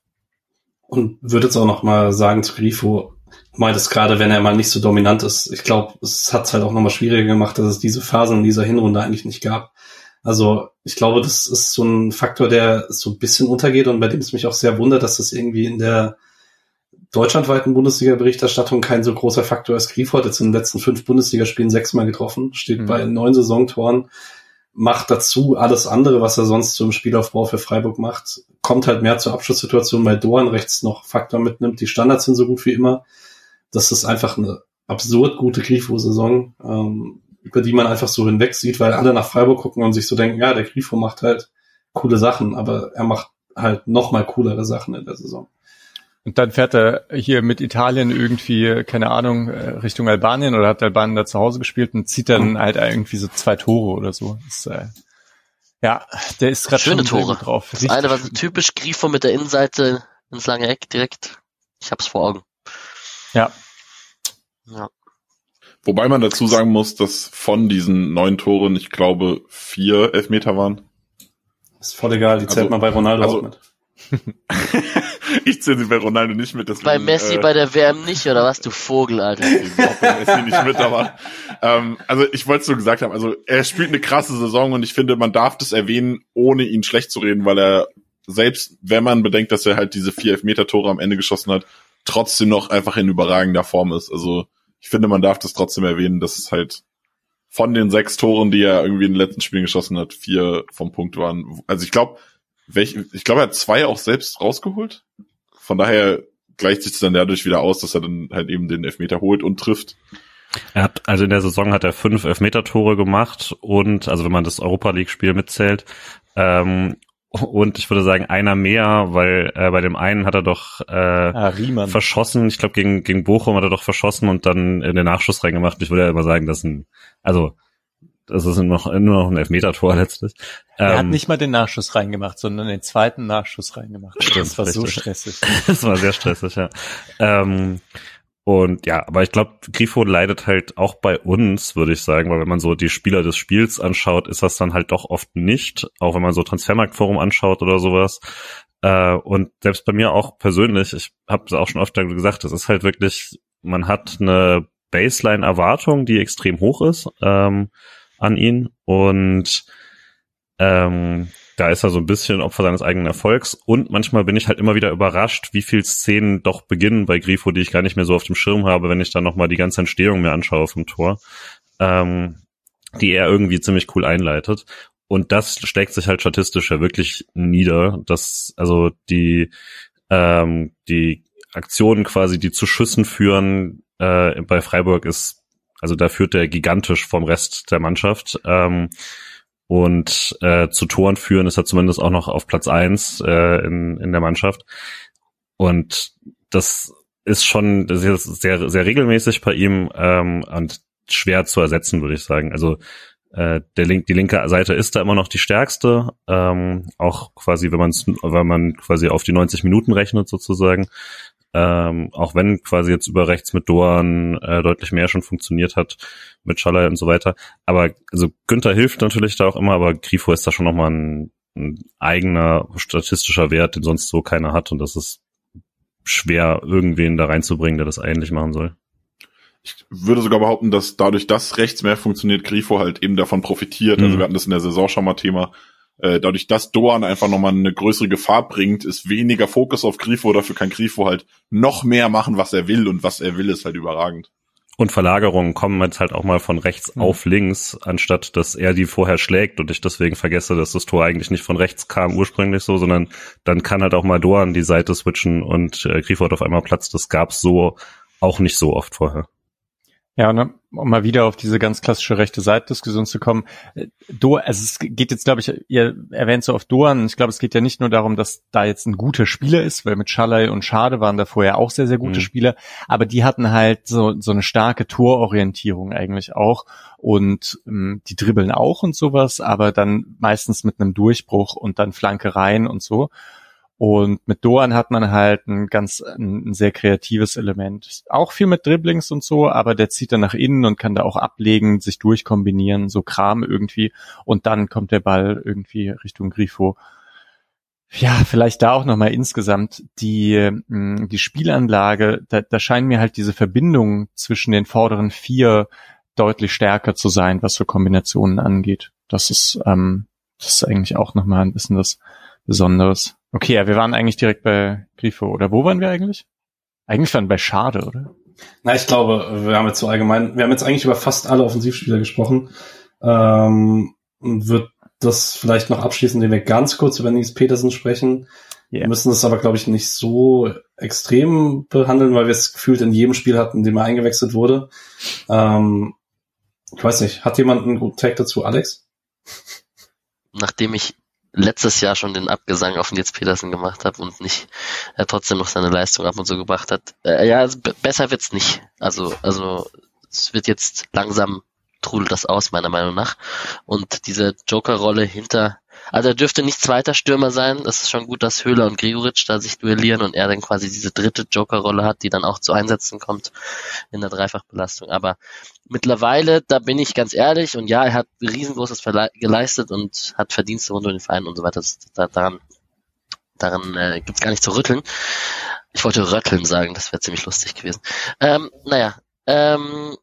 Und würde jetzt auch noch mal sagen zu Grifo, meint es gerade, wenn er mal nicht so dominant ist. Ich glaube, es hat es halt auch noch mal schwieriger gemacht, dass es diese Phasen in dieser Hinrunde eigentlich nicht gab. Also ich glaube, das ist so ein Faktor, der so ein bisschen untergeht und bei dem es mich auch sehr wundert, dass das irgendwie in der deutschlandweiten Bundesliga-Berichterstattung kein so großer Faktor ist. Grifo hat jetzt in den letzten fünf Bundesligaspielen sechsmal getroffen, steht mhm. bei neun Saisontoren, macht dazu alles andere, was er sonst so im Spielaufbau für Freiburg macht, kommt halt mehr zur Abschlusssituation, weil Doan rechts noch Faktor mitnimmt. Die Standards sind so gut wie immer. Das ist einfach eine absurd gute Grifo-Saison, ähm, über die man einfach so hinweg sieht, weil alle nach Freiburg gucken und sich so denken, ja, der Grifo macht halt coole Sachen, aber er macht halt noch mal coolere Sachen in der Saison. Und dann fährt er hier mit Italien irgendwie, keine Ahnung, Richtung Albanien oder hat Albanien da zu Hause gespielt und zieht dann mhm. halt irgendwie so zwei Tore oder so. Das, äh, ja, der ist gerade schöne schon Tore drauf. Das eine war so typisch Grifo mit der Innenseite ins lange Eck direkt. Ich hab's vor Augen. Ja. Ja. Wobei man dazu sagen muss, dass von diesen neun Toren, ich glaube, vier Elfmeter waren. Ist voll egal, die zählt also, man bei Ronaldo also, auch mit. Ich zähle sie bei Ronaldo nicht mit. Deswegen, bei Messi äh, bei der W M nicht, oder was, du Vogel, Alter? Auch bei Messi nicht mit, aber ähm, also ich wollte es so gesagt haben, also er spielt eine krasse Saison und ich finde, man darf das erwähnen, ohne ihn schlecht zu reden, weil er selbst, wenn man bedenkt, dass er halt diese vier Elfmeter-Tore am Ende geschossen hat, trotzdem noch einfach in überragender Form ist. Also ich finde, man darf das trotzdem erwähnen, dass es halt von den sechs Toren, die er irgendwie in den letzten Spielen geschossen hat, vier vom Punkt waren. Also ich glaube, welch, ich glaube, er hat zwei auch selbst rausgeholt. Von daher gleicht sich dann dadurch wieder aus, dass er dann halt eben den Elfmeter holt und trifft. Er hat, also in der Saison hat er fünf Elfmeter-Tore gemacht und, also wenn man das Europa-League-Spiel mitzählt, ähm, und ich würde sagen, einer mehr, weil äh, bei dem einen hat er doch äh, ah, verschossen. Ich glaube, gegen gegen Bochum hat er doch verschossen und dann in den Nachschuss reingemacht. Ich würde ja immer sagen, das ist ein, also das ist noch, nur noch ein Elfmeter-Tor letztlich. Er ähm, hat nicht mal den Nachschuss reingemacht, sondern den zweiten Nachschuss reingemacht. Stimmt, das war richtig. so stressig. Das war sehr stressig, ja. Ähm, Und ja, aber ich glaube, Grifo leidet halt auch bei uns, würde ich sagen, weil wenn man so die Spieler des Spiels anschaut, ist das dann halt doch oft nicht, auch wenn man so Transfermarktforum anschaut oder sowas. Äh, und selbst bei mir auch persönlich, ich habe es auch schon oft gesagt, das ist halt wirklich, man hat eine Baseline-Erwartung, die extrem hoch ist ähm, an ihn und ähm, da ist er so ein bisschen Opfer seines eigenen Erfolgs und manchmal bin ich halt immer wieder überrascht, wie viel Szenen doch beginnen bei Grifo, die ich gar nicht mehr so auf dem Schirm habe, wenn ich dann nochmal die ganze Entstehung mir anschaue vom Tor, ähm, die er irgendwie ziemlich cool einleitet. Und das schlägt sich halt statistisch ja wirklich nieder, dass also die ähm, die Aktionen quasi, die zu Schüssen führen äh, bei Freiburg ist, also da führt er gigantisch vom Rest der Mannschaft. Ähm, Und äh, zu Toren führen ist er zumindest auch noch auf Platz eins äh, in in der Mannschaft. Und das ist schon sehr sehr, sehr regelmäßig bei ihm ähm, und schwer zu ersetzen, würde ich sagen. Also äh, der Link, die linke Seite ist da immer noch die stärkste, ähm, auch quasi, wenn man wenn man quasi auf die neunzig Minuten rechnet sozusagen. Ähm, auch wenn quasi jetzt über rechts mit Doan äh, deutlich mehr schon funktioniert hat, mit Schaller und so weiter. Aber also Günther hilft natürlich da auch immer, aber Grifo ist da schon nochmal ein, ein eigener statistischer Wert, den sonst so keiner hat und das ist schwer, irgendwen da reinzubringen, der das eigentlich machen soll. Ich würde sogar behaupten, dass dadurch, dass rechts mehr funktioniert, Grifo halt eben davon profitiert. Mhm. Also wir hatten das in der Saison schon mal Thema, äh, dadurch, dass Doan einfach nochmal eine größere Gefahr bringt, ist weniger Fokus auf Grifo, dafür kann Grifo halt noch mehr machen, was er will, und was er will, ist halt überragend. Und Verlagerungen kommen jetzt halt auch mal von rechts mhm. auf links, anstatt dass er die vorher schlägt und ich deswegen vergesse, dass das Tor eigentlich nicht von rechts kam ursprünglich so, sondern dann kann halt auch mal Doan die Seite switchen und äh, Grifo hat auf einmal Platz. Das gab's so auch nicht so oft vorher. Ja, ne, um mal wieder auf diese ganz klassische rechte Seite-Diskussion zu kommen. Do, also es geht jetzt, glaube ich, ihr erwähnt so oft Doan. Ich glaube, es geht ja nicht nur darum, dass da jetzt ein guter Spieler ist, weil mit Schalay und Schade waren da vorher auch sehr, sehr gute mhm. Spieler. Aber die hatten halt so so eine starke Tororientierung eigentlich auch. Und ähm, die dribbeln auch und sowas, aber dann meistens mit einem Durchbruch und dann Flanke rein und so. Und mit Doan hat man halt ein ganz, ein, ein sehr kreatives Element. Auch viel mit Dribblings und so, aber der zieht dann nach innen und kann da auch ablegen, sich durchkombinieren, so Kram irgendwie. Und dann kommt der Ball irgendwie Richtung Grifo. Ja, vielleicht da auch nochmal insgesamt die, die Spielanlage, da, da scheinen mir halt diese Verbindungen zwischen den vorderen vier deutlich stärker zu sein, was so Kombinationen angeht. Das ist, ähm, das ist eigentlich auch nochmal ein bisschen das Besonderes. Okay, ja, wir waren eigentlich direkt bei Grifo. Oder wo waren wir eigentlich? Eigentlich waren wir bei Schade, oder? Na, ich glaube, wir haben jetzt so allgemein, wir haben jetzt eigentlich über fast alle Offensivspieler gesprochen. Ähm, wird das vielleicht noch abschließen, indem wir ganz kurz über Nils Petersen sprechen. Yeah. Wir müssen das aber, glaube ich, nicht so extrem behandeln, weil wir es gefühlt in jedem Spiel hatten, in dem er eingewechselt wurde. Ähm, ich weiß nicht, hat jemand einen guten Tag dazu, Alex? Nachdem ich letztes Jahr schon den Abgesang auf Nils Petersen gemacht habe und nicht er trotzdem noch seine Leistung ab und so gebracht hat. Äh, ja, also b- besser wird's nicht. Also also es wird jetzt langsam trudelt das aus, meiner Meinung nach. Und diese Joker-Rolle hinter, also er dürfte nicht zweiter Stürmer sein. Es ist schon gut, dass Höhler und Gregoritsch da sich duellieren und er dann quasi diese dritte Joker-Rolle hat, die dann auch zu Einsätzen kommt in der Dreifachbelastung. Aber mittlerweile, da bin ich ganz ehrlich, und ja, er hat riesengroßes Verle- geleistet und hat Verdienste rund um den Verein und so weiter. Das, da, daran daran äh, gibt's gar nicht zu rütteln. Ich wollte rötteln sagen, das wäre ziemlich lustig gewesen. Ähm, naja, ähm,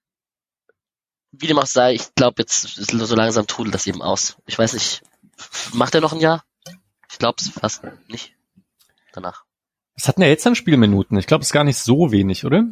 wie dem auch sei, ich glaube, jetzt ist so langsam trudelt das eben aus. Ich weiß nicht, macht er noch ein Jahr? Ich glaube es fast nicht. Danach. Was hat denn er jetzt an Spielminuten? Ich glaube, es ist gar nicht so wenig, oder?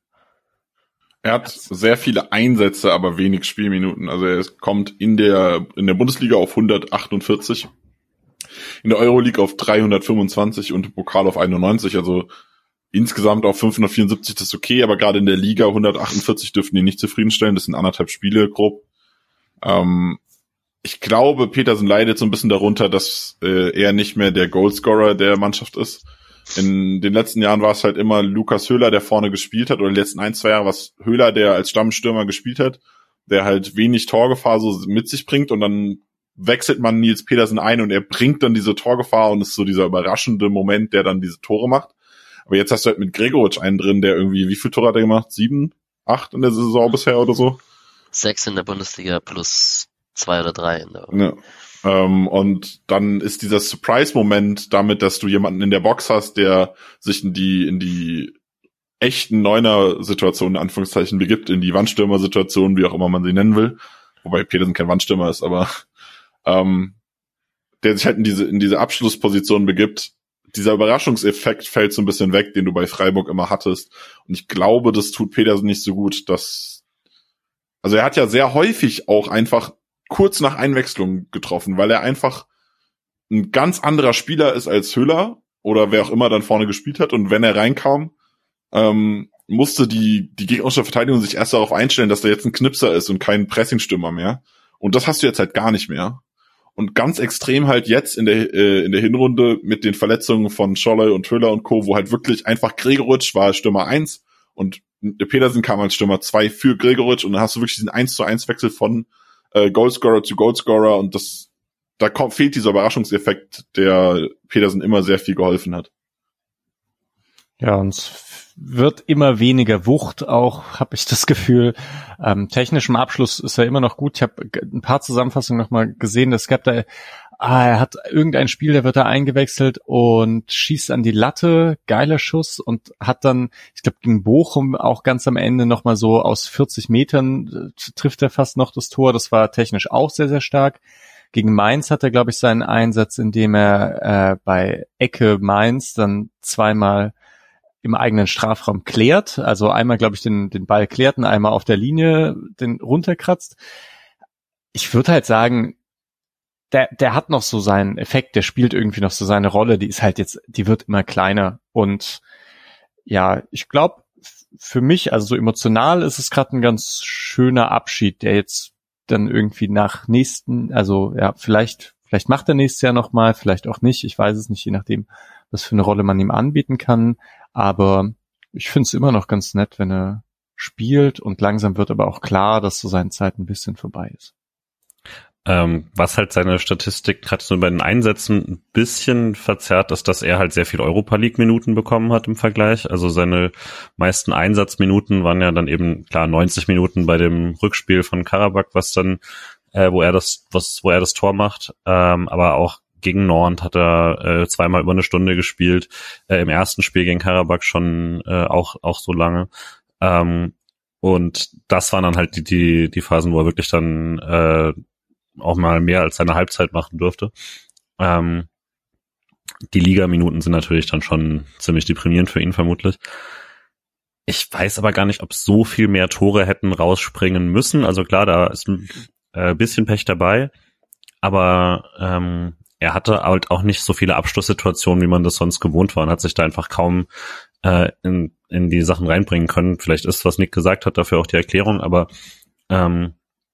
Er hat sehr viele Einsätze, aber wenig Spielminuten. Also er kommt in der in der Bundesliga auf hundertachtundvierzig, in der Euroleague auf dreihundertfünfundzwanzig und im Pokal auf einundneunzig. Also insgesamt auf fünfhundertvierundsiebzig, das ist okay, aber gerade in der Liga hundertachtundvierzig dürften die nicht zufriedenstellen. Das sind anderthalb Spiele grob. Ähm, ich glaube, Petersen leidet so ein bisschen darunter, dass äh, er nicht mehr der Goalscorer der Mannschaft ist. In den letzten Jahren war es halt immer Lukas Höhler, der vorne gespielt hat, oder die letzten ein, zwei Jahre war es Höhler, der als Stammstürmer gespielt hat, der halt wenig Torgefahr so mit sich bringt, und dann wechselt man Nils Petersen ein und er bringt dann diese Torgefahr und ist so dieser überraschende Moment, der dann diese Tore macht. Aber jetzt hast du halt mit Gregoritsch einen drin, der irgendwie, wie viele Tore hat er gemacht? Sieben? Acht in der Saison bisher oder so? Sechs in der Bundesliga plus zwei oder drei in der ja. ähm, Und dann ist dieser Surprise-Moment damit, dass du jemanden in der Box hast, der sich in die in die echten Neuner-Situationen, in Anführungszeichen, begibt, in die Wandstürmer-Situationen, wie auch immer man sie nennen will. Wobei Petersen kein Wandstürmer ist, aber ähm, der sich halt in diese in diese Abschlussposition begibt. Dieser Überraschungseffekt fällt so ein bisschen weg, den du bei Freiburg immer hattest. Und ich glaube, das tut Petersen nicht so gut, dass, also er hat ja sehr häufig auch einfach kurz nach Einwechslung getroffen, weil er einfach ein ganz anderer Spieler ist als Höhler oder wer auch immer dann vorne gespielt hat. Und wenn er reinkam, ähm, musste die, die gegnerische Verteidigung sich erst darauf einstellen, dass er jetzt ein Knipser ist und kein Pressingstürmer mehr. Und das hast du jetzt halt gar nicht mehr. Und ganz extrem halt jetzt in der äh, in der Hinrunde mit den Verletzungen von Scholler und Höhler und Co., wo halt wirklich einfach Gregoritsch war Stürmer eins und Petersen kam als Stürmer zwei für Gregoritsch, und dann hast du wirklich diesen eins zu eins Wechsel von äh, Goalscorer zu Goalscorer, und das da kommt, fehlt dieser Überraschungseffekt, der Petersen immer sehr viel geholfen hat. Ja, und es wird immer weniger Wucht auch, habe ich das Gefühl. Ähm, technischem Abschluss ist er immer noch gut. Ich habe ein paar Zusammenfassungen nochmal gesehen. Es gab da, ah, er hat irgendein Spiel, der wird da eingewechselt und schießt an die Latte, geiler Schuss, und hat dann, ich glaube gegen Bochum auch ganz am Ende nochmal so aus vierzig Metern äh, trifft er fast noch das Tor. Das war technisch auch sehr, sehr stark. Gegen Mainz hat er, glaube ich, seinen Einsatz, indem er äh, bei Ecke Mainz dann zweimal im eigenen Strafraum klärt. Also einmal, glaube ich, den, den Ball klärt und einmal auf der Linie den runterkratzt. Ich würde halt sagen, der, der hat noch so seinen Effekt, der spielt irgendwie noch so seine Rolle, die ist halt jetzt, die wird immer kleiner. Und ja, ich glaube, für mich, also so emotional ist es gerade ein ganz schöner Abschied, der jetzt dann irgendwie nach nächsten, also ja, vielleicht, vielleicht macht er nächstes Jahr nochmal, vielleicht auch nicht, ich weiß es nicht, je nachdem, was für eine Rolle man ihm anbieten kann. Aber ich finde es immer noch ganz nett, wenn er spielt und langsam wird aber auch klar, dass so seine Zeit ein bisschen vorbei ist. Ähm, was halt seine Statistik gerade so bei den Einsätzen ein bisschen verzerrt ist, dass er halt sehr viel Europa-League-Minuten bekommen hat im Vergleich. Also seine meisten Einsatzminuten waren ja dann eben, klar, neunzig Minuten bei dem Rückspiel von Karabakh, was dann, äh, wo er das, was, wo er das Tor macht. Ähm, aber auch gegen Nantes hat er äh, zweimal über eine Stunde gespielt. Äh, im ersten Spiel gegen Karabakh schon äh, auch, auch so lange. Ähm, und das waren dann halt die, die, die Phasen, wo er wirklich dann, äh, auch mal mehr als seine Halbzeit machen durfte. Ähm, die Liga-Minuten sind natürlich dann schon ziemlich deprimierend für ihn vermutlich. Ich weiß aber gar nicht, ob so viel mehr Tore hätten rausspringen müssen. Also klar, da ist ein äh, bisschen Pech dabei, aber ähm, er hatte halt auch nicht so viele Abschlusssituationen, wie man das sonst gewohnt war, und hat sich da einfach kaum äh, in, in die Sachen reinbringen können. Vielleicht ist, was Nick gesagt hat, dafür auch die Erklärung, aber ähm,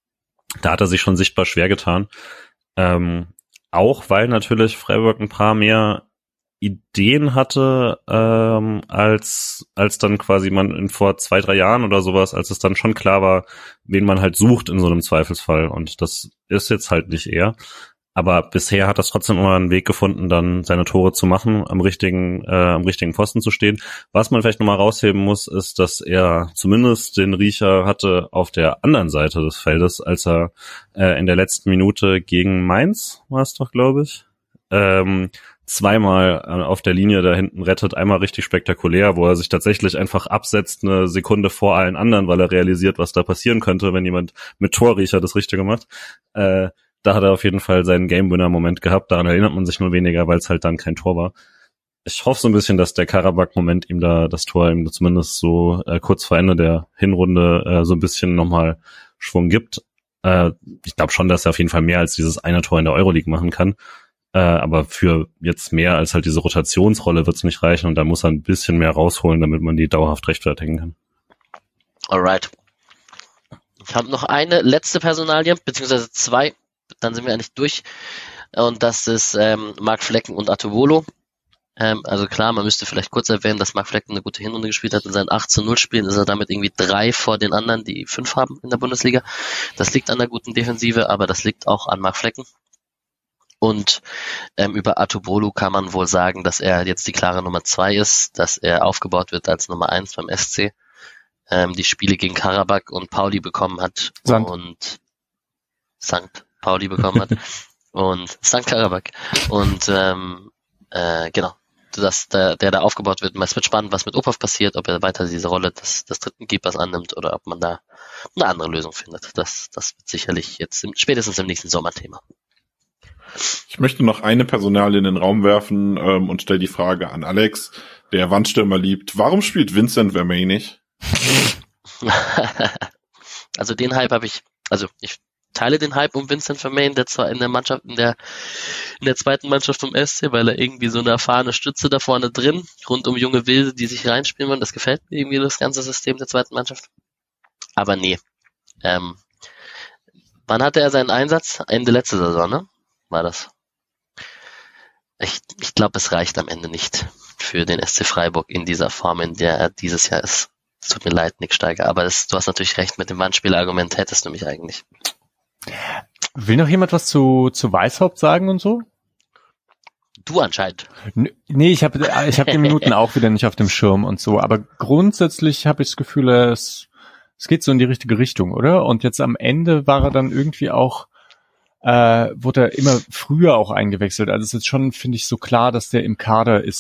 da hat er sich schon sichtbar schwer getan. Ähm, auch weil natürlich Freiburg ein paar mehr Ideen hatte, ähm, als als dann quasi man in vor zwei, drei Jahren oder sowas, als es dann schon klar war, wen man halt sucht in so einem Zweifelsfall. Und das ist jetzt halt nicht er. Aber bisher hat er trotzdem immer einen Weg gefunden, dann seine Tore zu machen, am richtigen, äh, am richtigen Pfosten zu stehen. Was man vielleicht nochmal rausheben muss, ist, dass er zumindest den Riecher hatte auf der anderen Seite des Feldes, als er äh, in der letzten Minute gegen Mainz, war es doch, glaube ich, ähm, zweimal auf der Linie da hinten rettet, einmal richtig spektakulär, wo er sich tatsächlich einfach absetzt, eine Sekunde vor allen anderen, weil er realisiert, was da passieren könnte, wenn jemand mit Torriecher das Richtige macht. Äh, Da hat er auf jeden Fall seinen Game-Winner-Moment gehabt. Daran erinnert man sich nur weniger, weil es halt dann kein Tor war. Ich hoffe so ein bisschen, dass der Karabakh-Moment ihm da das Tor ihm zumindest so äh, kurz vor Ende der Hinrunde äh, so ein bisschen nochmal Schwung gibt. Äh, ich glaube schon, dass er auf jeden Fall mehr als dieses eine Tor in der Euroleague machen kann. Äh, aber für jetzt mehr als halt diese Rotationsrolle wird es nicht reichen, und da muss er ein bisschen mehr rausholen, damit man die dauerhaft rechtfertigen kann. Alright. Ich habe noch eine letzte Personalie, beziehungsweise zwei. Dann sind wir eigentlich durch. Und das ist ähm, Marc Flecken und Atubolo. Ähm, also klar, man müsste vielleicht kurz erwähnen, dass Marc Flecken eine gute Hinrunde gespielt hat. In seinen acht zu null Spielen ist er damit irgendwie drei vor den anderen, die fünf haben in der Bundesliga. Das liegt an der guten Defensive, aber das liegt auch an Marc Flecken. Und ähm, über Atubolo kann man wohl sagen, dass er jetzt die klare Nummer zwei ist, dass er aufgebaut wird als Nummer eins beim S C. Ähm, die Spiele gegen Karabakh und Pauli bekommen hat. Sankt. Und Sankt. Pauli bekommen hat und Sankt Karabakh und ähm, äh, genau, dass der, der da aufgebaut wird. Es wird spannend, was mit Opov passiert, ob er weiter diese Rolle des, des dritten Keepers annimmt oder ob man da eine andere Lösung findet. Das, das wird sicherlich jetzt im, spätestens im nächsten Sommer Thema. Ich möchte noch eine Personalie in den Raum werfen ähm, und stelle die Frage an Alex, der Wandstürmer liebt. Warum spielt Vincent Vermeij nicht? Also den Hype habe ich, also ich teile den Hype um Vincent Vermeij, der zwar in der Mannschaft, in der in der zweiten Mannschaft vom S C, weil er irgendwie so eine erfahrene Stütze da vorne drin, rund um junge Wilde, die sich reinspielen wollen. Das gefällt mir irgendwie, das ganze System der zweiten Mannschaft. Aber nee. Ähm, wann hatte er seinen Einsatz? Ende letzte Saison, ne? War das? Ich, ich glaube, es reicht am Ende nicht für den S C Freiburg in dieser Form, in der er dieses Jahr ist. Es tut mir leid, Nick Steiger, aber das, du hast natürlich recht, mit dem Wandspieler-Argument hättest du mich eigentlich. Will noch jemand was zu zu Weishaupt sagen und so? Du anscheinend. N- Nee, ich habe ich hab die Minuten auch wieder nicht auf dem Schirm und so, aber grundsätzlich habe ich das Gefühl, es, es geht so in die richtige Richtung, oder? Und jetzt am Ende war er dann irgendwie auch, äh, wurde er immer früher auch eingewechselt. Also es ist jetzt schon, finde ich, so klar, dass der im Kader ist.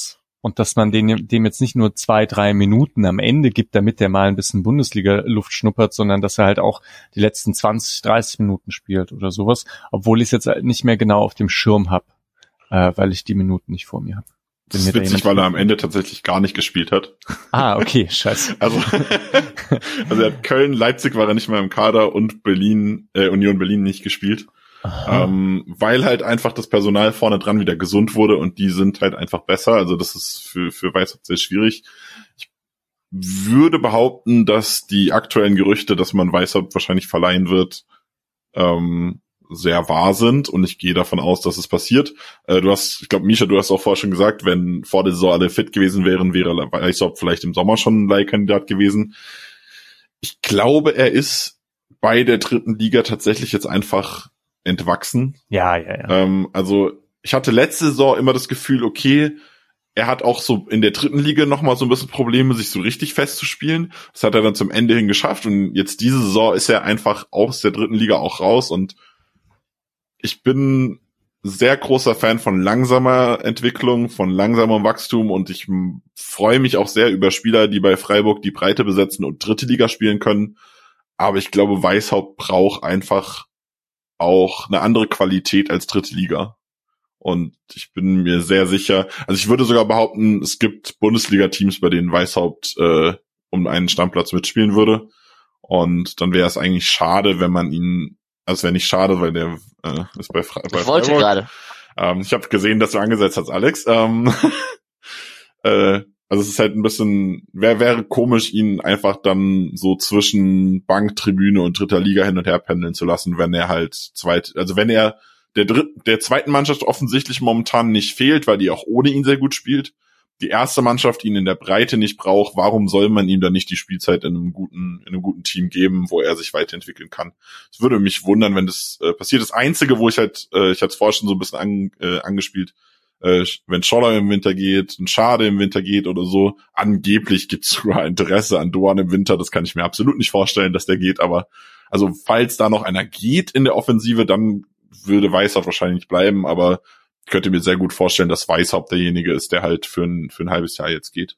und dass man den, dem jetzt nicht nur zwei, drei Minuten am Ende gibt, damit der mal ein bisschen Bundesliga-Luft schnuppert, sondern dass er halt auch die letzten zwanzig, dreißig Minuten spielt oder sowas, obwohl ich es jetzt nicht mehr genau auf dem Schirm habe, äh, weil ich die Minuten nicht vor mir habe. Das ist witzig, weil er am Ende tatsächlich gar nicht gespielt hat. Ah, okay, scheiße. Also, also er hat Köln, Leipzig war er nicht mal im Kader und Berlin, äh, Union Berlin nicht gespielt. Ähm, weil halt einfach das Personal vorne dran wieder gesund wurde und die sind halt einfach besser. Also das ist für, für Weishaupt sehr schwierig. Ich würde behaupten, dass die aktuellen Gerüchte, dass man Weishaupt wahrscheinlich verleihen wird, ähm, sehr wahr sind und ich gehe davon aus, dass es passiert. Äh, du hast, ich glaube, Misha, du hast auch vorher schon gesagt, wenn vor der Saison alle fit gewesen wären, wäre Weishaupt vielleicht im Sommer schon ein Leihkandidat gewesen. Ich glaube, er ist bei der dritten Liga tatsächlich jetzt einfach entwachsen. Ja, ja, ja. Ähm, also ich hatte letzte Saison immer das Gefühl, okay, er hat auch so in der dritten Liga nochmal so ein bisschen Probleme, sich so richtig festzuspielen. Das hat er dann zum Ende hin geschafft und jetzt diese Saison ist er einfach aus der dritten Liga auch raus und ich bin sehr großer Fan von langsamer Entwicklung, von langsamem Wachstum und ich freue mich auch sehr über Spieler, die bei Freiburg die Breite besetzen und dritte Liga spielen können. Aber ich glaube, Weishaupt braucht einfach auch eine andere Qualität als dritte Liga. Und ich bin mir sehr sicher, also ich würde sogar behaupten, es gibt Bundesliga-Teams, bei denen Weishaupt äh, um einen Stammplatz mitspielen würde. Und dann wäre es eigentlich schade, wenn man ihn, also es wäre nicht schade, weil der äh, ist bei, Fre- bei Ich wollte gerade. Ähm, ich habe gesehen, dass du angesetzt hast, Alex. Ähm, äh, Also es ist halt ein bisschen, wäre wäre komisch, ihn einfach dann so zwischen Banktribüne und dritter Liga hin und her pendeln zu lassen, wenn er halt zweit, also wenn er der dritten, der zweiten Mannschaft offensichtlich momentan nicht fehlt, weil die auch ohne ihn sehr gut spielt, die erste Mannschaft ihn in der Breite nicht braucht, warum soll man ihm dann nicht die Spielzeit in einem guten, in einem guten Team geben, wo er sich weiterentwickeln kann? Es würde mich wundern, wenn das äh, passiert. Das Einzige, wo ich halt, äh, ich hatte es vorher schon so ein bisschen an, äh, angespielt, Äh, wenn Scholler im Winter geht, ein Schade im Winter geht oder so, angeblich gibt's sogar Interesse an Doan im Winter, das kann ich mir absolut nicht vorstellen, dass der geht, aber also falls da noch einer geht in der Offensive, dann würde Weishaupt wahrscheinlich bleiben, aber ich könnte mir sehr gut vorstellen, dass Weishaupt derjenige ist, der halt für ein, für ein halbes Jahr jetzt geht.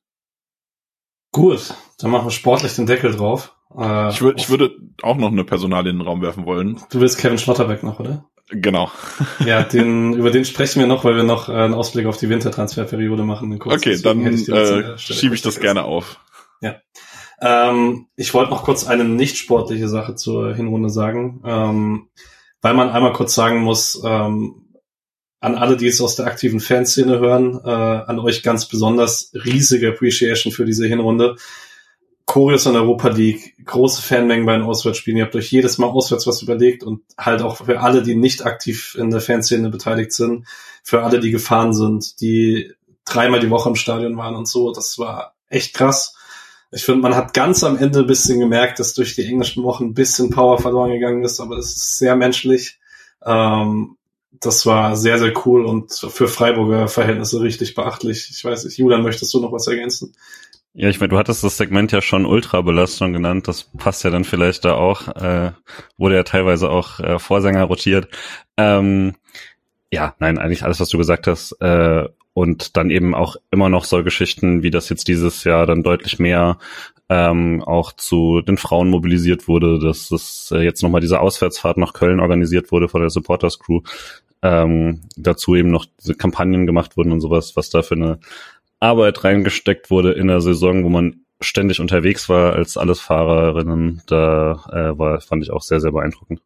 Gut, dann machen wir sportlich den Deckel drauf. Äh, ich, würd, ich würde auch noch eine Personalie in den Raum werfen wollen. Du willst Kevin Schlotterbeck noch, oder? Genau. Ja, den, über den sprechen wir noch, weil wir noch äh, einen Ausblick auf die Wintertransferperiode machen. Okay, dann äh, schiebe ich das gerne auf. Ja. Ähm, ich wollte noch kurz eine nicht sportliche Sache zur Hinrunde sagen, ähm, weil man einmal kurz sagen muss, ähm, an alle, die es aus der aktiven Fanszene hören, äh, an euch ganz besonders riesige Appreciation für diese Hinrunde. Choreos in Europa League, große Fanmengen bei den Auswärtsspielen. Ihr habt euch jedes Mal auswärts was überlegt und halt auch für alle, die nicht aktiv in der Fanszene beteiligt sind, für alle, die gefahren sind, die dreimal die Woche im Stadion waren und so. Das war echt krass. Ich finde, man hat ganz am Ende ein bisschen gemerkt, dass durch die englischen Wochen ein bisschen Power verloren gegangen ist, aber es ist sehr menschlich. Ähm, das war sehr, sehr cool und für Freiburger Verhältnisse richtig beachtlich. Ich weiß nicht, Julian, möchtest du noch was ergänzen? Ja, ich meine, du hattest das Segment ja schon Ultrabelastung genannt, das passt ja dann vielleicht da auch, äh, wurde ja teilweise auch äh, Vorsänger rotiert. Ähm, ja, nein, eigentlich alles, was du gesagt hast, äh, und dann eben auch immer noch so Geschichten, wie das jetzt dieses Jahr dann deutlich mehr ähm, auch zu den Frauen mobilisiert wurde, dass es äh, jetzt nochmal diese Auswärtsfahrt nach Köln organisiert wurde von der Supporters Crew, ähm, dazu eben noch diese Kampagnen gemacht wurden und sowas, was da für eine Arbeit reingesteckt wurde in der Saison, wo man ständig unterwegs war als Allesfahrerinnen, da äh, war, fand ich auch sehr, sehr beeindruckend.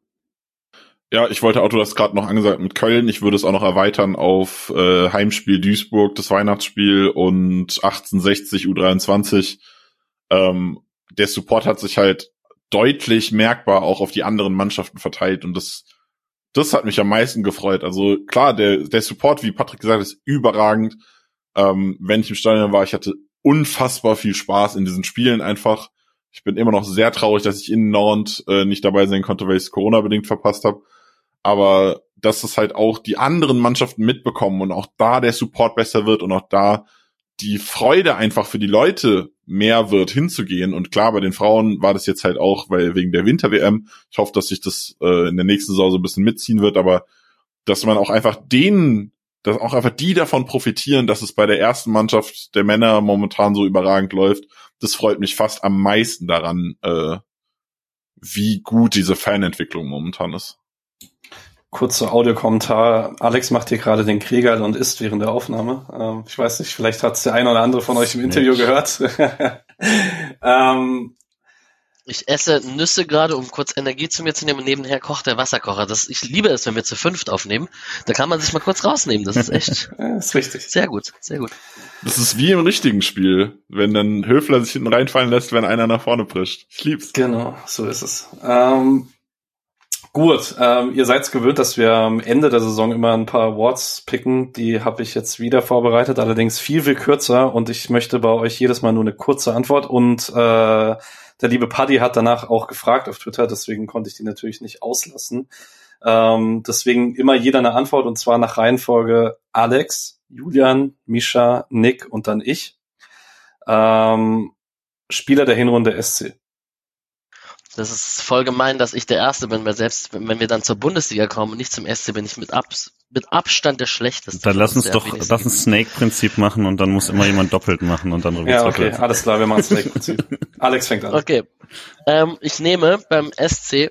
Ja, ich wollte auch, du hast gerade noch angesagt mit Köln, ich würde es auch noch erweitern auf äh, Heimspiel Duisburg, das Weihnachtsspiel und achtzehnhundertsechzig U dreiundzwanzig. Ähm, der Support hat sich halt deutlich merkbar auch auf die anderen Mannschaften verteilt und das das hat mich am meisten gefreut. Also klar, der der Support, wie Patrick gesagt hat, ist überragend. Ähm, wenn ich im Stadion war, ich hatte unfassbar viel Spaß in diesen Spielen einfach. Ich bin immer noch sehr traurig, dass ich in Nantes äh, nicht dabei sein konnte, weil ich es Corona-bedingt verpasst habe. Aber dass es halt auch die anderen Mannschaften mitbekommen und auch da der Support besser wird und auch da die Freude einfach für die Leute mehr wird, hinzugehen. Und klar, bei den Frauen war das jetzt halt auch, weil wegen der Winter-W M. Ich hoffe, dass sich das äh, in der nächsten Saison so ein bisschen mitziehen wird, aber dass man auch einfach denen dass auch einfach die davon profitieren, dass es bei der ersten Mannschaft der Männer momentan so überragend läuft. Das freut mich fast am meisten daran, äh, wie gut diese Fanentwicklung momentan ist. Kurzer Audiokommentar. Alex macht hier gerade den Krieger und isst während der Aufnahme. Ähm, ich weiß nicht, vielleicht hat es der eine oder andere von euch im Interview gehört. ähm, Ich esse Nüsse gerade, um kurz Energie zu mir zu nehmen und nebenher kocht der Wasserkocher. Das, ich liebe es, wenn wir zu fünft aufnehmen. Da kann man sich mal kurz rausnehmen. Das ist echt ja, ist richtig. Sehr gut, sehr gut. Das ist wie im richtigen Spiel, wenn dann Höfler sich hinten reinfallen lässt, wenn einer nach vorne prischt. Ich lieb's. Genau, so ist es. Ähm, gut, ähm, ihr seid gewöhnt, dass wir am Ende der Saison immer ein paar Awards picken. Die habe ich jetzt wieder vorbereitet, allerdings viel, viel kürzer. Und ich möchte bei euch jedes Mal nur eine kurze Antwort. Und äh, der liebe Paddy hat danach auch gefragt auf Twitter, deswegen konnte ich die natürlich nicht auslassen. Ähm, deswegen immer jeder eine Antwort, und zwar nach Reihenfolge Alex, Julian, Mischa, Nick und dann ich. Ähm, Spieler der Hinrunde S C. Das ist voll gemein, dass ich der Erste bin, weil selbst wenn wir dann zur Bundesliga kommen und nicht zum S C, bin ich mit, Ab- mit Abstand der Schlechteste. Dann lass uns doch lass ein Snake-Prinzip machen und dann muss immer jemand doppelt machen und dann rüber Ja, okay, alles klar, wir machen Snake-Prinzip. Alex fängt an. Okay, ähm, ich nehme beim S C,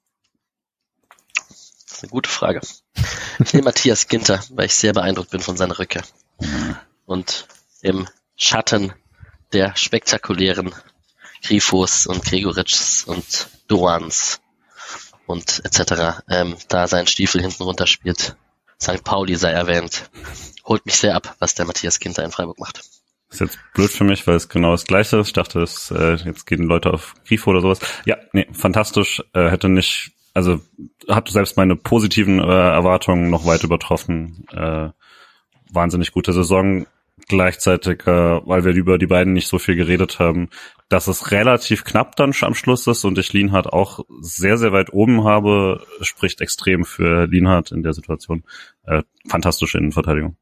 das ist eine gute Frage, ich nehme Matthias Ginter, weil ich sehr beeindruckt bin von seiner Rückkehr. Und im Schatten der spektakulären Grifos und Gregoritschs und Dorans und et cetera. Ähm, da sein Stiefel hinten runterspielt. Sankt Pauli sei erwähnt. Holt mich sehr ab, was der Matthias Ginter in Freiburg macht. Ist jetzt blöd für mich, weil es genau das Gleiche ist. Ich dachte, es, äh, jetzt gehen Leute auf Grifo oder sowas. Ja, nee, fantastisch. Äh, hätte nicht, also hat selbst meine positiven äh, Erwartungen noch weit übertroffen. Äh, wahnsinnig gute Saison. Gleichzeitig, äh, weil wir über die beiden nicht so viel geredet haben, dass es relativ knapp dann am Schluss ist und ich Lienhardt auch sehr, sehr weit oben habe, spricht extrem für Lienhardt in der Situation. Äh, fantastische Innenverteidigung.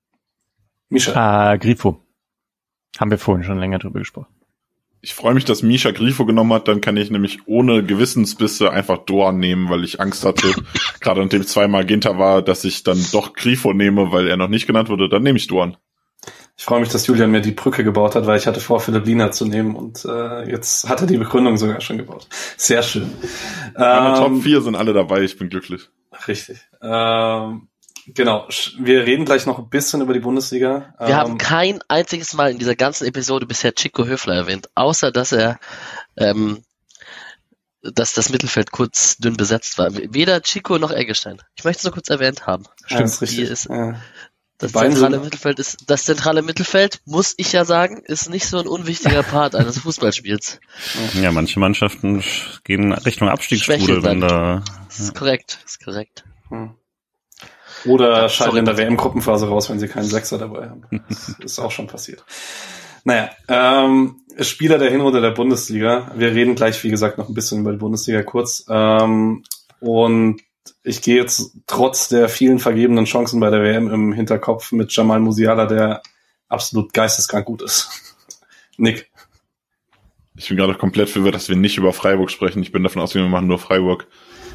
Mischa. Ah, Grifo. Haben wir vorhin schon länger drüber gesprochen. Ich freue mich, dass Mischa Grifo genommen hat, dann kann ich nämlich ohne Gewissensbisse einfach Doan nehmen, weil ich Angst hatte, gerade nachdem zweimal Ginter war, dass ich dann doch Grifo nehme, weil er noch nicht genannt wurde, dann nehme ich Doan. Ich freue mich, dass Julian mir die Brücke gebaut hat, weil ich hatte vor, Philipp Lienhardt zu nehmen und äh, jetzt hat er die Begründung sogar schon gebaut. Sehr schön. Meine Ähm, Top vier sind alle dabei, ich bin glücklich. Richtig. Ähm, genau, wir reden gleich noch ein bisschen über die Bundesliga. Wir ähm, haben kein einziges Mal in dieser ganzen Episode bisher Chico Höfler erwähnt, außer dass er ähm, dass das Mittelfeld kurz dünn besetzt war. Weder Chico noch Eggestein. Ich möchte es nur kurz erwähnt haben. ja, ist richtig. Die ist, ja. Das Beiden zentrale sind- Mittelfeld ist, das zentrale Mittelfeld, muss ich ja sagen, ist nicht so ein unwichtiger Part eines Fußballspiels. Ja, manche Mannschaften sch- gehen Richtung Abstiegsstrudel, Schwächeln wenn dann. da. Das ist korrekt, das ist korrekt. Hm. Oder Ja, scheiden sorry. in der W M-Gruppenphase raus, wenn sie keinen Sechser dabei haben. Das ist auch schon passiert. Naja, ähm, Spieler der Hinrunde der Bundesliga. Wir reden gleich, wie gesagt, noch ein bisschen über die Bundesliga kurz. Ähm, und ich gehe jetzt trotz der vielen vergebenen Chancen bei der W M im Hinterkopf mit Jamal Musiala, der absolut geisteskrank gut ist. Nick. Ich bin gerade komplett verwirrt, dass wir nicht über Freiburg sprechen. Ich bin davon ausgegangen, wir machen nur Freiburg.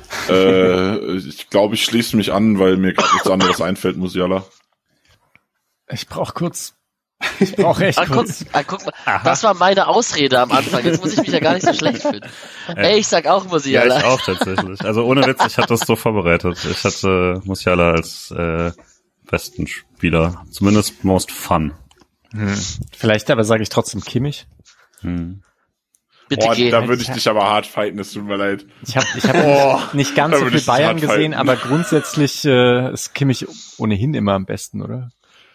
äh, ich glaube, ich schließe mich an, weil mir gerade nichts anderes einfällt, Musiala. Ich brauche kurz. Ich brauche echt Ah, guck, kurz. ah, guck mal, das war meine Ausrede am Anfang. Jetzt muss ich mich ja gar nicht so schlecht fühlen. Ey, ich sag auch Ja, Musiala. ich auch tatsächlich. Also ohne Witz, ich hatte das so vorbereitet. Ich hatte Musiala als äh, besten Spieler. Zumindest most fun. Hm. Vielleicht aber sage ich trotzdem Kimmich. Hm. Bitte Boah, geh. da würde ich dich aber hart fighten, es tut mir leid. Ich habe ich hab Oh, nicht ganz da so würde viel ich dich Bayern hart gesehen, fighten. aber grundsätzlich äh, ist Kimmich ohnehin immer am besten, oder?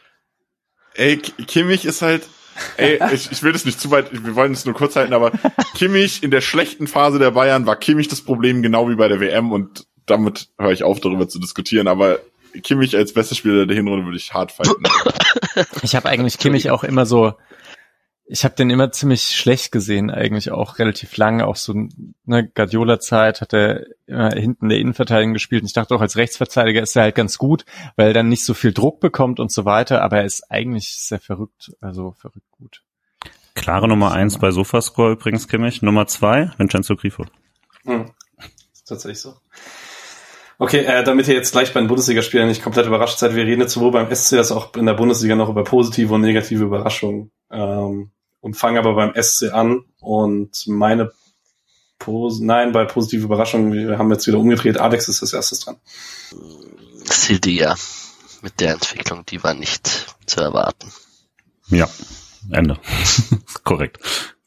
Ey, K- Kimmich ist halt, ey, ich, ich will das nicht zu weit, wir wollen es nur kurz halten, aber Kimmich in der schlechten Phase der Bayern war Kimmich das Problem, genau wie bei der W M, und damit höre ich auf, darüber zu diskutieren, aber Kimmich als bester Spieler der Hinrunde würde ich hart fighten. Ich habe eigentlich Kimmich auch immer so, ich habe den immer ziemlich schlecht gesehen, eigentlich auch relativ lange, auch so eine Guardiola-Zeit hat er immer hinten der Innenverteidigung gespielt und ich dachte auch als Rechtsverteidiger ist er halt ganz gut, weil er dann nicht so viel Druck bekommt und so weiter, aber er ist eigentlich sehr verrückt, also verrückt gut. Klare Nummer eins bei Sofascore übrigens, Kimmich. Nummer zwei, Vincenzo Grifo. Hm. Ist tatsächlich so. Okay, äh, damit ihr jetzt gleich bei den Bundesligaspielern nicht komplett überrascht seid, wir reden jetzt sowohl beim S C als auch in der Bundesliga noch über positive und negative Überraschungen. Ähm, und fangen aber beim S C an. Und meine Pos- Nein, bei positive Überraschungen, wir haben jetzt wieder umgedreht. Alex ist als erstes dran. Sildia mit der Entwicklung, die war nicht zu erwarten. Ja, Ende. Korrekt.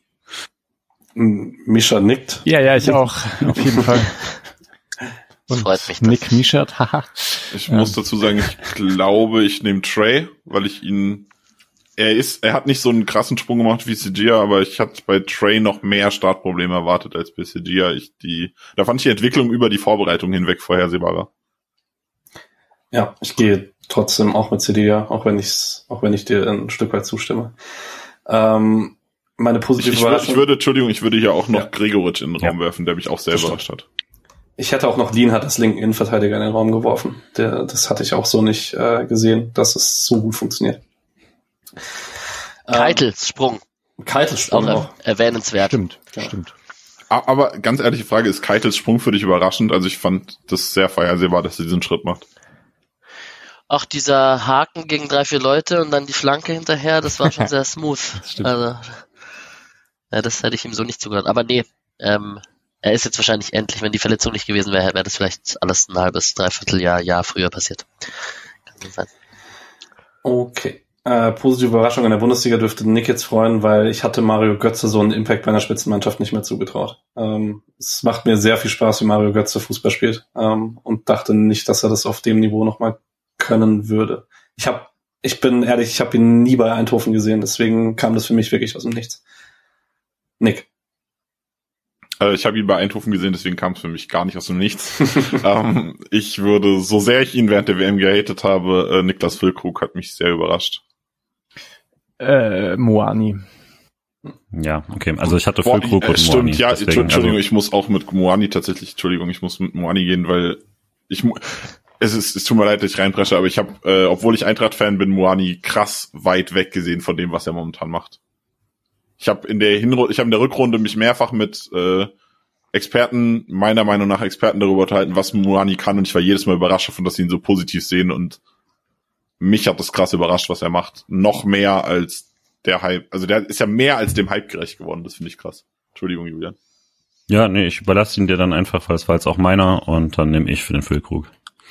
Mischa nickt. Ja, ja, ich auch. Auf jeden Fall. Und Freut mich das. Nick Mischert, haha. Ich muss dazu sagen, ich glaube, ich nehme Trey, weil ich ihn, er ist, er hat nicht so einen krassen Sprung gemacht wie Sigia, aber ich hatte bei Trey noch mehr Startprobleme erwartet als bei Sigia. Ich die, da fand ich die Entwicklung über die Vorbereitung hinweg vorhersehbarer. Ja, ich gehe trotzdem auch mit C D A, auch wenn ich's, auch wenn ich dir ein Stück weit zustimme. Ähm, meine positive Ich, ich, würde, Überraschung. ich würde, Entschuldigung, ich würde hier auch noch Ja. Gregoritsch in den Raum Ja. werfen, der mich auch sehr Das überrascht hat. Ich hätte auch noch Lienhardt als linken Innenverteidiger in den Raum geworfen. Der, das hatte ich auch so nicht äh, gesehen, dass es so gut funktioniert. Keitels Sprung, Ähm, Keitels Sprung auch auch. er- erwähnenswert. Stimmt, Ja. stimmt. A- Aber ganz ehrliche Frage, ist Keitels Sprung für dich überraschend? Also ich fand das sehr vorhersehbar, dass er diesen Schritt macht. Auch dieser Haken gegen drei, vier Leute und dann die Flanke hinterher, das war schon sehr smooth. Das stimmt. Also, ja, das hätte ich ihm so nicht zugehört. Aber nee, ähm, er ist jetzt wahrscheinlich endlich, wenn die Verletzung nicht gewesen wäre, wäre das vielleicht alles ein halbes, dreiviertel Jahr, Jahr früher passiert. Kann gut sein. Okay. Äh, positive Überraschung in der Bundesliga dürfte Nick jetzt freuen, weil ich hatte Mario Götze so einen Impact bei einer Spitzenmannschaft nicht mehr zugetraut. Ähm, es macht mir sehr viel Spaß, wie Mario Götze Fußball spielt, ähm, und dachte nicht, dass er das auf dem Niveau nochmal können würde. Ich habe, ich bin ehrlich, ich habe ihn nie bei Eindhoven gesehen, deswegen kam das für mich wirklich aus dem Nichts. Nick. Äh, ich habe ihn bei Eindhoven gesehen, deswegen kam es für mich gar nicht aus dem Nichts. ähm, ich würde, so sehr ich ihn während der W M gehatet habe, äh, Niklas Füllkrug hat mich sehr überrascht. Äh, Moani. Ja, okay. Also ich hatte Boah, Füllkrug äh, und stimmt, Moani. ja, deswegen, Entschuldigung, also, ich muss auch mit Moani tatsächlich, Entschuldigung, ich muss mit Moani gehen, weil ich, mu- es ist, es tut mir leid, dass ich reinpresche, aber ich habe, äh, obwohl ich Eintracht-Fan bin, Moani krass weit weg gesehen von dem, was er momentan macht. Ich habe in der Hinrunde, ich habe in der Rückrunde mich mehrfach mit äh, Experten, meiner Meinung nach Experten darüber unterhalten, was Moani kann, und ich war jedes Mal überrascht davon, dass sie ihn so positiv sehen, und mich hat das krass überrascht, was er macht. Noch mehr als der Hype. Also der ist ja mehr als dem Hype gerecht geworden, das finde ich krass. Entschuldigung, Julian. ja, nee, ich überlasse ihn dir dann einfach, weil es war jetzt auch meiner, und dann nehme ich für den Füllkrug.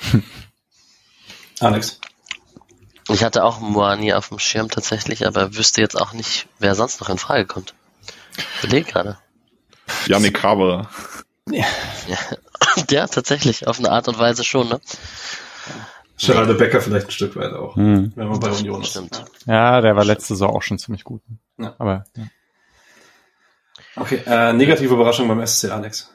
Alex. Ich hatte auch Moani auf dem Schirm tatsächlich, aber wüsste jetzt auch nicht, wer sonst noch in Frage kommt. Beleg gerade. Yannick Haberer. Ja. Ja, tatsächlich, auf eine Art und Weise schon, ne? Geraldo Becker vielleicht ein Stück weit auch, Hm. wenn man bei Union ist. Stimmt. Ja, der war letzte Saison auch schon ziemlich gut. Ja. Aber ja. Okay, äh, negative Überraschung beim S C, Alex.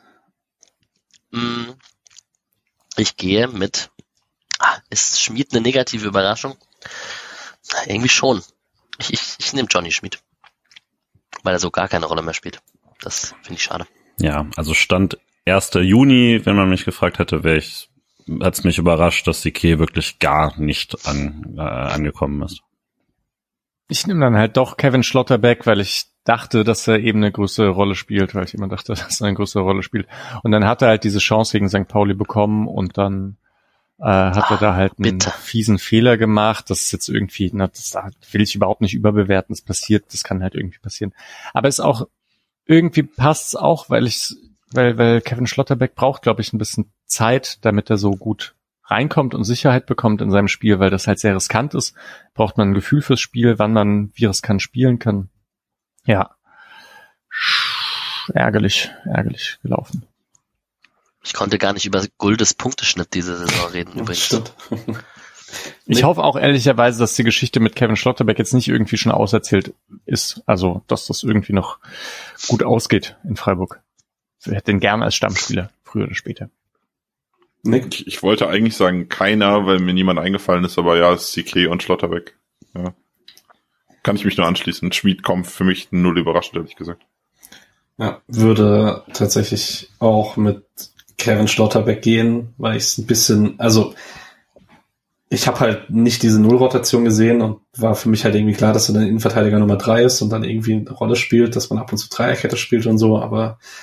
Mm, Ich gehe mit, ah, ist Schmid eine negative Überraschung? Na, irgendwie schon. Ich, ich, ich nehme Johnny Schmid, weil er so gar keine Rolle mehr spielt. Das finde ich schade. Ja, also Stand erster Juni, wenn man mich gefragt hätte, wäre ich, hat's mich überrascht, dass Sique wirklich gar nicht an, äh, angekommen ist. Ich nehme dann halt doch Kevin Schlotterbeck, weil ich dachte, dass er eben eine größere Rolle spielt, weil ich immer dachte, dass er eine größere Rolle spielt. Und dann hat er halt diese Chance gegen Sankt Pauli bekommen, und dann äh, hat er da halt einen bitter. fiesen Fehler gemacht. Das ist jetzt irgendwie, na, das da will ich überhaupt nicht überbewerten. Das passiert, das kann halt irgendwie passieren. Aber es ist auch, irgendwie passt's auch, weil ich, weil, weil Kevin Schlotterbeck braucht, glaube ich, ein bisschen Zeit, damit er so gut reinkommt und Sicherheit bekommt in seinem Spiel, weil das halt sehr riskant ist. Braucht man ein Gefühl fürs Spiel, wann man wie riskant spielen kann. Ja. Ärgerlich, ärgerlich gelaufen. Ich konnte gar nicht über Guldes Punkteschnitt diese Saison reden übrigens. Stimmt. Ich Nee. hoffe auch ehrlicherweise, dass die Geschichte mit Kevin Schlotterbeck jetzt nicht irgendwie schon auserzählt ist. Also, dass das irgendwie noch gut ausgeht in Freiburg. Ich hätte den gern als Stammspieler, früher oder später. Nick. Ich, ich wollte eigentlich sagen keiner, weil mir niemand eingefallen ist, aber ja, Sique und Schlotterbeck. Ja. Kann ich mich nur anschließen. Schmid kommt für mich null überraschend, ehrlich gesagt. Ja, würde tatsächlich auch mit Kevin Schlotterbeck gehen, weil ich es ein bisschen, also ich habe halt nicht diese Nullrotation gesehen und war für mich halt irgendwie klar, dass er dann Innenverteidiger Nummer drei ist und dann irgendwie eine Rolle spielt, dass man ab und zu Dreierkette spielt und so, aber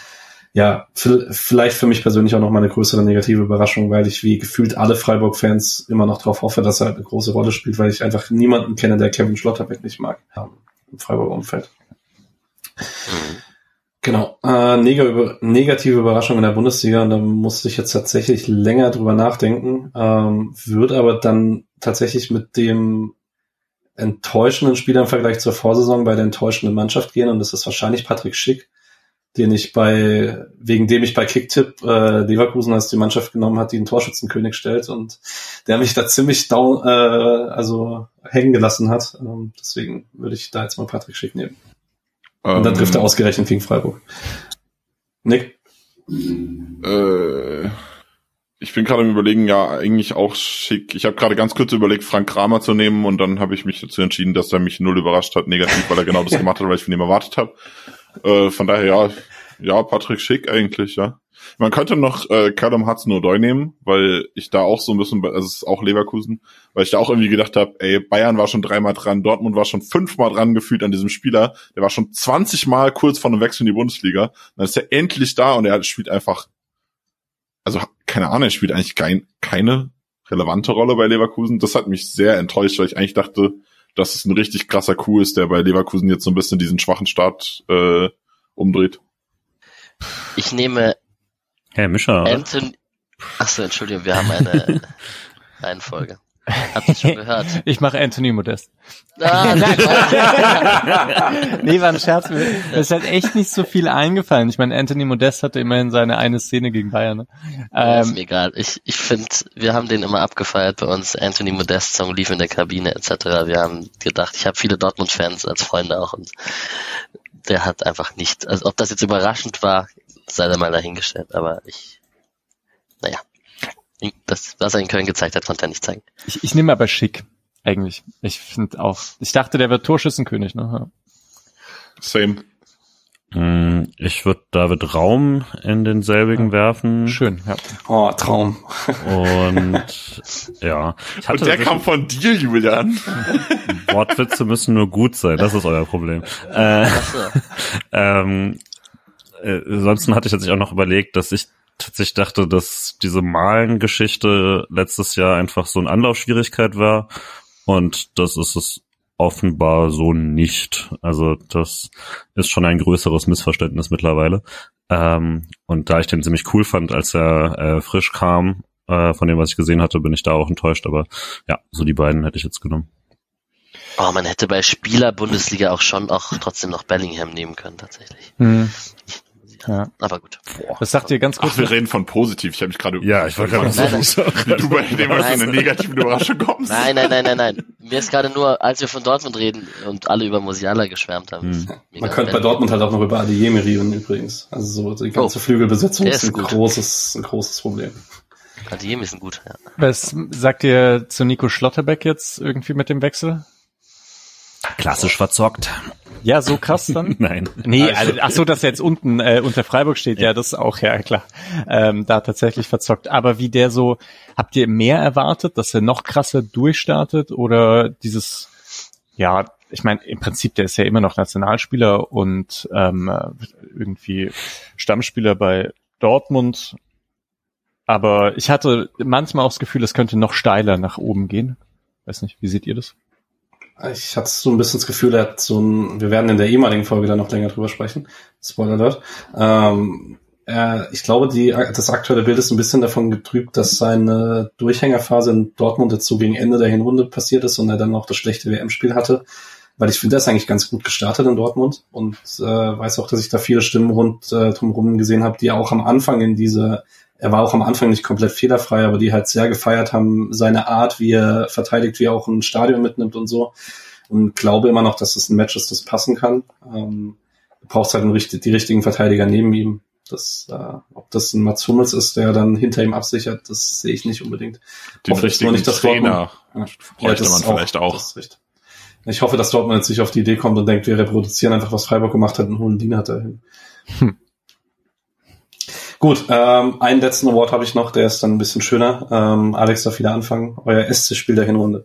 ja, vielleicht für mich persönlich auch noch mal eine größere negative Überraschung, weil ich wie gefühlt alle Freiburg-Fans immer noch darauf hoffe, dass er halt eine große Rolle spielt, weil ich einfach niemanden kenne, der Kevin Schlotterbeck nicht mag ähm, im Freiburger Umfeld. Mhm. Genau, äh, neg- negative Überraschung in der Bundesliga, und da musste ich jetzt tatsächlich länger drüber nachdenken, ähm, würde aber dann tatsächlich mit dem enttäuschenden Spieler im Vergleich zur Vorsaison bei der enttäuschenden Mannschaft gehen, und das ist wahrscheinlich Patrick Schick, den ich bei, wegen dem ich bei Kicktipp äh, Leverkusen als die Mannschaft genommen hat, die einen Torschützenkönig stellt, und der mich da ziemlich down, äh, also hängen gelassen hat. Ähm, deswegen würde ich da jetzt mal Patrick Schick nehmen. Und um, dann trifft er ausgerechnet gegen Freiburg. Nick? Äh, ich bin gerade im Überlegen, ja, eigentlich auch Schick. Ich habe gerade ganz kurz überlegt, Frank Kramer zu nehmen, und dann habe ich mich dazu entschieden, dass er mich null überrascht hat, negativ, weil er genau das gemacht hat, was ich von ihm erwartet habe. Äh, von daher, ja, ja, Patrick Schick eigentlich, ja. Man könnte noch äh, Callum Hudson-Odoi nehmen, weil ich da auch so ein bisschen, also es ist auch Leverkusen, weil ich da auch irgendwie gedacht habe, ey, Bayern war schon dreimal dran, Dortmund war schon fünfmal dran gefühlt an diesem Spieler, der war schon zwanzig Mal kurz vor einem Wechsel in die Bundesliga, dann ist er endlich da, und er spielt einfach, also keine Ahnung, er spielt eigentlich kein, keine relevante Rolle bei Leverkusen. Das hat mich sehr enttäuscht, weil ich eigentlich dachte, dass es ein richtig krasser Coup ist, der bei Leverkusen jetzt so ein bisschen diesen schwachen Start äh, umdreht. Ich nehme Herr Mischer, Anthony. Achso, Entschuldigung, wir haben eine Reihenfolge. Habt ihr schon gehört? Ich mache Anthony Modest. Ah, nee, war ein Scherz. Mir ist halt echt nicht so viel eingefallen. Ich meine, Anthony Modest hatte immerhin seine eine Szene gegen Bayern. Ne? Ähm, ist mir egal. Ich, ich finde, wir haben den immer abgefeiert bei uns. Anthony Modest Song lief in der Kabine et cetera. Wir haben gedacht, ich habe viele Dortmund-Fans als Freunde auch, und der hat einfach nicht, also ob das jetzt überraschend war, sei da mal dahingestellt, aber ich, naja, das, was er in Köln gezeigt hat, konnte er nicht zeigen. Ich, ich nehme aber Schick, eigentlich. Ich finde auch, ich dachte, der wird Torschützenkönig, ne? Ja. Same. Ich würde David Raum in denselbigen ja. werfen. Schön, ja. Oh, Traum. Und ja. Ich hatte Und der kam von dir, Julian. Wortwitze müssen nur gut sein, das ist euer Problem. Äh, ähm, äh, ansonsten hatte ich jetzt auch noch überlegt, dass ich tatsächlich dachte, dass diese Malen-Geschichte letztes Jahr einfach so eine Anlaufschwierigkeit war, und das ist es offenbar so nicht. Also das ist schon ein größeres Missverständnis mittlerweile. Ähm, und da ich den ziemlich cool fand, als er äh, frisch kam, äh, von dem, was ich gesehen hatte, bin ich da auch enttäuscht. Aber ja, so die beiden hätte ich jetzt genommen. Oh, man hätte bei Spieler-Bundesliga auch schon auch trotzdem noch Bellingham nehmen können, tatsächlich. Hm. Ja. Aber gut. Boah. Das sagt ihr ganz kurz. Ach, wir reden von positiv. Ich habe mich gerade. Ja, ich wollte gerade sagen, wie du bei dem was so eine negative Überraschung kommst. Nein, nein, nein, nein, nein. Mir ist gerade nur, als wir von Dortmund reden und alle über Musiala geschwärmt haben. Hm. Man könnte bei Dortmund halt auch noch über Adeyemi reden übrigens. Also so die ganze oh. Flügelbesetzung ist, ist ein gut. großes, ein großes Problem. Adeyemi ist ein gut, ja. Was sagt ihr zu Nico Schlotterbeck jetzt irgendwie mit dem Wechsel? Klassisch verzockt. Ja, so krass dann? Nein. Nee, also, ach so, dass er jetzt unten äh, unter Freiburg steht, ja, ja das ist auch, ja klar, ähm, da tatsächlich verzockt. Aber wie der so, habt ihr mehr erwartet, dass er noch krasser durchstartet, oder dieses, ja, ich meine, im Prinzip, der ist ja immer noch Nationalspieler und ähm, irgendwie Stammspieler bei Dortmund, aber ich hatte manchmal auch das Gefühl, es könnte noch steiler nach oben gehen. Weiß nicht, wie seht ihr das? Ich hatte so ein bisschen das Gefühl, er hat so ein, wir werden in der ehemaligen Folge da noch länger drüber sprechen, Spoiler alert. Ähm, er, ich glaube, die, das aktuelle Bild ist ein bisschen davon getrübt, dass seine Durchhängerphase in Dortmund jetzt so gegen Ende der Hinrunde passiert ist und er dann noch das schlechte W M-Spiel hatte, weil ich finde, er ist eigentlich ganz gut gestartet in Dortmund, und äh, weiß auch, dass ich da viele Stimmen rund äh, drumherum gesehen habe, die auch am Anfang in diese, er war auch am Anfang nicht komplett fehlerfrei, aber die halt sehr gefeiert haben, seine Art, wie er verteidigt, wie er auch ein Stadion mitnimmt und so. Und glaube immer noch, dass das ein Match ist, das passen kann. Ähm, du brauchst halt einen, die richtigen Verteidiger neben ihm. Das, äh, ob das ein Mats Hummels ist, der dann hinter ihm absichert, das sehe ich nicht unbedingt. Den hoffe, richtigen nicht, dass Trainer Dortmund, ja, bräuchte ja, man vielleicht auch. auch. Ich hoffe, dass Dortmund jetzt nicht auf die Idee kommt und denkt, wir reproduzieren einfach, was Freiburg gemacht hat, und holen Diener dahin. Hm. Gut, ähm, einen letzten Award habe ich noch, der ist dann ein bisschen schöner. Ähm, Alex darf wieder anfangen. Euer S C-Spiel der Hinrunde.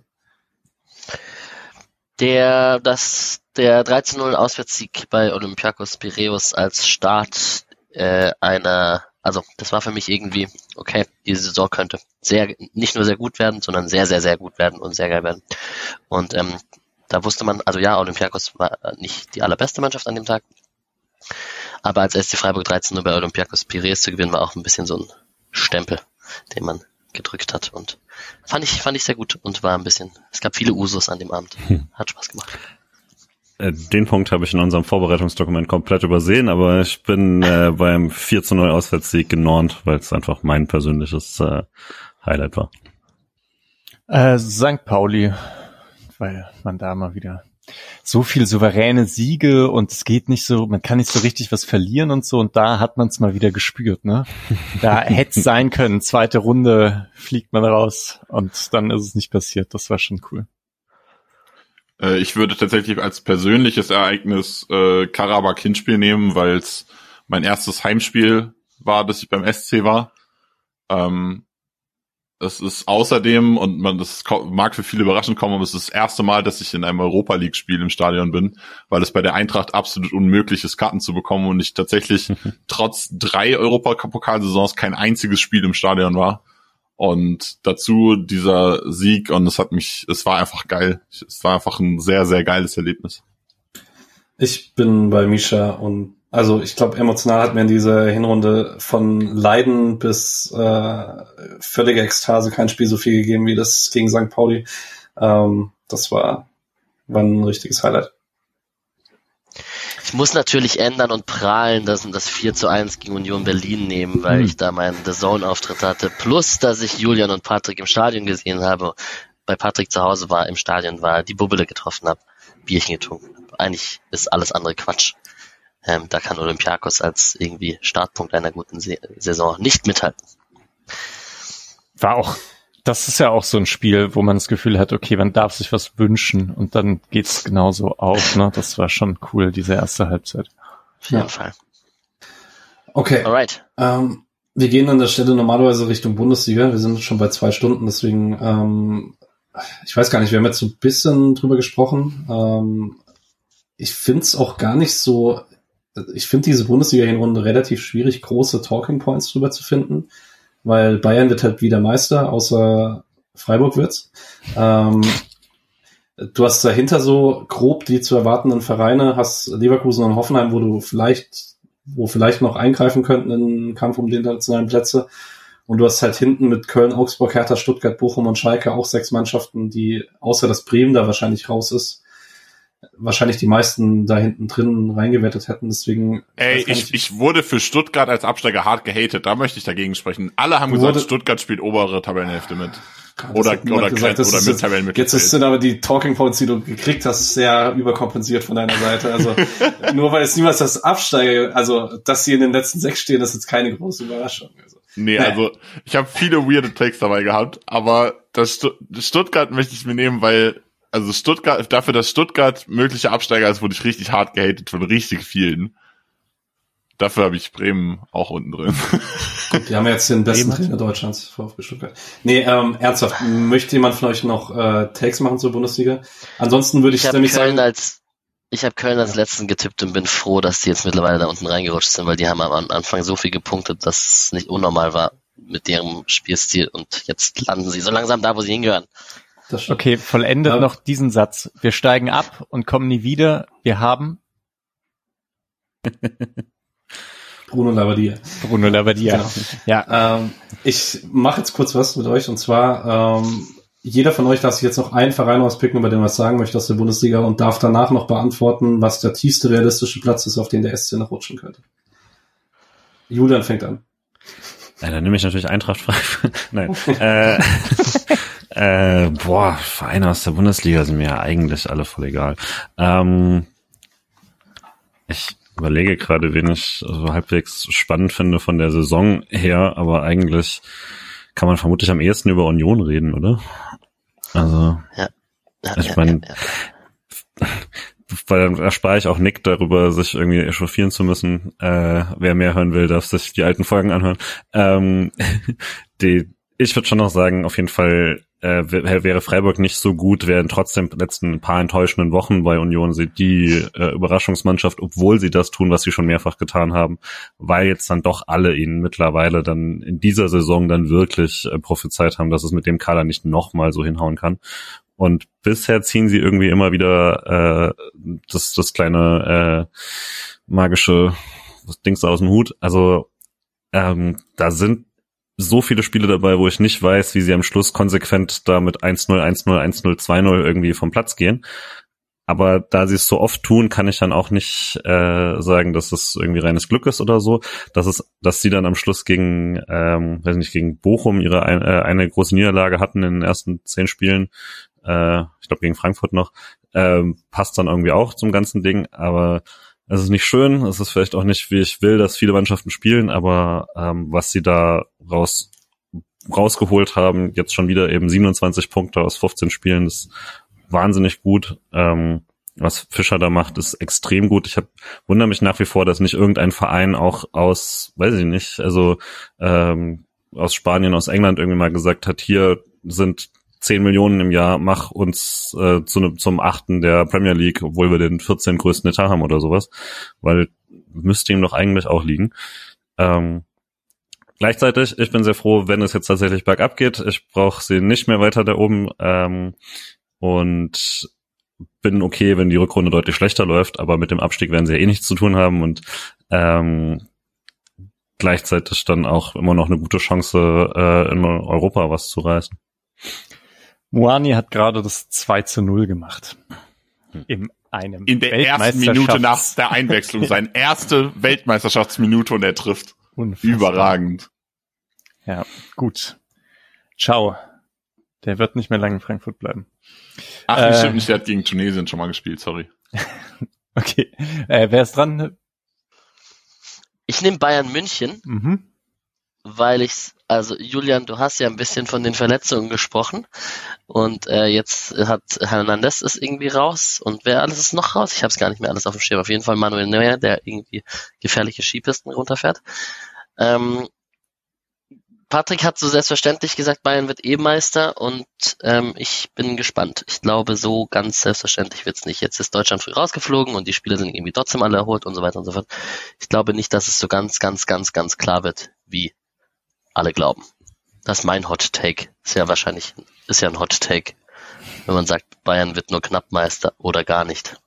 Der, das, der dreizehn null Auswärtssieg bei Olympiakos Piräus als Start äh, einer, also das war für mich irgendwie, okay, diese Saison könnte sehr, nicht nur sehr gut werden, sondern sehr, sehr, sehr gut werden und sehr geil werden. Und ähm, da wusste man, also ja, Olympiakos war nicht die allerbeste Mannschaft an dem Tag, aber als S C Freiburg dreizehn null bei Olympiakos Piraeus zu gewinnen, war auch ein bisschen so ein Stempel, den man gedrückt hat, und fand ich fand ich sehr gut und war ein bisschen, es gab viele Usos an dem Abend. Hat Spaß gemacht. Den Punkt habe ich in unserem Vorbereitungsdokument komplett übersehen, aber ich bin äh, beim vier zu null Auswärtssieg genornt, weil es einfach mein persönliches äh, Highlight war. Äh, Sankt Pauli, weil man da mal wieder so viel souveräne Siege und es geht nicht so, man kann nicht so richtig was verlieren und so, und da hat man es mal wieder gespürt, ne? Da hätte es sein können, zweite Runde fliegt man raus und dann ist es nicht passiert, das war schon cool. Äh, ich würde tatsächlich als persönliches Ereignis äh, Karabakh-Hinspiel nehmen, weil es mein erstes Heimspiel war, dass ich beim S C war. Ähm, Es ist außerdem, und man, das mag für viele überraschend kommen, aber es ist das erste Mal, dass ich in einem Europa-League-Spiel im Stadion bin, weil es bei der Eintracht absolut unmöglich ist, Karten zu bekommen und ich tatsächlich trotz drei Europapokalsaisons kein einziges Spiel im Stadion war. Und dazu dieser Sieg, und es hat mich, es war einfach geil. Es war einfach ein sehr, sehr geiles Erlebnis. Ich bin bei Misha und also ich glaube, emotional hat mir in dieser Hinrunde von Leiden bis äh, völlige Ekstase kein Spiel so viel gegeben wie das gegen Sankt Pauli. Ähm, das war, war ein richtiges Highlight. Ich muss natürlich ändern und prahlen, dass das vier zu eins gegen Union Berlin nehmen, weil hm. ich da meinen The Zone-Auftritt hatte. Plus, dass ich Julian und Patrick im Stadion gesehen habe. Bei Patrick zu Hause war, im Stadion war, die Bubbele getroffen habe, Bierchen getrunken habe. Eigentlich ist alles andere Quatsch. Ähm, da kann Olympiakos als irgendwie Startpunkt einer guten Se- Saison nicht mithalten. War auch, das ist ja auch so ein Spiel, wo man das Gefühl hat, okay, man darf sich was wünschen und dann geht's genauso auf, ne? Das war schon cool, diese erste Halbzeit. Auf jeden Ja. Fall. Okay. Alright. Ähm, wir gehen an der Stelle normalerweise Richtung Bundesliga. Wir sind schon bei zwei Stunden, deswegen, ähm, ich weiß gar nicht, wir haben jetzt so ein bisschen drüber gesprochen. Ähm, ich find's auch gar nicht so, ich finde diese Bundesliga-Hinrunde relativ schwierig, große Talking Points drüber zu finden, weil Bayern wird halt wieder Meister, außer Freiburg wird's. Ähm, du hast dahinter so grob die zu erwartenden Vereine, hast Leverkusen und Hoffenheim, wo du vielleicht, wo vielleicht noch eingreifen könnten in den Kampf um die internationalen Plätze. Und du hast halt hinten mit Köln, Augsburg, Hertha, Stuttgart, Bochum und Schalke auch sechs Mannschaften, die, außer dass Bremen da wahrscheinlich raus ist, wahrscheinlich die meisten da hinten drin reingewettet hätten, deswegen... Ey, ich, ich wurde für Stuttgart als Absteiger hart gehatet, da möchte ich dagegen sprechen. Alle haben gesagt, Stuttgart spielt obere Tabellenhälfte mit. Oder, oder, gesagt, oder mit Tabellenmittelfeld. Jetzt sind aber die Talking Points, die du gekriegt hast, sehr überkompensiert von deiner Seite. Also nur weil es niemals das Absteiger, also dass sie in den letzten sechs stehen, das ist jetzt keine große Überraschung. Also. Nee, naja. Also ich habe viele weirde Takes dabei gehabt, aber das Stu- Stuttgart möchte ich mir nehmen, weil also Stuttgart, dafür, dass Stuttgart möglicher Absteiger ist, wurde ich richtig hart gehatet von richtig vielen. Dafür habe ich Bremen auch unten drin. Gut, wir haben jetzt den besten Trainer Deutschlands, VfB Stuttgart. Nee, ähm, ernsthaft, möchte jemand von euch noch äh, Takes machen zur Bundesliga? Ansonsten würde ich, ich nämlich Köln sagen... Als, ich habe Köln als ja. letzten getippt und bin froh, dass die jetzt mittlerweile da unten reingerutscht sind, weil die haben am Anfang so viel gepunktet, dass es nicht unnormal war mit deren Spielstil, und jetzt landen sie so langsam da, wo sie hingehören. Okay, vollendet ja. noch diesen Satz. Wir steigen ab und kommen nie wieder. Wir haben Bruno Labbadia. Bruno Labbadia. Genau. Ja. Ähm, ich mache jetzt kurz was mit euch, und zwar ähm, jeder von euch darf sich jetzt noch einen Verein auspicken, über den was sagen möchte aus der Bundesliga, und darf danach noch beantworten, was der tiefste realistische Platz ist, auf den der S C noch rutschen könnte. Julian fängt an. Ja, dann nehme ich natürlich Eintracht frei. Nein. äh, äh, boah, Vereine aus der Bundesliga sind mir ja eigentlich alle voll egal. Ähm, ich überlege gerade, wen ich so halbwegs spannend finde von der Saison her, aber eigentlich kann man vermutlich am ehesten über Union reden, oder? Also, ja. Ja, ich ja, meine, ja, ja. weil dann erspare ich auch Nick darüber, sich irgendwie echauffieren zu müssen. Äh, wer mehr hören will, darf sich die alten Folgen anhören. Ähm, die, ich würde schon noch sagen, auf jeden Fall äh, wäre Freiburg nicht so gut, wären trotzdem letzten ein paar enttäuschenden Wochen bei Union sie die äh, Überraschungsmannschaft, obwohl sie das tun, was sie schon mehrfach getan haben, weil jetzt dann doch alle ihnen mittlerweile dann in dieser Saison dann wirklich äh, prophezeit haben, dass es mit dem Kader nicht nochmal so hinhauen kann. Und bisher ziehen sie irgendwie immer wieder äh, das, das kleine äh, magische Dings aus dem Hut. Also ähm, da sind so viele Spiele dabei, wo ich nicht weiß, wie sie am Schluss konsequent da mit eins null, eins null, eins null, zwei null irgendwie vom Platz gehen. Aber da sie es so oft tun, kann ich dann auch nicht äh, sagen, dass es irgendwie reines Glück ist oder so. Dass es, dass sie dann am Schluss gegen, ähm, weiß nicht, gegen Bochum ihre ein, äh, eine große Niederlage hatten in den ersten zehn Spielen. Äh, ich glaube gegen Frankfurt noch. Äh, passt dann irgendwie auch zum ganzen Ding. Aber es ist nicht schön. Es ist vielleicht auch nicht, wie ich will, dass viele Mannschaften spielen. Aber ähm, was sie da raus rausgeholt haben, jetzt schon wieder eben siebenundzwanzig Punkte aus fünfzehn Spielen, das wahnsinnig gut. Ähm, was Fischer da macht, ist extrem gut. Ich hab, wundere mich nach wie vor, dass nicht irgendein Verein auch aus, weiß ich nicht, also ähm, aus Spanien, aus England irgendwie mal gesagt hat, hier sind zehn Millionen im Jahr, mach uns äh, zu ne, zum achten der Premier League, obwohl wir den vierzehn größten Etat haben oder sowas, weil müsste ihm doch eigentlich auch liegen. Ähm, gleichzeitig, ich bin sehr froh, wenn es jetzt tatsächlich bergab geht. Ich brauche sie nicht mehr weiter da oben. Ähm, Und bin okay, wenn die Rückrunde deutlich schlechter läuft, aber mit dem Abstieg werden sie ja eh nichts zu tun haben und ähm, gleichzeitig dann auch immer noch eine gute Chance, äh, in Europa was zu reißen. Muani hat gerade das zwei zu null gemacht. In einem In der ersten Minute nach der Einwechslung, seine erste Weltmeisterschaftsminute und er trifft. Unfassbar. Überragend. Ja, gut. Ciao. Der wird nicht mehr lange in Frankfurt bleiben. Ach, äh, stimmt nicht, der hat gegen Tunesien schon mal gespielt, sorry. Okay, äh, wer ist dran? Ich nehme Bayern München, Mhm. weil ich, also Julian, du hast ja ein bisschen von den Verletzungen gesprochen und äh, jetzt hat Hernandez ist irgendwie raus und wer alles ist noch raus? Ich habe es gar nicht mehr alles auf dem Schirm. Auf jeden Fall Manuel Neuer, der irgendwie gefährliche Skipisten runterfährt. Ähm, Patrick hat so selbstverständlich gesagt, Bayern wird eh Meister und ähm, ich bin gespannt. Ich glaube, so ganz selbstverständlich wird's nicht. Jetzt ist Deutschland früh rausgeflogen und die Spieler sind irgendwie trotzdem alle erholt und so weiter und so fort. Ich glaube nicht, dass es so ganz, ganz, ganz, ganz klar wird, wie alle glauben. Das ist mein Hot Take. Ist ja wahrscheinlich, ist ja ein Hot Take, wenn man sagt, Bayern wird nur knapp Meister oder gar nicht.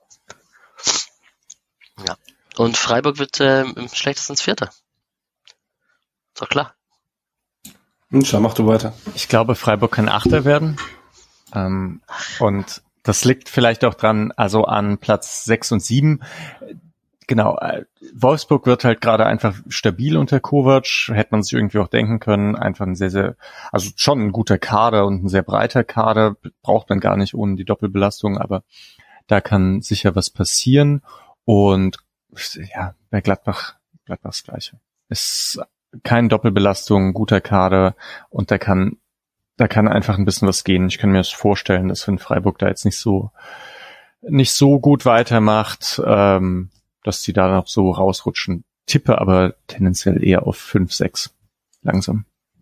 Ja. Und Freiburg wird äh, im schlechtestens Vierter. Ist doch klar. Hm, schau, mach du weiter. Ich glaube, Freiburg kann Achter werden. Ähm, und das liegt vielleicht auch dran, also an Platz sechs und sieben. Genau, äh, Wolfsburg wird halt gerade einfach stabil unter Kovac. Hätte man sich irgendwie auch denken können. Einfach ein sehr, sehr, also schon ein guter Kader und ein sehr breiter Kader. Braucht man gar nicht ohne die Doppelbelastung, aber da kann sicher was passieren. Und ja, bei Gladbach, Gladbach das Gleiche. Ist keine Doppelbelastung, guter Kader und da kann, da kann einfach ein bisschen was gehen. Ich kann mir das vorstellen, dass wenn Freiburg da jetzt nicht so, nicht so gut weitermacht, ähm, dass die da noch so rausrutschen. Tippe aber tendenziell eher auf fünf, sechs. Langsam.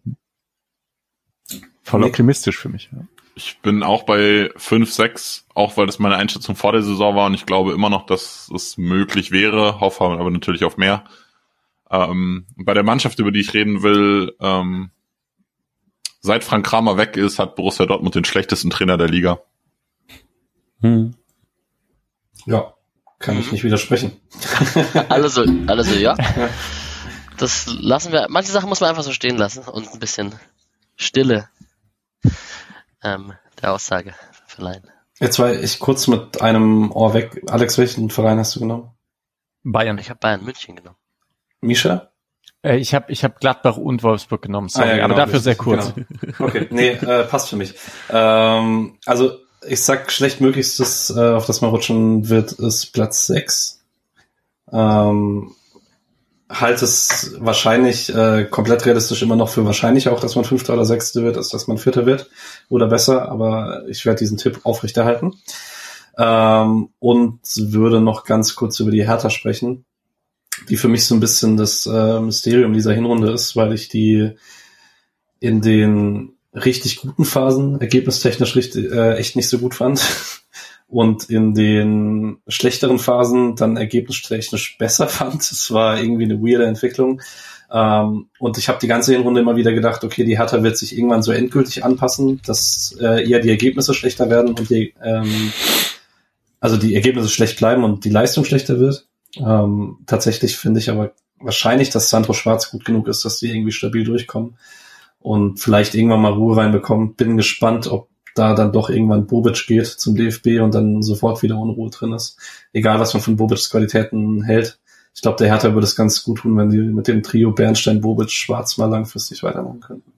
Voll optimistisch für mich. Ja. Ich bin auch bei fünf, sechs, auch weil das meine Einschätzung vor der Saison war und ich glaube immer noch, dass es möglich wäre, hoffe aber natürlich auf mehr. Ähm, bei der Mannschaft, über die ich reden will, ähm, seit Frank Kramer weg ist, hat Borussia Dortmund den schlechtesten Trainer der Liga. Hm. Ja, kann ich nicht widersprechen. Alle so, alle so, ja. Das lassen wir, manche Sachen muss man einfach so stehen lassen und ein bisschen Stille ähm, der Aussage verleihen. Jetzt war ich kurz mit einem Ohr weg. Alex, welchen Verein hast du genommen? Bayern. Ich habe Bayern München genommen. Mischa? Äh, ich habe ich hab Gladbach und Wolfsburg genommen, sorry, Ah, ja, genau, aber dafür richtig, sehr kurz. Genau. Okay, nee, äh, passt für mich. Ähm, also ich sag, schlechtmöglichstes, äh, auf das man rutschen wird, ist Platz sechs. Ähm, halt es wahrscheinlich äh, komplett realistisch immer noch für wahrscheinlich auch, dass man Fünfter oder Sechster wird, als dass man Vierter wird oder besser, aber ich werde diesen Tipp aufrechterhalten. Ähm, und würde noch ganz kurz über die Hertha sprechen, die für mich so ein bisschen das äh, Mysterium dieser Hinrunde ist, weil ich die in den richtig guten Phasen ergebnistechnisch richtig, äh, echt nicht so gut fand und in den schlechteren Phasen dann ergebnistechnisch besser fand. Es war irgendwie eine weirde Entwicklung. Ähm, und ich habe die ganze Hinrunde immer wieder gedacht, okay, die Hertha wird sich irgendwann so endgültig anpassen, dass äh, eher die Ergebnisse schlechter werden und die ähm, also die Ergebnisse schlecht bleiben und die Leistung schlechter wird. Ähm, tatsächlich finde ich aber wahrscheinlich, dass Sandro Schwarz gut genug ist, dass die irgendwie stabil durchkommen und vielleicht irgendwann mal Ruhe reinbekommen. Bin gespannt, ob da dann doch irgendwann Bobic geht zum D F B und dann sofort wieder Unruhe drin ist. Egal, was man von Bobics Qualitäten hält. Ich glaube, der Hertha würde es ganz gut tun, wenn die mit dem Trio Bernstein, Bobic, Schwarz mal langfristig weitermachen könnten.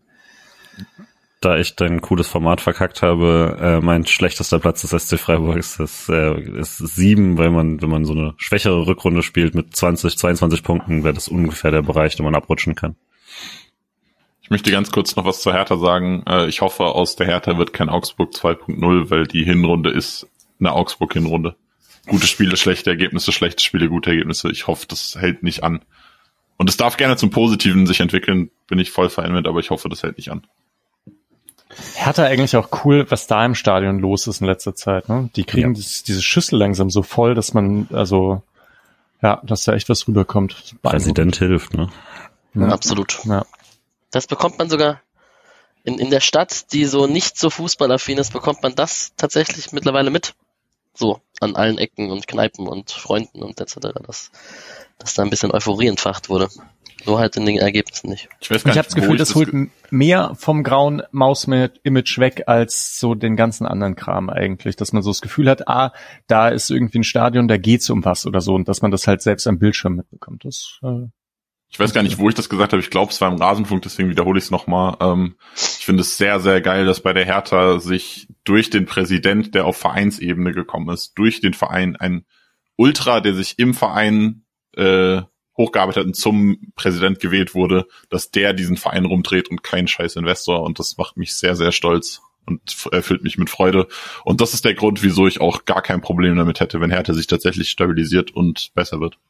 Da ich dein cooles Format verkackt habe, äh, mein schlechtester Platz des S C Freiburg ist, das, äh, ist sieben, weil man, wenn man so eine schwächere Rückrunde spielt mit zwanzig, zweiundzwanzig Punkten, wäre das ungefähr der Bereich, wo man abrutschen kann. Ich möchte ganz kurz noch was zur Hertha sagen. Äh, ich hoffe, aus der Hertha wird kein Augsburg zwei Punkt null, weil die Hinrunde ist eine Augsburg-Hinrunde. Gute Spiele, schlechte Ergebnisse, schlechte Spiele, gute Ergebnisse. Ich hoffe, das hält nicht an. Und es darf gerne zum Positiven sich entwickeln, bin ich voll fein mit, aber ich hoffe, das hält nicht an. Hertha eigentlich auch cool, was da im Stadion los ist in letzter Zeit. Ne? Die kriegen ja. dieses, diese Schüssel langsam so voll, dass man, also, ja, dass da echt was rüberkommt. Präsident hilft, ne? Ja. Absolut. Ja. Das bekommt man sogar in, in der Stadt, die so nicht so fußballaffin ist, bekommt man das tatsächlich mittlerweile mit. So, an allen Ecken und Kneipen und Freunden und et cetera, dass, dass da ein bisschen Euphorie entfacht wurde. Nur halt in den Ergebnissen nicht. Ich, ich habe das Gefühl, das holt ge- mehr vom grauen Maus-Image weg als so den ganzen anderen Kram eigentlich. Dass man so das Gefühl hat, ah, da ist irgendwie ein Stadion, da geht's um was oder so. Und dass man das halt selbst am Bildschirm mitbekommt. Das, äh, ich weiß gar nicht, wo ich das gesagt habe. Ich glaube, es war im Rasenfunk, deswegen wiederhole ich es nochmal. Ähm, ich finde es sehr, sehr geil, dass bei der Hertha sich durch den Präsident, der auf Vereinsebene gekommen ist, durch den Verein ein Ultra, der sich im Verein äh, hochgearbeitet hat und zum Präsident gewählt wurde, dass der diesen Verein rumdreht und kein scheiß Investor. Und das macht mich sehr, sehr stolz und erfüllt mich mit Freude. Und das ist der Grund, wieso ich auch gar kein Problem damit hätte, wenn Hertha sich tatsächlich stabilisiert und besser wird.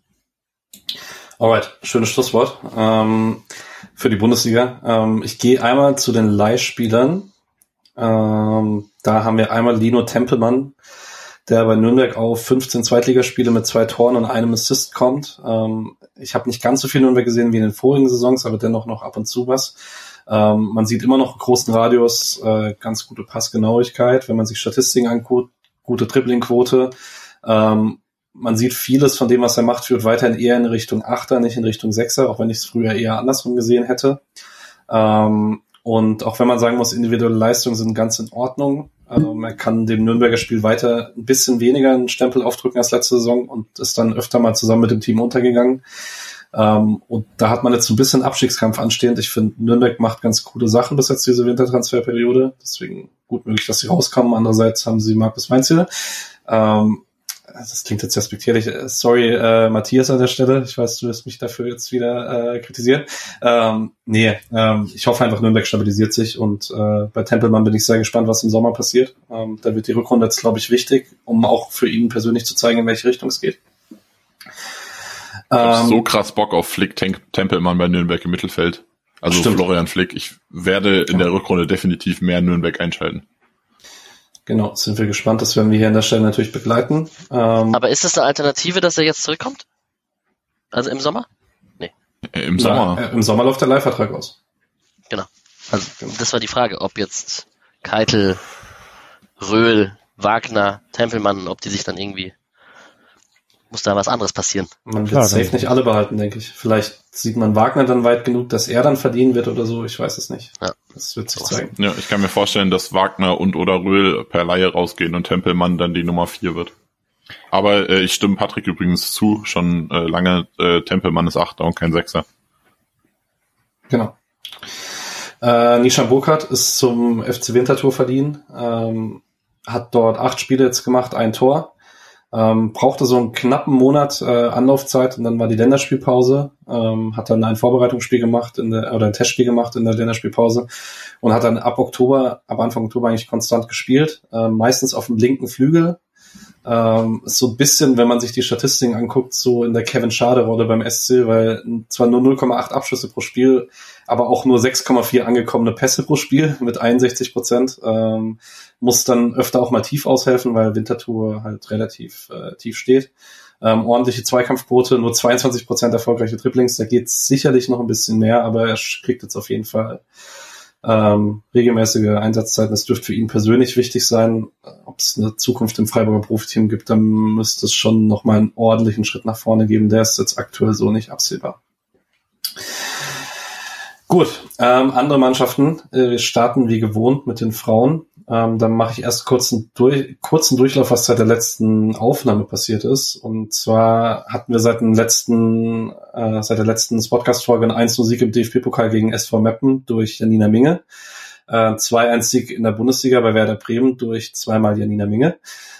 Alright, schönes Schlusswort ähm, für die Bundesliga. Ähm, ich gehe einmal zu den Leihspielern. Ähm, da haben wir einmal Lino Tempelmann, der bei Nürnberg auf fünfzehn Zweitligaspiele mit zwei Toren und einem Assist kommt. Ähm, ich habe nicht ganz so viel Nürnberg gesehen wie in den vorigen Saisons, aber dennoch noch ab und zu was. Ähm, man sieht immer noch einen großen Radius, äh, ganz gute Passgenauigkeit, wenn man sich Statistiken anguckt, gute Dribblingquote. Ähm, Man sieht vieles von dem, was er macht, führt weiterhin eher in Richtung Achter, nicht in Richtung Sechser, auch wenn ich es früher eher andersrum gesehen hätte. Ähm, und auch wenn man sagen muss, individuelle Leistungen sind ganz in Ordnung. Ähm, er kann dem Nürnberger Spiel weiter ein bisschen weniger einen Stempel aufdrücken als letzte Saison und ist dann öfter mal zusammen mit dem Team untergegangen. Ähm, und da hat man jetzt so ein bisschen Abstiegskampf anstehend. Ich finde, Nürnberg macht ganz coole Sachen bis jetzt diese Wintertransferperiode. Deswegen gut möglich, dass sie rauskommen. Andererseits haben sie Markus Weinzierl. Ähm, Das klingt jetzt respektierlich. Sorry, äh, Matthias an der Stelle. Ich weiß, du wirst mich dafür jetzt wieder äh, kritisieren. Ähm, nee, ähm, ich hoffe einfach, Nürnberg stabilisiert sich und äh, bei Tempelmann bin ich sehr gespannt, was im Sommer passiert. Ähm, da wird die Rückrunde jetzt, glaube ich, wichtig, um auch für ihn persönlich zu zeigen, in welche Richtung es geht. Ich hab ähm, so krass Bock auf Flick Tempelmann bei Nürnberg im Mittelfeld. Also stimmt. Florian Flick. Ich werde in ja. der Rückrunde definitiv mehr Nürnberg einschalten. Genau, sind wir gespannt. Das werden wir hier an der Stelle natürlich begleiten. Ähm, Aber ist das eine Alternative, dass er jetzt zurückkommt? Also im Sommer? Nee. Äh, Im Sommer. Na, äh, Im Sommer läuft der Leihvertrag aus. Genau. Also das war die Frage, ob jetzt Keitel, Röhl, Wagner, Tempelmann, ob die sich dann irgendwie, muss da was anderes passieren. Man wird Klar, safe nicht alle behalten, denke ich. Vielleicht sieht man Wagner dann weit genug, dass er dann verdienen wird oder so. Ich weiß es nicht. Ja. Das wird sich zeigen. Ja, ich kann mir vorstellen, dass Wagner und oder Röhl per Leihe rausgehen und Tempelmann dann die Nummer vier wird. Aber äh, ich stimme Patrick übrigens zu, schon äh, lange, äh, Tempelmann ist Achter und kein Sechser. Genau. Äh, Nishan Burkhardt ist zum F C Winterthur verliehen, ähm, hat dort acht Spiele jetzt gemacht, ein Tor. Ähm, brauchte so einen knappen Monat äh, Anlaufzeit und dann war die Länderspielpause, ähm, hat dann ein Vorbereitungsspiel gemacht in der, oder ein Testspiel gemacht in der Länderspielpause und hat dann ab Oktober, ab Anfang Oktober eigentlich konstant gespielt, äh, meistens auf dem linken Flügel. Ähm, ist so ein bisschen, wenn man sich die Statistiken anguckt, so in der Kevin Schade-Rolle beim S C, weil zwar nur null Komma acht Abschlüsse pro Spiel, aber auch nur sechs Komma vier angekommene Pässe pro Spiel mit einundsechzig Prozent. Ähm, muss dann öfter auch mal tief aushelfen, weil Winterthur halt relativ äh, tief steht. Ähm, ordentliche Zweikampfquote, nur zweiundzwanzig Prozent erfolgreiche Dribblings. Da geht es sicherlich noch ein bisschen mehr, aber er kriegt jetzt auf jeden Fall ähm, regelmäßige Einsatzzeiten. Das dürfte für ihn persönlich wichtig sein. Ob es eine Zukunft im Freiburger Profiteam gibt, dann müsste es schon nochmal einen ordentlichen Schritt nach vorne geben. Der ist jetzt aktuell so nicht absehbar. Gut, ähm, andere Mannschaften äh, starten wie gewohnt mit den Frauen. Ähm, dann mache ich erst kurzen, durch, kurzen Durchlauf, was seit der letzten Aufnahme passiert ist. Und zwar hatten wir seit dem letzten, äh, seit der letzten Podcast-Folge einen eins null Sieg im D F B-Pokal gegen S V Meppen durch Janina Minge. Äh, zwei eins Sieg in der Bundesliga bei Werder Bremen durch zweimal Janina Minge.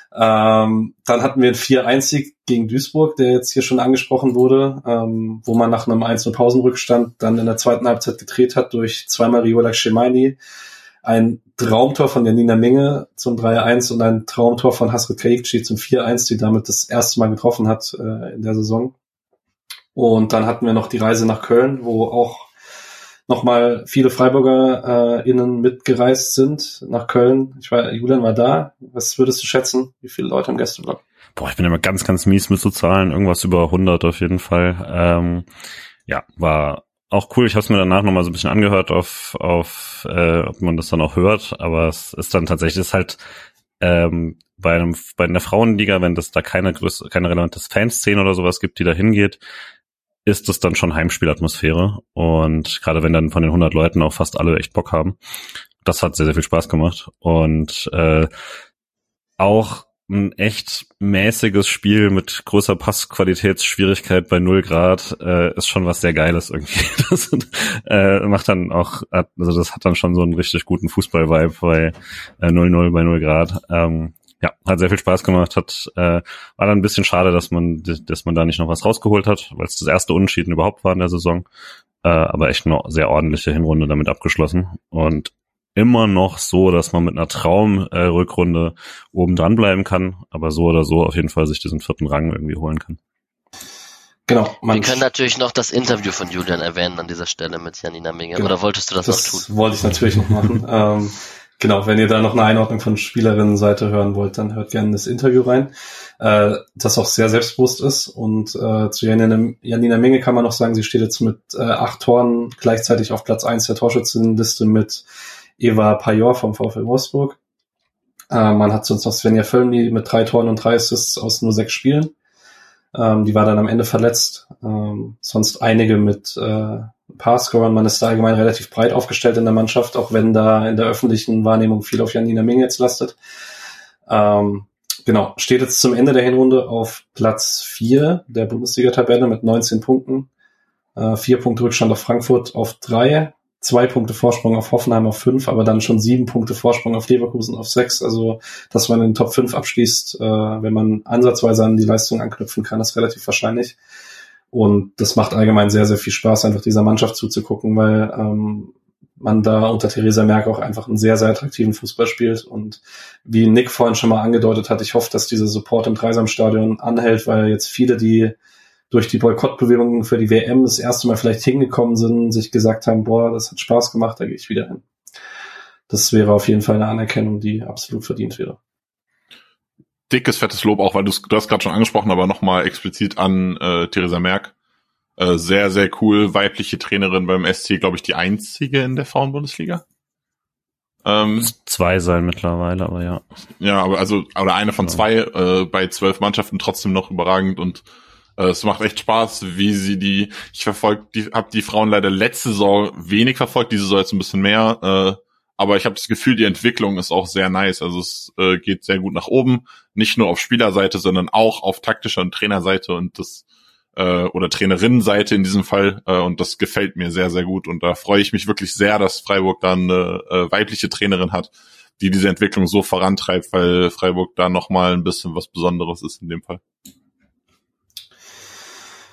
Ähm, dann hatten wir einen vier eins Sieg gegen Duisburg, der jetzt hier schon angesprochen wurde, ähm, wo man nach einem eins null Pausenrückstand dann in der zweiten Halbzeit gedreht hat durch zweimal Riola Shemaini, ein Traumtor von Janina Minge zum drei eins und ein Traumtor von Hasret Kayikci zum vier eins, die damit das erste Mal getroffen hat äh, in der Saison. Und dann hatten wir noch die Reise nach Köln, wo auch nochmal viele Freiburger äh, innen mitgereist sind nach Köln. Ich war, Julian war da. Was würdest du schätzen? Wie viele Leute im Gästeblock? Boah, ich bin immer ganz, ganz mies mit so Zahlen. Irgendwas über hundert auf jeden Fall. Ähm, ja, war auch cool. Ich habe es mir danach nochmal so ein bisschen angehört, auf, auf äh, ob man das dann auch hört. Aber es ist dann tatsächlich ist halt ähm, bei einem bei einer Frauenliga, wenn das da keine größere, keine relevante Fanszene oder sowas gibt, die da hingeht, ist es dann schon Heimspielatmosphäre. Und gerade wenn dann von den hundert Leuten auch fast alle echt Bock haben. Das hat sehr, sehr viel Spaß gemacht. Und äh, auch ein echt mäßiges Spiel mit großer Passqualitätsschwierigkeit bei null Grad äh, ist schon was sehr Geiles irgendwie. Das äh, macht dann auch, also das hat dann schon so einen richtig guten Fußball-Vibe bei äh, null null bei null Grad. Ähm, ja, hat sehr viel Spaß gemacht, hat äh, war dann ein bisschen schade, dass man dass man da nicht noch was rausgeholt hat, weil es das erste Unentschieden überhaupt war in der Saison. Äh, aber echt eine sehr ordentliche Hinrunde damit abgeschlossen. Und immer noch so, dass man mit einer Traumrückrunde äh, oben dran bleiben kann, aber so oder so auf jeden Fall sich diesen vierten Rang irgendwie holen kann. Genau. Wir können natürlich noch das Interview von Julian erwähnen an dieser Stelle mit Janina Minge. Genau. Oder wolltest du das, das noch tun? Das wollte ich natürlich noch machen. ähm, genau, wenn ihr da noch eine Einordnung von Spielerinnenseite hören wollt, dann hört gerne das Interview rein, äh, das auch sehr selbstbewusst ist. Und äh, zu Janina, Janina Minge kann man noch sagen, sie steht jetzt mit äh, acht Toren gleichzeitig auf Platz eins der Torschützenliste mit Eva Pajor vom VfL Wolfsburg. Äh, man hat sonst noch Svenja Völny mit drei Toren und drei Assists aus nur sechs Spielen. Ähm, die war dann am Ende verletzt. Ähm, sonst einige mit äh, Paar-Scorern. Man ist da allgemein relativ breit aufgestellt in der Mannschaft, auch wenn da in der öffentlichen Wahrnehmung viel auf Janina Minge jetzt lastet. Ähm, genau, steht jetzt zum Ende der Hinrunde auf Platz vier der Bundesliga-Tabelle mit neunzehn Punkten. Äh, vier Punkte Rückstand auf Frankfurt auf drei. Zwei Punkte Vorsprung auf Hoffenheim auf fünf, aber dann schon sieben Punkte Vorsprung auf Leverkusen auf sechs. Also, dass man in den Top fünf abschließt, äh, wenn man ansatzweise an die Leistung anknüpfen kann, ist relativ wahrscheinlich. Und das macht allgemein sehr, sehr viel Spaß, einfach dieser Mannschaft zuzugucken, weil ähm, man da unter Theresa Merck auch einfach einen sehr, sehr attraktiven Fußball spielt. Und wie Nick vorhin schon mal angedeutet hat, ich hoffe, dass dieser Support im Dreisamstadion anhält, weil jetzt viele, die durch die Boykottbewegungen für die W M das erste Mal vielleicht hingekommen sind, sich gesagt haben, boah, das hat Spaß gemacht, da gehe ich wieder hin. Das wäre auf jeden Fall eine Anerkennung, die absolut verdient wäre. Dickes, fettes Lob auch, weil du du hast gerade schon angesprochen, aber nochmal explizit an äh, Theresa Merck. Äh, sehr, sehr cool, weibliche Trainerin beim S C, glaube ich, die einzige in der Frauenbundesliga. Ähm, Zwei sein mittlerweile, aber ja. Ja, aber also, oder eine von zwei, äh, bei zwölf Mannschaften trotzdem noch überragend und es macht echt Spaß, wie sie die, ich verfolge, die, habe die Frauen leider letzte Saison wenig verfolgt, diese Saison jetzt ein bisschen mehr, äh, aber ich habe das Gefühl, die Entwicklung ist auch sehr nice, also es äh, geht sehr gut nach oben, nicht nur auf Spielerseite, sondern auch auf taktischer und Trainerseite und das, äh, oder Trainerinnenseite in diesem Fall, äh, und das gefällt mir sehr, sehr gut und da freue ich mich wirklich sehr, dass Freiburg da eine äh, weibliche Trainerin hat, die diese Entwicklung so vorantreibt, weil Freiburg da nochmal ein bisschen was Besonderes ist in dem Fall.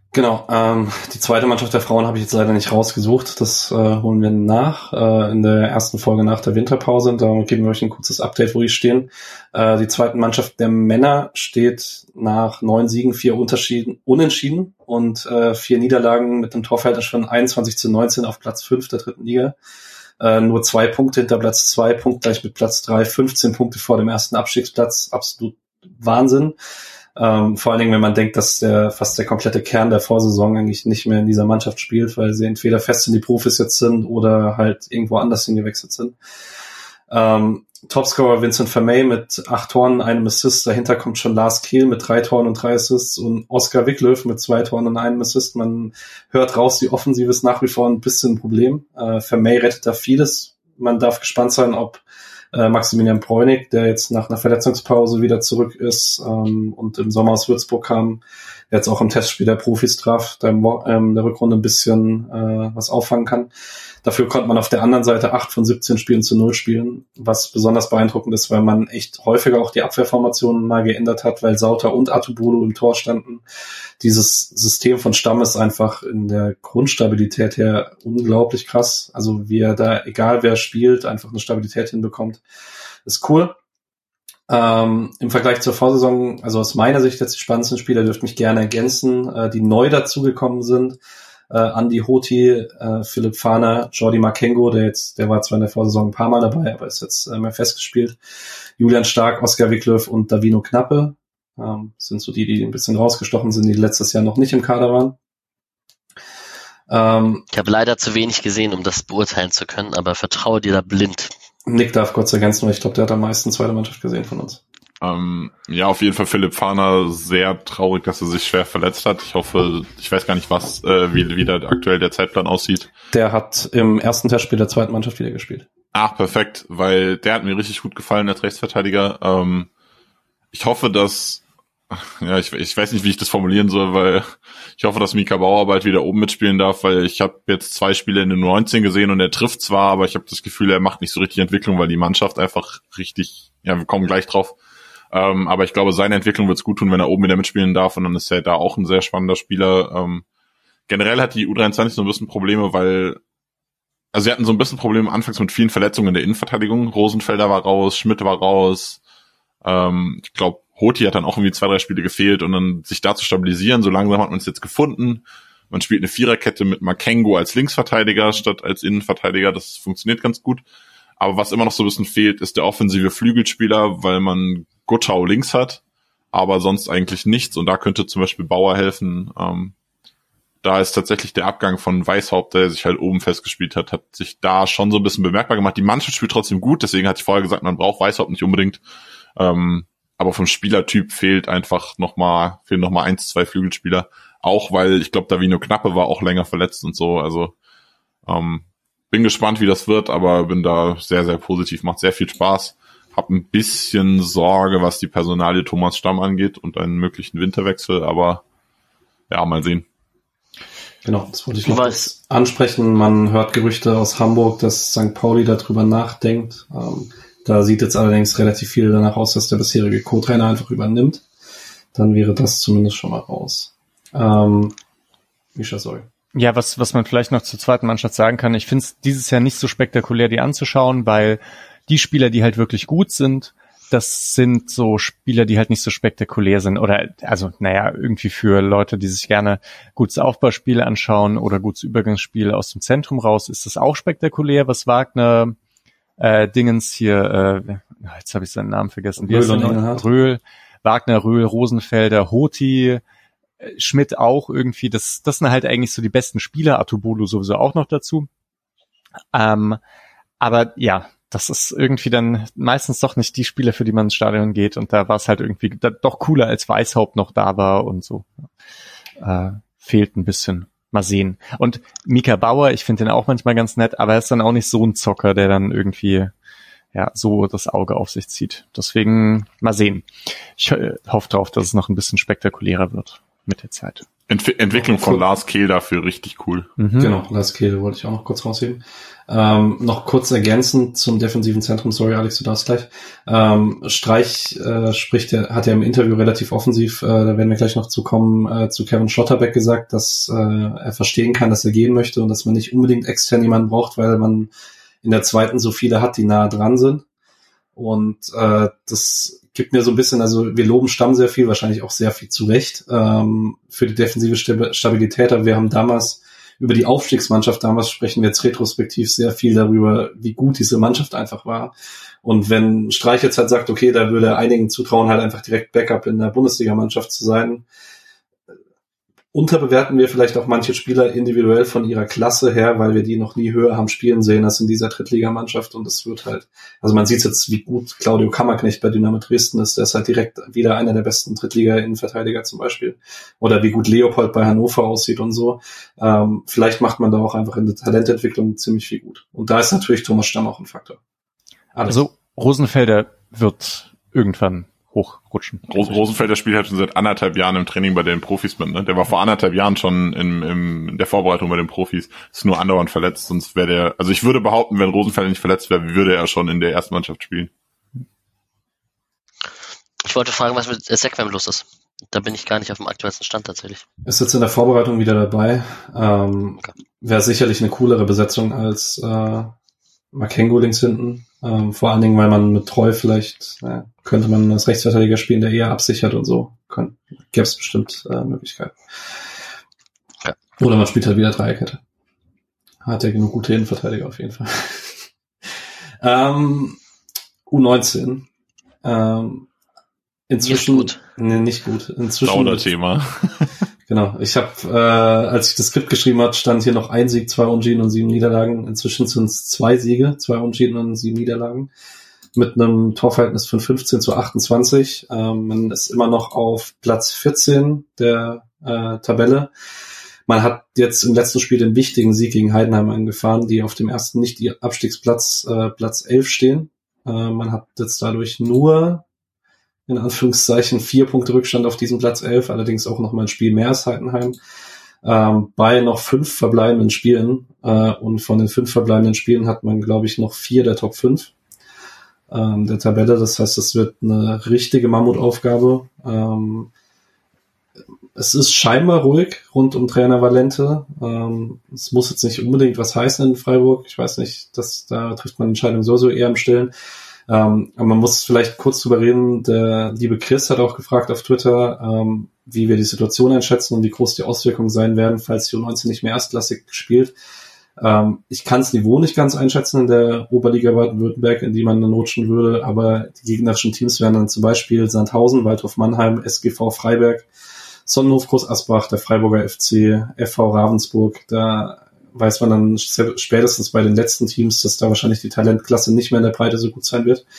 Genau, ähm, die zweite Mannschaft der Frauen habe ich jetzt leider nicht rausgesucht. Das äh, holen wir nach äh, in der ersten Folge nach der Winterpause. Da geben wir euch ein kurzes Update, wo die stehen. Äh, die zweite Mannschaft der Männer steht nach neun Siegen, vier Unterschieden, Unentschieden und äh, vier Niederlagen mit einem Torverhältnis von einundzwanzig zu neunzehn auf Platz fünf der dritten Liga. Äh, nur zwei Punkte hinter Platz zwei, punktgleich mit Platz drei, fünfzehn Punkte vor dem ersten Abstiegsplatz. Absolut Wahnsinn. Ähm, vor allen Dingen, wenn man denkt, dass der fast der komplette Kern der Vorsaison eigentlich nicht mehr in dieser Mannschaft spielt, weil sie entweder fest in die Profis jetzt sind oder halt irgendwo anders hingewechselt sind. Ähm, Topscorer Vincent Vermey mit acht Toren, einem Assist. Dahinter kommt schon Lars Kehl mit drei Toren und drei Assists und Oskar Wicklöf mit zwei Toren und einem Assist. Man hört raus, die Offensive ist nach wie vor ein bisschen ein Problem. Äh, Vermey rettet da vieles. Man darf gespannt sein, ob Äh, Maximilian Bräunig, der jetzt nach einer Verletzungspause wieder zurück ist ähm, und im Sommer aus Würzburg kam, jetzt auch im Testspiel der Profis traf, da im ähm, der Rückrunde ein bisschen äh, was auffangen kann. Dafür konnte man auf der anderen Seite acht von siebzehn Spielen zu null spielen, was besonders beeindruckend ist, weil man echt häufiger auch die Abwehrformationen mal geändert hat, weil Sauter und Atubulu im Tor standen. Dieses System von Stamm ist einfach in der Grundstabilität her unglaublich krass. Also wie er da, egal wer spielt, einfach eine Stabilität hinbekommt, ist cool. Ähm, im Vergleich zur Vorsaison, also aus meiner Sicht jetzt die spannendsten Spieler, dürft mich gerne ergänzen, äh, die neu dazugekommen sind. Äh, Andi Hoti, äh, Philipp Fahner, Jordi Makengo, der jetzt, der war zwar in der Vorsaison ein paar Mal dabei, aber ist jetzt äh, mehr festgespielt. Julian Stark, Oskar Wicklöf und Davino Knappe ähm, sind so die, die ein bisschen rausgestochen sind, die letztes Jahr noch nicht im Kader waren. Ähm, ich habe leider zu wenig gesehen, um das beurteilen zu können, aber vertraue dir da blind. Nick darf kurz ergänzen, weil ich glaube, der hat am meisten zweite Mannschaft gesehen von uns. Ähm, ja, auf jeden Fall Philipp Fahner, sehr traurig, dass er sich schwer verletzt hat. Ich hoffe, ich weiß gar nicht, was äh, wie, wie da aktuell der Zeitplan aussieht. Der hat im ersten Testspiel der zweiten Mannschaft wieder gespielt. Ach, perfekt, weil der hat mir richtig gut gefallen als Rechtsverteidiger. Ähm, ich hoffe, dass, ja, ich, ich weiß nicht, wie ich das formulieren soll, weil ich hoffe, dass Mika Bauer bald wieder oben mitspielen darf, weil ich habe jetzt zwei Spiele in den neunzehn gesehen und er trifft zwar, aber ich habe das Gefühl, er macht nicht so richtig Entwicklung, weil die Mannschaft einfach richtig, ja, wir kommen gleich drauf. Ähm, aber ich glaube, seine Entwicklung wird es gut tun, wenn er oben wieder mitspielen darf und dann ist er da auch ein sehr spannender Spieler. Ähm, generell hat die U dreiundzwanzig so ein bisschen Probleme, weil, also sie hatten so ein bisschen Probleme anfangs mit vielen Verletzungen in der Innenverteidigung. Rosenfelder war raus, Schmidt war raus, ähm, ich glaube, Hoti hat dann auch irgendwie zwei, drei Spiele gefehlt und dann sich da zu stabilisieren, so langsam hat man es jetzt gefunden. Man spielt eine Viererkette mit Makengo als Linksverteidiger statt als Innenverteidiger, das funktioniert ganz gut. Aber was immer noch so ein bisschen fehlt, ist der offensive Flügelspieler, weil man Guttau links hat, aber sonst eigentlich nichts. Und da könnte zum Beispiel Bauer helfen. Ähm, da ist tatsächlich der Abgang von Weishaupt, der sich halt oben festgespielt hat, hat sich da schon so ein bisschen bemerkbar gemacht. Die Mannschaft spielt trotzdem gut, deswegen hatte ich vorher gesagt, man braucht Weishaupt nicht unbedingt. Ähm, aber vom Spielertyp fehlt einfach nochmal, fehlen nochmal eins, zwei Flügelspieler. Auch weil, ich glaube, Davino Knappe war auch länger verletzt und so. Also ähm, bin gespannt, wie das wird, aber bin da sehr, sehr positiv. Macht sehr viel Spaß. Hab ein bisschen Sorge, was die Personalie Thomas Stamm angeht und einen möglichen Winterwechsel, aber ja, mal sehen. Genau, das wollte ich noch kurz ansprechen. Man hört Gerüchte aus Hamburg, dass Sankt Pauli darüber nachdenkt. Ähm, da sieht jetzt allerdings relativ viel danach aus, dass der bisherige Co-Trainer einfach übernimmt. Dann wäre das zumindest schon mal raus. Ähm, Mischa, sorry. Ja, was was man vielleicht noch zur zweiten Mannschaft sagen kann, ich finde es dieses Jahr nicht so spektakulär, die anzuschauen, weil die Spieler, die halt wirklich gut sind, das sind so Spieler, die halt nicht so spektakulär sind. Oder, also, naja, irgendwie für Leute, die sich gerne gutes Aufbauspiel anschauen oder gutes Übergangsspiel aus dem Zentrum raus, ist das auch spektakulär, was Wagner, äh, Dingens hier, äh, jetzt habe ich seinen Namen vergessen, Röhl und Engelhardt. Röhl, Wagner, Röhl, Rosenfelder, Hoti, Schmidt auch irgendwie, das, das sind halt eigentlich so die besten Spieler, Atubulu sowieso auch noch dazu. Ähm, aber ja, das ist irgendwie dann meistens doch nicht die Spieler, für die man ins Stadion geht, und da war es halt irgendwie da, doch cooler, als Weishaupt noch da war und so. Äh, fehlt ein bisschen. Mal sehen. Und Mika Bauer, ich finde den auch manchmal ganz nett, aber er ist dann auch nicht so ein Zocker, der dann irgendwie ja so das Auge auf sich zieht. Deswegen mal sehen. Ich äh, hoffe drauf, dass es noch ein bisschen spektakulärer wird mit der Zeit. Entwi- Entwicklung von Lars Kehl dafür richtig cool. Mhm. Genau, Lars Kehl wollte ich auch noch kurz rausheben. Ähm, noch kurz ergänzend zum defensiven Zentrum, sorry Alex, du darfst gleich. Ähm, Streich äh, spricht ja, hat ja im Interview relativ offensiv, äh, da werden wir gleich noch zu kommen, äh, zu Kevin Schlotterbeck gesagt, dass äh, er verstehen kann, dass er gehen möchte und dass man nicht unbedingt extern jemanden braucht, weil man in der zweiten so viele hat, die nahe dran sind. Und äh, das gibt mir so ein bisschen, also wir loben Stamm sehr viel, wahrscheinlich auch sehr viel zu Recht, ähm, für die defensive Stabilität, aber wir haben damals über die Aufstiegsmannschaft, damals sprechen wir jetzt retrospektiv sehr viel darüber, wie gut diese Mannschaft einfach war. Und wenn Streich jetzt halt sagt, okay, da würde er einigen zutrauen, halt einfach direkt Backup in der Bundesligamannschaft zu sein, unterbewerten wir vielleicht auch manche Spieler individuell von ihrer Klasse her, weil wir die noch nie höher haben spielen sehen als in dieser Drittligamannschaft. Und es wird halt, also man sieht jetzt, wie gut Claudio Kammerknecht bei Dynamo Dresden ist. Der ist halt direkt wieder einer der besten Drittliga-Innenverteidiger zum Beispiel. Oder wie gut Leopold bei Hannover aussieht und so. Ähm, vielleicht macht man da auch einfach in der Talententwicklung ziemlich viel gut. Und da ist natürlich Thomas Stamm auch ein Faktor. Alles. Also Rosenfelder wird irgendwann hochrutschen. Ros- Rosenfelder spielt halt schon seit anderthalb Jahren im Training bei den Profis mit, ne? Der war vor anderthalb Jahren schon im, im, in der Vorbereitung bei den Profis. Ist nur andauernd verletzt, sonst wäre der, also ich würde behaupten, wenn Rosenfelder nicht verletzt wäre, würde er schon in der ersten Mannschaft spielen. Ich wollte fragen, was mit Sequem los ist. Da bin ich gar nicht auf dem aktuellsten Stand tatsächlich. Ist jetzt in der Vorbereitung wieder dabei. Ähm, Okay. Wäre sicherlich eine coolere Besetzung als äh, Makengo links hinten. Ähm, vor allen Dingen, weil man mit Treu vielleicht, äh, könnte man als Rechtsverteidiger spielen, der eher absichert und so. Gäbe es bestimmt äh, Möglichkeiten. Ja. Oder man spielt halt wieder Dreierkette. Hat ja genug gute Innenverteidiger auf jeden Fall. ähm, U neunzehn. Ähm, inzwischen Nicht gut. Nee, nicht gut. Inzwischen Dauerthema. Genau, ich habe, äh, als ich das Skript geschrieben hat, stand hier noch ein Sieg, zwei Unentschieden und sieben Niederlagen. Inzwischen sind es zwei Siege, zwei Unentschieden und sieben Niederlagen. Mit einem Torverhältnis von fünfzehn zu achtundzwanzig. Ähm, man ist immer noch auf Platz vierzehn der äh, Tabelle. Man hat jetzt im letzten Spiel den wichtigen Sieg gegen Heidenheim eingefahren, die auf dem ersten Nicht-Abstiegsplatz äh, Platz elf stehen. Äh, man hat jetzt dadurch nur in Anführungszeichen vier Punkte Rückstand auf diesem Platz elf, allerdings auch noch mal ein Spiel mehr als Heidenheim, ähm, bei noch fünf verbleibenden Spielen. Äh, und von den fünf verbleibenden Spielen hat man, glaube ich, noch vier der Top fünf ähm, der Tabelle. Das heißt, es wird eine richtige Mammutaufgabe. Ähm, es ist scheinbar ruhig rund um Trainer Valente. Ähm, es muss jetzt nicht unbedingt was heißen in Freiburg. Ich weiß nicht, dass da trifft man Entscheidungen sowieso eher im Stillen. Ähm, aber man muss vielleicht kurz drüber reden. Der liebe Chris hat auch gefragt auf Twitter, ähm, wie wir die Situation einschätzen und wie groß die Auswirkungen sein werden, falls die U neunzehn nicht mehr erstklassig spielt. Ähm, ich kann das Niveau nicht ganz einschätzen in der Oberliga Baden-Württemberg, in die man dann rutschen würde, aber die gegnerischen Teams wären dann zum Beispiel Sandhausen, Waldhof Mannheim, S G V Freiberg, Sonnenhof Groß Asbach, der Freiburger F C, F V Ravensburg. Da weiß man dann spätestens bei den letzten Teams, dass da wahrscheinlich die Talentklasse nicht mehr in der Breite so gut sein wird.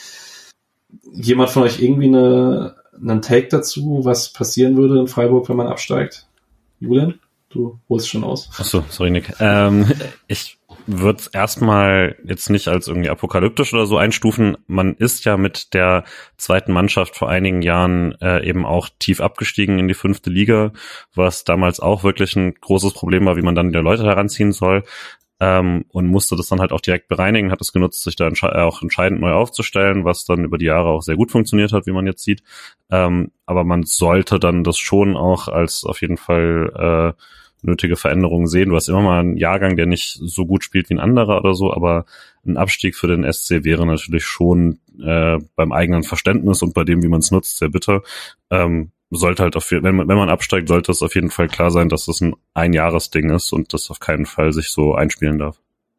Jemand von euch irgendwie eine, einen Take dazu, was passieren würde in Freiburg, wenn man absteigt? Julian, du holst schon aus. Ach so, sorry Nick. Ähm, ich würde es erstmal jetzt nicht als irgendwie apokalyptisch oder so einstufen. Man ist ja mit der zweiten Mannschaft vor einigen Jahren äh, eben auch tief abgestiegen in die fünfte Liga, was damals auch wirklich ein großes Problem war, wie man dann die Leute heranziehen soll. Ähm, und musste das dann halt auch direkt bereinigen, hat es genutzt, sich da entsche- auch entscheidend neu aufzustellen, was dann über die Jahre auch sehr gut funktioniert hat, wie man jetzt sieht. Ähm, aber man sollte dann das schon auch als auf jeden Fall äh, nötige Veränderungen sehen. Du hast immer mal einen Jahrgang, der nicht so gut spielt wie ein anderer oder so, aber ein Abstieg für den S C wäre natürlich schon äh, beim eigenen Verständnis und bei dem, wie man es nutzt, sehr bitter. Ähm, sollte halt auf, wenn man, wenn man absteigt, sollte es auf jeden Fall klar sein, dass das ein Einjahresding ist und das auf keinen Fall sich so einspielen darf.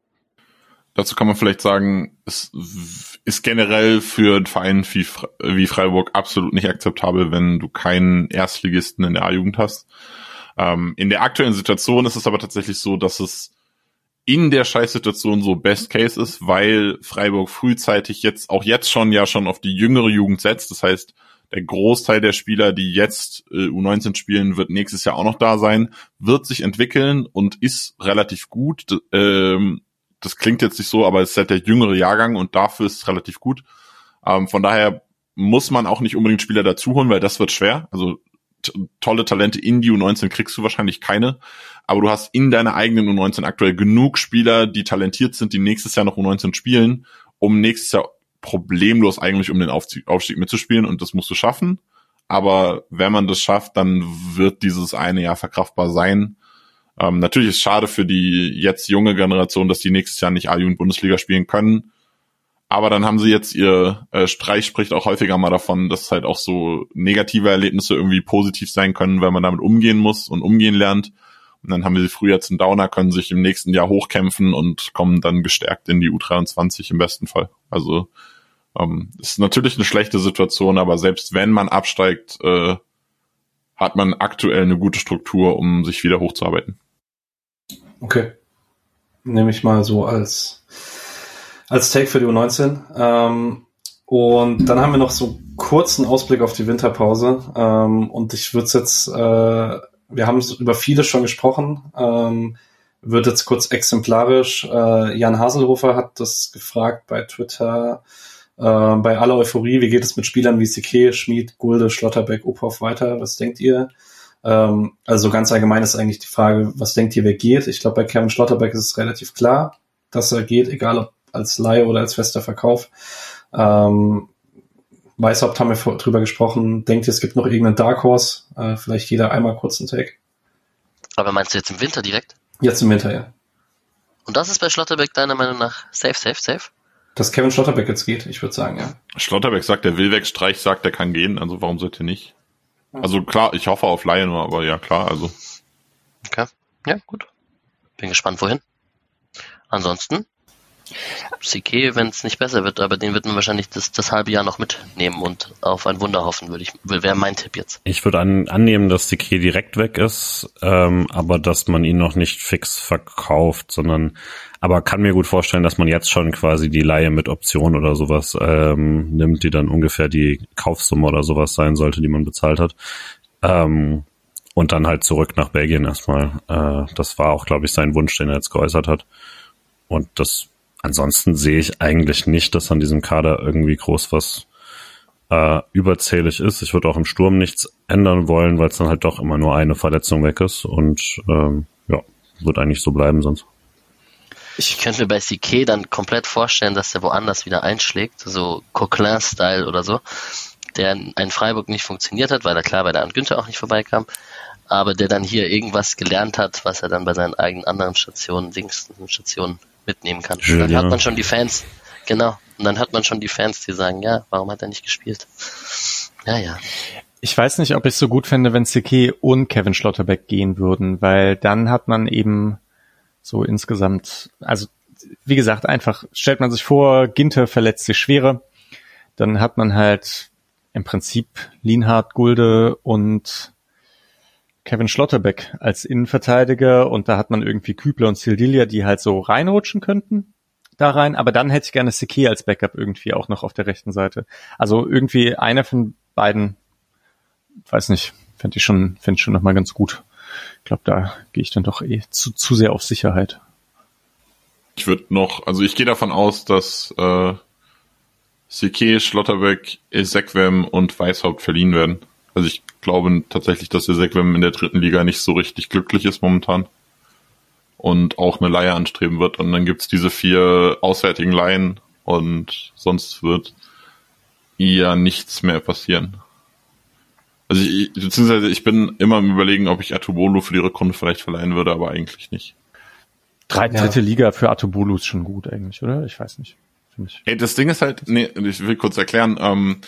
Dazu kann man vielleicht sagen, es ist generell für einen Verein wie, wie Freiburg absolut nicht akzeptabel, wenn du keinen Erstligisten in der A-Jugend hast. Ähm, in der aktuellen Situation ist es aber tatsächlich so, dass es in der Scheißsituation so Best Case ist, weil Freiburg frühzeitig jetzt, auch jetzt schon ja schon auf die jüngere Jugend setzt. Das heißt, der Großteil der Spieler, die jetzt äh, U neunzehn spielen, wird nächstes Jahr auch noch da sein, wird sich entwickeln und ist relativ gut. D- ähm, das klingt jetzt nicht so, aber es ist halt der jüngere Jahrgang und dafür ist es relativ gut. Ähm, von daher muss man auch nicht unbedingt Spieler dazu holen, weil das wird schwer. Also t- tolle Talente in die U neunzehn kriegst du wahrscheinlich keine, aber du hast in deiner eigenen U neunzehn aktuell genug Spieler, die talentiert sind, die nächstes Jahr noch U neunzehn spielen, um nächstes Jahr problemlos eigentlich um den Aufstieg, Aufstieg mitzuspielen, und das musst du schaffen. Aber wenn man das schafft, dann wird dieses eine Jahr verkraftbar sein. Ähm, natürlich ist es schade für die jetzt junge Generation, dass die nächstes Jahr nicht A-Jugend-Bundesliga spielen können. Aber dann haben sie jetzt ihr, äh, Streich spricht auch häufiger mal davon, dass halt auch so negative Erlebnisse irgendwie positiv sein können, weil man damit umgehen muss und umgehen lernt. Und dann haben wir sie früher jetzt einen Downer, können sich im nächsten Jahr hochkämpfen und kommen dann gestärkt in die U dreiundzwanzig im besten Fall. Also ähm, ist natürlich eine schlechte Situation, aber selbst wenn man absteigt, äh, hat man aktuell eine gute Struktur, um sich wieder hochzuarbeiten. Okay. Nehme ich mal so als als Take für die U neunzehn. Ähm, und dann haben wir noch so einen kurzen Ausblick auf die Winterpause. Ähm, und ich würde jetzt, äh, wir haben über viele schon gesprochen, ähm, wird jetzt kurz exemplarisch, äh, Jan Haselhofer hat das gefragt bei Twitter, äh, bei aller Euphorie, wie geht es mit Spielern wie Sique, Schmid, Gulde, Schlotterbeck, Uphoff weiter? Was denkt ihr? Ähm, also ganz allgemein ist eigentlich die Frage, was denkt ihr, wer geht? Ich glaube, bei Kevin Schlotterbeck ist es relativ klar, dass er geht, egal ob als Leihe oder als fester Verkauf. Ähm, Weishaupt haben wir vor, drüber gesprochen. Denkt ihr, es gibt noch irgendeinen Dark Horse? Äh, vielleicht jeder einmal kurz einen Take. Aber meinst du jetzt im Winter direkt? Jetzt im Winter, ja. Und das ist bei Schlotterbeck deiner Meinung nach safe, safe, safe? Dass Kevin Schlotterbeck jetzt geht, ich würde sagen, ja. Schlotterbeck sagt, er will weg, Streich sagt, er kann gehen, also warum sollte er nicht? Also klar, ich hoffe auf Laie nur, aber ja klar, also. Okay, ja, gut. Bin gespannt, wohin. Ansonsten, Sique, wenn es nicht besser wird, aber den wird man wahrscheinlich das, das halbe Jahr noch mitnehmen und auf ein Wunder hoffen, würde ich, wäre mein Tipp jetzt. Ich würde an, annehmen, dass Sique direkt weg ist, ähm, aber dass man ihn noch nicht fix verkauft, sondern, aber kann mir gut vorstellen, dass man jetzt schon quasi die Leihe mit Option oder sowas ähm, nimmt, die dann ungefähr die Kaufsumme oder sowas sein sollte, die man bezahlt hat. Ähm, und dann halt zurück nach Belgien erstmal. Äh, das war auch, glaube ich, sein Wunsch, den er jetzt geäußert hat. Und das ansonsten sehe ich eigentlich nicht, dass an diesem Kader irgendwie groß was äh, überzählig ist. Ich würde auch im Sturm nichts ändern wollen, weil es dann halt doch immer nur eine Verletzung weg ist. Und ähm, ja, wird eigentlich so bleiben sonst. Ich könnte mir bei Sique dann komplett vorstellen, dass der woanders wieder einschlägt, so Coquelin-Style oder so, der in Freiburg nicht funktioniert hat, weil er klar bei der Arndt Günther auch nicht vorbeikam, aber der dann hier irgendwas gelernt hat, was er dann bei seinen eigenen anderen Stationen, Dingsten Stationen mitnehmen kann. Schön, dann ja. hat man schon die Fans, genau, und dann hat man schon die Fans, die sagen, ja, warum hat er nicht gespielt? Ja, ja. Ich weiß nicht, ob ich es so gut fände, wenn Sique und Kevin Schlotterbeck gehen würden, weil dann hat man eben so insgesamt, also wie gesagt, einfach stellt man sich vor, Ginter verletzt sich schwerer, dann hat man halt im Prinzip Lienhardt, Gulde und Kevin Schlotterbeck als Innenverteidiger, und da hat man irgendwie Kübler und Sildilia, die halt so reinrutschen könnten da rein, aber dann hätte ich gerne Sique als Backup irgendwie auch noch auf der rechten Seite. Also irgendwie einer von beiden, weiß nicht, fände ich schon, fände ich schon nochmal ganz gut. Ich glaube, da gehe ich dann doch eh zu, zu sehr auf Sicherheit. Ich würde noch, also ich gehe davon aus, dass äh, Sique, Schlotterbeck, Ezekwem und Weishaupt verliehen werden. Also ich glaube tatsächlich, dass Ezekwem in der dritten Liga nicht so richtig glücklich ist momentan und auch eine Leihe anstreben wird. Und dann gibt's diese vier auswärtigen Leihen und sonst wird eher nichts mehr passieren. Also ich, beziehungsweise ich bin immer im Überlegen, ob ich Atubolo für die Rückrunde vielleicht verleihen würde, aber eigentlich nicht. Drei, Ja. dritte Liga für Atubolu ist schon gut eigentlich, oder? Ich weiß nicht. Finde ich. Ey, das Ding ist halt, nee, ich will kurz erklären, ähm,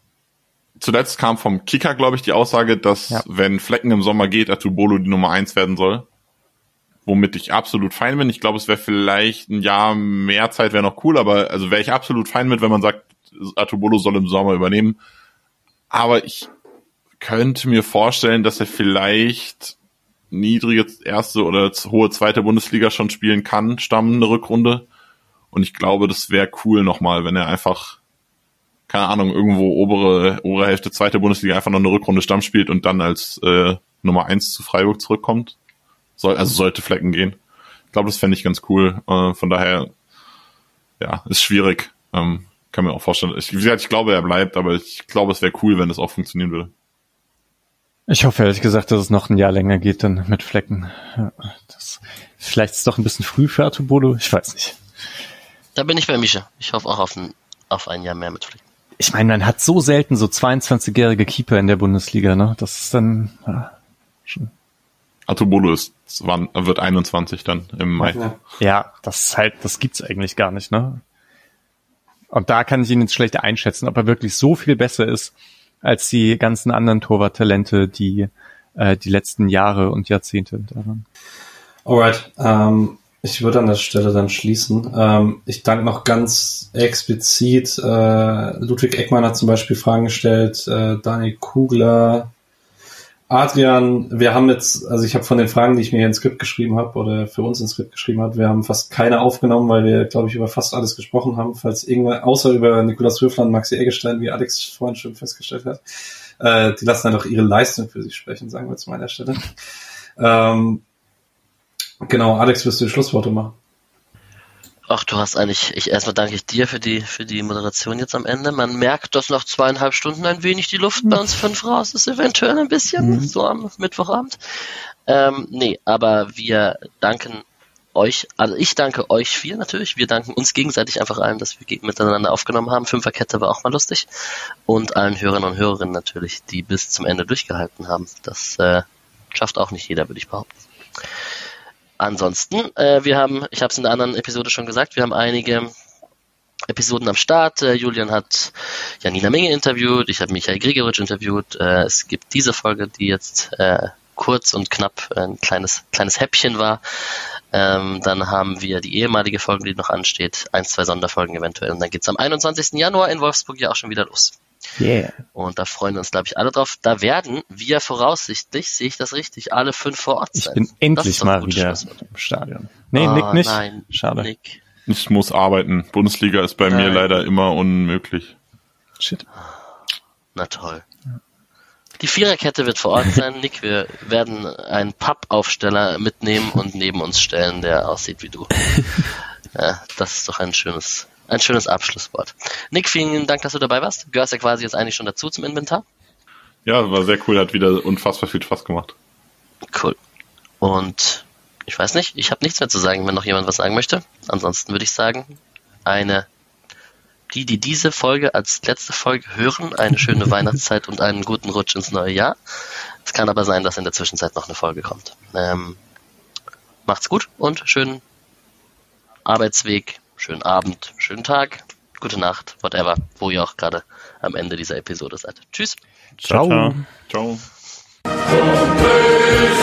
zuletzt kam vom Kicker, glaube ich, die Aussage, dass Ja. wenn Flecken im Sommer geht, Atubolo die Nummer eins werden soll. Womit ich absolut fein bin. Ich glaube, es wäre vielleicht ein Jahr mehr Zeit, wäre noch cool, aber also wäre ich absolut fein mit, wenn man sagt, Atubolo soll im Sommer übernehmen. Aber ich könnte mir vorstellen, dass er vielleicht niedrige erste oder hohe zweite Bundesliga schon spielen kann, Stamm eine Rückrunde. Und ich glaube, das wäre cool nochmal, wenn er einfach, keine Ahnung, irgendwo obere, obere Hälfte zweite Bundesliga einfach noch eine Rückrunde Stamm spielt und dann als äh, Nummer eins zu Freiburg zurückkommt. Soll, also sollte Flecken gehen. Ich glaube, das fände ich ganz cool. Äh, von daher, ja, ist schwierig. Ähm, kann mir auch vorstellen. Ich, wie gesagt, ich glaube, er bleibt, aber ich glaube, es wäre cool, wenn es auch funktionieren würde. Ich hoffe ehrlich gesagt, dass es noch ein Jahr länger geht dann mit Flecken. Ja, das, vielleicht ist es doch ein bisschen früh für Artubolo, ich weiß nicht. Da bin ich bei Mischa. Ich hoffe auch auf ein, auf ein Jahr mehr mit Flecken. Ich meine, man hat so selten so zweiundzwanzigjährige Keeper in der Bundesliga, ne? Das ist dann ja, schon. Artubolo ist, wird einundzwanzig dann im Mai. Ja. Ja, das ist halt, das gibt's eigentlich gar nicht, ne? Und da kann ich ihn jetzt schlecht einschätzen, ob er wirklich so viel besser ist als die ganzen anderen Torwarttalente, die äh, die letzten Jahre und Jahrzehnte da waren. Alright, ähm, ich würde an der Stelle dann schließen. Ähm, ich danke noch ganz explizit. Äh, Ludwig Eckmann hat zum Beispiel Fragen gestellt, äh, Daniel Kugler, Adrian. Wir haben jetzt, also ich habe von den Fragen, die ich mir hier ins Skript geschrieben habe oder für uns ins Skript geschrieben habe, wir haben fast keine aufgenommen, weil wir, glaube ich, über fast alles gesprochen haben. Falls irgendwann, außer über Nikolaus Höfler und Maxi Eggestein, wie Alex vorhin schon festgestellt hat, äh, die lassen dann doch ihre Leistung für sich sprechen, sagen wir jetzt mal an der Stelle. Ähm, Genau, Alex, wirst du die Schlussworte machen? Ach, du hast eigentlich, ich erstmal danke ich dir für die für die Moderation jetzt am Ende. Man merkt, dass nach zweieinhalb Stunden ein wenig die Luft bei uns fünf raus ist, eventuell ein bisschen, mhm. so am Mittwochabend. Ähm, nee, aber wir danken euch, also ich danke euch vier natürlich, wir danken uns gegenseitig einfach allen, dass wir miteinander aufgenommen haben. Fünferkette war auch mal lustig. Und allen Hörern und Hörerinnen natürlich, die bis zum Ende durchgehalten haben. Das äh, schafft auch nicht jeder, würde ich behaupten. Ansonsten, äh, wir haben, ich habe es in der anderen Episode schon gesagt, wir haben einige Episoden am Start. Äh, Julian hat Janina Menge interviewt, ich habe Michael Gregoritsch interviewt. Äh, es gibt diese Folge, die jetzt äh, kurz und knapp ein kleines kleines Häppchen war. Ähm, dann haben wir die ehemalige Folge, die noch ansteht, ein, zwei Sonderfolgen eventuell. Und dann geht's am einundzwanzigsten Januar in Wolfsburg ja auch schon wieder los. Yeah. Und da freuen wir uns, glaube ich, alle drauf. Da werden wir voraussichtlich, sehe ich das richtig, alle fünf vor Ort sein. Ich bin endlich mal wieder im Stadion. Nee, oh, Nick nicht. Nein, schade. Nick. Ich muss arbeiten. Bundesliga ist bei nein. mir leider immer unmöglich. Shit. Na toll. Die Viererkette wird vor Ort sein. Nick, wir werden einen Pappaufsteller mitnehmen und neben uns stellen, der aussieht wie du. Ja, das ist doch ein schönes... Ein schönes Abschlusswort. Nick, vielen Dank, dass du dabei warst. Du gehörst ja quasi jetzt eigentlich schon dazu zum Inventar. Ja, war sehr cool, hat wieder unfassbar viel Spaß gemacht. Cool. Und ich weiß nicht, ich habe nichts mehr zu sagen, wenn noch jemand was sagen möchte. Ansonsten würde ich sagen, eine, die, die diese Folge als letzte Folge hören, eine schöne Weihnachtszeit und einen guten Rutsch ins neue Jahr. Es kann aber sein, dass in der Zwischenzeit noch eine Folge kommt. Ähm, macht's gut und schönen Arbeitsweg. Schönen Abend, schönen Tag, gute Nacht, whatever, wo ihr auch gerade am Ende dieser Episode seid. Tschüss. Ciao. Ciao. Ciao.